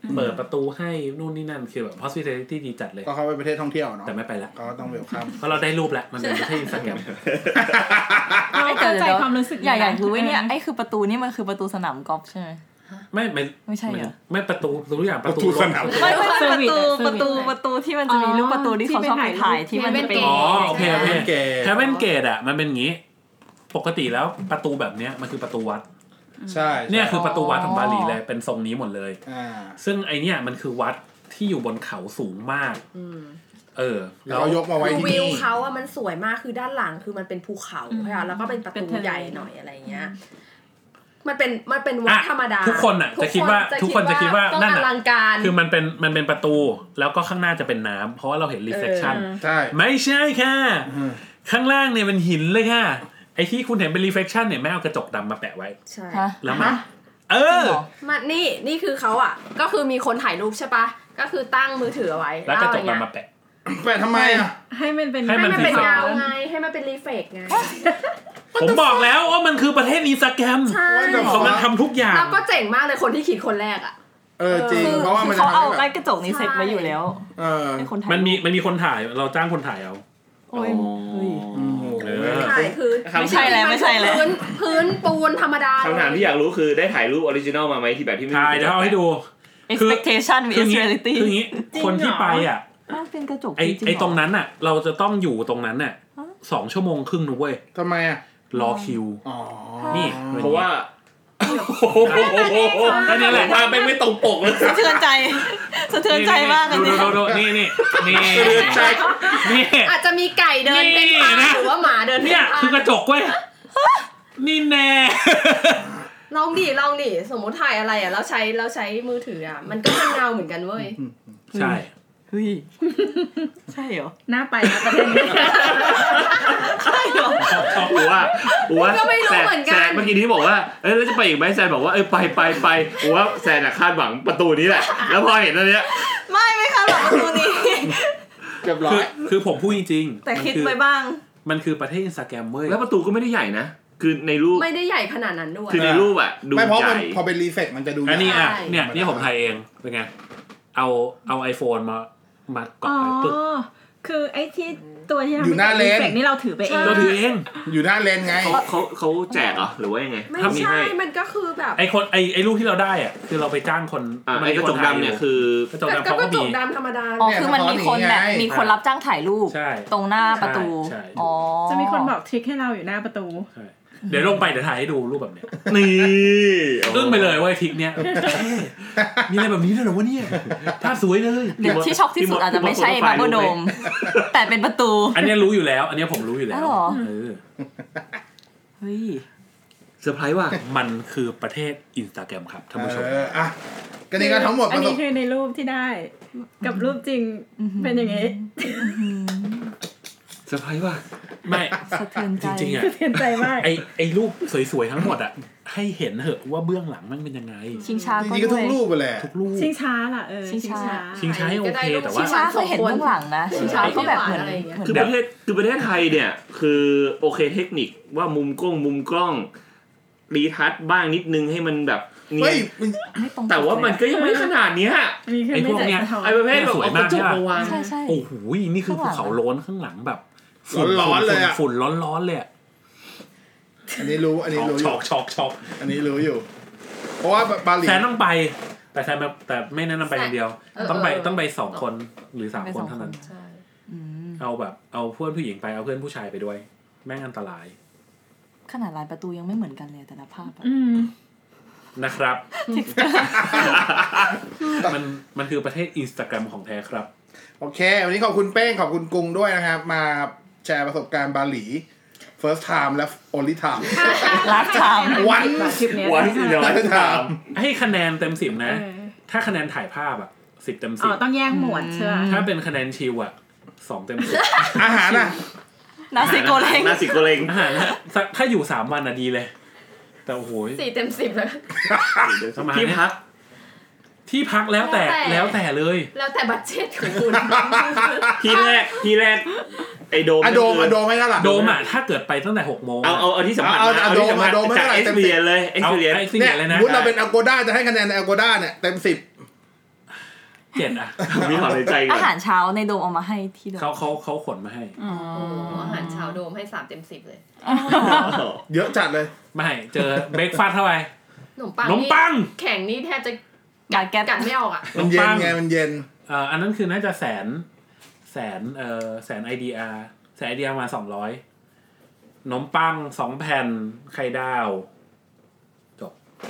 เปิดประตูให้นู่นนี่นั่นคือแบบ hospitality ดีจัดเลยก็เขาไปประเทศท่องเที่ยวเนาะแต่ไม่ไปละก็ต้องเวลคัมเพราะเราได้รูปแล้วมันเป็นประเทศ Instagram เข้าใจความรู้สึกอยากๆรู้ว่าเนี่ยไอ้คือประตูนี่มันคือประตูสนามกอล์ฟใช่ไหมไม่ไม่ไม่ใช่เหรอไม่ประตูทุกอย่างประตูสนามไม่ไม่ประตูประตูประตูที่มันจะมีรูปประตูที่เขาชอบไปถ่ายที่มันจะเป็นอ๋อโอเคโอเคแฮเว่นเกตอ่ะมันเป็นอย่างงี้ปกติแล้วประตูแบบเนี้ยมันคือประตูวัดใช่เนี่ยคือประตูวัดของบาหลีเลยเป็นทรงนี้หมดเลยซึ่งไอเนี้ยมันคือวัดที่อยู่บนเขาสูงมากเออแล้วยกมาไว้ที่นี่วิวเขาอะมันสวยมากคือด้านหลังคือมันเป็นภูเขาค่ะแล้วก็เป็นประตูใหญ่หน่อยอะไรเงี้ยมันเป็นมันเป็นวัดธรรมดาทุกคนอ่ะจะคิดว่าทุกคนจะคิดว่านั่นอ่ะคือมันเป็นมันเป็นประตูแล้วก็ข้างหน้าจะเป็นน้ำเพราะว่าเราเห็น reflection ใช่ไม่ใช่ค่ะข้างล่างเนี่ยเป็นหินเลยค่ะไอ้ที่คุณเห็นเป็น reflection เนี่ยแม่เอากระจกดำมาแปะไว้ใช่แล้วมันเออมานี่นี่คือเขาอ่ะก็คือมีคนถ่ายรูปใช่ปะก็คือตั้งมือถือเอาไว้แล้วกระจกดำมาแปะแปะทำไมอ่ะให้มันเป็นให้มันเป็นเงาไงให้มันเป็นรีเฟกไงผมบอกแล้วว่ามันคือประเทศอินสตาแกรมเขามันทำทุกอย่างแล้วก็เจ๋งมากเลยคนที่คิดคนแรกอ่ะเออจริงเพราะว่ามันเขาเอาไอ้กระจกนี้เซ็ตไว้อยู่แล้วเออมันมีมันมีคนถ่ายเราจ้างคนถ่ายเอาโอ้ยถ่ายพื้นไม่ใช่แล้วไม่ใช่แล้วพื้นพื้นปูนธรรมดาคำถามที่อยากรู้คือได้ถ่ายรูปออริจินอลมาไหมที่แบบที่ไม่ถ่ายเดี๋ยวเอาให้ดู expectation vs reality คืออย่างงี้คนที่ไปอ่ะเป็นกระจกไอไอตรงนั้นอ่ะเราจะต้องอยู่ตรงนั้นน่ะสองชั่วโมงครึ่งนะเว้ยทำไมอ่ะรอคิวอ๋อนี่เพราะว่าอันนี้แหละภาพไม่ตรงปกเลยสะเทือนใจสะเทือนใจมากเลยนี่นี่นี่นี่อาจจะมีไก่เดินเป็นทางหรือว่าหมาเดินเป็นทางเนี่ยคือกระจกเว้ยนี่แน่ลองดิลองดิสมมติถ่ายอะไรอ่ะแล้วใช้แล้วใช้มือถืออ่ะมันก็เป็นเงาเหมือนกันเว้ยใช่เฮ้ยใช่เหรอน่าไปนะประเทศนี้ใช่เหรอหัวหัวก็ไม่รู้เหมือนกันแซนเมื่อกี้ที่บอกว่าเอ้ยแล้วจะไปอีกไหมแซนบอกว่าเอ้ยไปไปไปหัวแซนอะคาดหวังประตูนี้แหละแล้วพอเห็นอันเนี้ยไม่ไม่คาดหวังประตูนี้เรียบร้อยคือผมพูดจริงๆแต่คิดไปบ้างมันคือประเทศอินสตาแกรมเว้ยแล้วประตูก็ไม่ได้ใหญ่นะคือในรูปไม่ได้ใหญ่ขนาดนั้นด้วยคือในรูปอ่ะดูใหญ่ไม่เพราะพอเป็นรีเฟกมันจะดูอันนี้อ่ะเนี่ยนี่ผมถ่ายเองเป็นไงเอาเอา iPhone มามาเกาะปึ๊บคือไอ้ที่ตัวที่อยู่หน้าเลนนี่เราถือไปเองเราถือเองอยู่หน้าเลนไงเขาเขาเขาแจกเหรอหรือว่ายังไงไม่ใช่มันก็คือแบบไอ้คนไอ้ไอ้รูปที่เราได้อ่ะคือเราไปจ้างคนไอ้กระจกดำเนี่ยคือกระจกดำเขาก็มีกระจกดำธรรมดาอ๋อคือมันมีคนแบบมีคนรับจ้างถ่ายรูปตรงหน้าประตูอ๋อจะมีคนบอกทริคให้เราอยู่หน้าประตูเดี๋ยวลงไปเดี๋ยวถ่ายให้ดูรูปแบบเนี้ยนี่อึ้งไปเลยว่าทิกเนี้ยมีอะไรแบบนี้ด้วยเหรอวะเนี่ยภาพสวยเลยเดี๋ยวที่ช็อกที่สุดอาจจะไม่ใช่บับเบิ้ลโดมแต่เป็นประตูอันนี้รู้อยู่แล้วอันนี้ผมรู้อยู่แล้วเออเฮ้ยเซอร์ไพรส์ว่ะมันคือประเทศ Instagram ครับท่านผู้ชมอ่ะก็นี่ก็ทั้งหมดอันนี้คือในรูปที่ได้กับรูปจริงเป็นอย่างงี้เซอร์ไพรส์ว่ะไม่สะเทือนใจจริงๆอ่ะสะเทือนใจมากไอไอรูปสวยๆทั้งหมดอ่ะให้เห็นเหอะว่าเบื้องหลังมันเป็นยังไงชิงช้าก็ทุกรูปไปแหละทุกรูปชิงช้าล่ะเออชิงช้าชิงช้าโอเคแต่ว่าชิงช้าเคยเห็นเบื้องหลังนะชิงช้าก็แบบเหมือนคือประเทศคือประเทศไทยเนี่ยคือโอเคเทคนิคว่ามุมกล้องมุมกล้องรีทัชบ้างนิดนึงให้มันแบบเฮ้ยแต่ว่ามันก็ยังไม่ขนาดนี้ไอพวกเนี้ยไอประเภทแบบสวยมากใช่ป่ะใช่โอ้โหนี่คือภูเขาโล้นข้างหลังแบบร้อนๆเลยอ่ะฝุ่นร้อนๆเลยอ่ะอันนี้รู้อันนี้รู้ช็อกช็อกช็อกอันนี้รู้อยู่เพราะว่าบาหลีแซนต้องไปแต่แซนแต่ไม่แนะนำไปคนเดียวต้องไปต้องไปสองคนหรือสามคนเท่านั้นเอาแบบเอาเพื่อนผู้หญิงไปเอาเพื่อนผู้ชายไปด้วยแม่งอันตรายขนาดลายประตูยังไม่เหมือนกันเลยแต่ละภาพนะครับมันมันคือประเทศ Instagram ของแท้ครับโอเควันนี้ขอบคุณเป้งขอบคุณกุ้งด้วยนะครับมาแชร์ประสบการณ์บาหลี first time และ only time last time วันวันเดียว last time ให้คะแนนเต็มสิบนะถ้าคะแนนถ่ายภาพอ่ะสิบเต็มสิบอ๋อต้องแยกหมวดใช่ป่ะถ้าเป็นคะแนนชิลอ่ะสองเต็มสิบอาหารอ่ะนาซิโกเล้งนาซิโกเล้งอาหารถ้าอยู่สามวันอ่ะดีเลยแต่โอ้โหสี่เต็มสิบเลยที่พักที่พักแล้วแต่แล้วแต่เลยแล้วแต่บัดเจ็ตของคุณที่แรกที่แรกไอโดมอะโดมอะโดมไม่ก็ล่ะโดมอ่ะถ้าเกิดไปตั้งแต่หกโมงเอาเอาเอาที่สำคัญเอาเอาโดมอะโดมไม่ได้เอ็กซ์เพียร์เลยเอ็กซ์เพียร์เนี่ยเลยนะวุ้นเราเป็น Agoda จะให้คะแนนใน Agoda เนี่ยเต็มสิบเจ็ดอ่ะมีถอนหายใจก่อนอาหารเช้าในโดมเอามาให้ที่โดมเขาเขาเขาขนมาให้โอ้อาหารเช้าโดมให้สามเต็มสิบเลยเยอะจัดเลยไม่เจอเบรกฟาสต์เท่าไหร่ขนมปังขนมปังแข็งนี่แทบจะกัดแก๊สกัดไม่ออกอ่ะมันเย็นไงมันเย็นเอ่ออันนั้นคือน่าจะแสนแสนเอ่อแสน ไอ ดี อาร์ แสน ไอ ดี อาร์ มาสองร้อยขนมปังสองแผ่นไข่ดาวจบ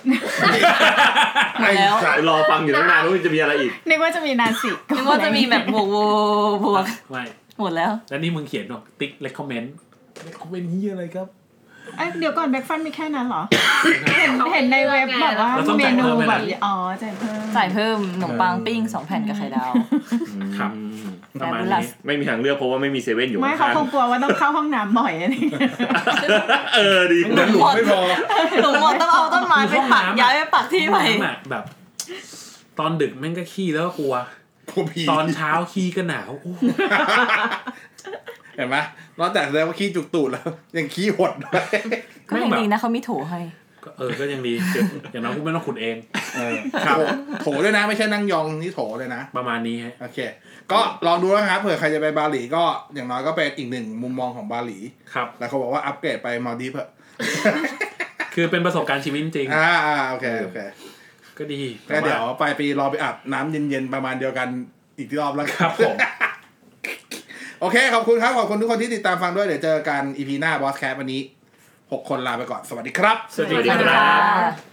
มาแล้วรอฟังอยู่ตั้งนานว่าจะมีอะไรอีกนึกว่าจะมีนาสินึกว่าจะมีแบบบวกบวกบวกไม่หมดแล้วแล้วนี่มึงเขียนบอกติ๊กเลคคอมเมนต์เลคคอมเมนต์นี่อะไรครับเอ้ยเดี๋ยวก่อนเบรกฟาสต์มีแค่นั้นเหรอ เห็นเห็นในเว็บแบบว่าเราต้องเมจ่ายนูเพิ่มไหมแบบอ๋อจ่ายเพิ่มจ่ายเพิ่มขนมปังปิ้งสองแผ่นกับไข่ดาวครับประมาณนี้ไม่มีทางเลือกเพราะว่าไม่มีเซเว่นอยู่ไม่เขาคงกลัวว่าต้องเข้าห้องน้ำบ่อยอะไรอย่างเงี้ยเออดีหลุมไม่พอหนูหมดต้องเอาต้นไม้ไปปักย้ายไปปักที่ใหม่น้ำอะแบบ ตอนดึกแม่งก็ขี้แล้วก็กลัวกลัวผีตอนเช้าขี้ก็หนาวโอ้โหเห็นไหมนอกจากแสดงว่าขี้จุกตูดแล้วยังขี้หดด้วยก็ยังดีนะเขามีโถให้ก็เออก็ยังดีอย่างน้อยกูไม่ต้องขุดเองเออโถโถด้วยนะไม่ใช่นั่งยองนี่โถเลยนะประมาณนี้ฮะโอเค ก็ลองดูนะครับเผื่อใครจะไปบาหลีก็อย่างน้อยก็เป็นอีกหนึ่งมุมมองของบาหลีครับแล้วเขาบอกว่าอัปเกรดไปมาดีเพื่อคือเป็นประสบการณ์ชีวิตจริงอ่าอ่าโอเคโอเคก็ดีก็เดี๋ยวปลายปีรอไปอาบน้ำเย็นๆประมาณเดียวกันอีกรอบแล้วครับผมโอเคขอบคุณครับขอบคุณทุกคนที่ติดตามฟังด้วยเดี๋ยวเจอกัน อี พี หน้าบอสแคสวันนี้หกคนลาไปก่อนสวัสดีครับสวัสดีครับ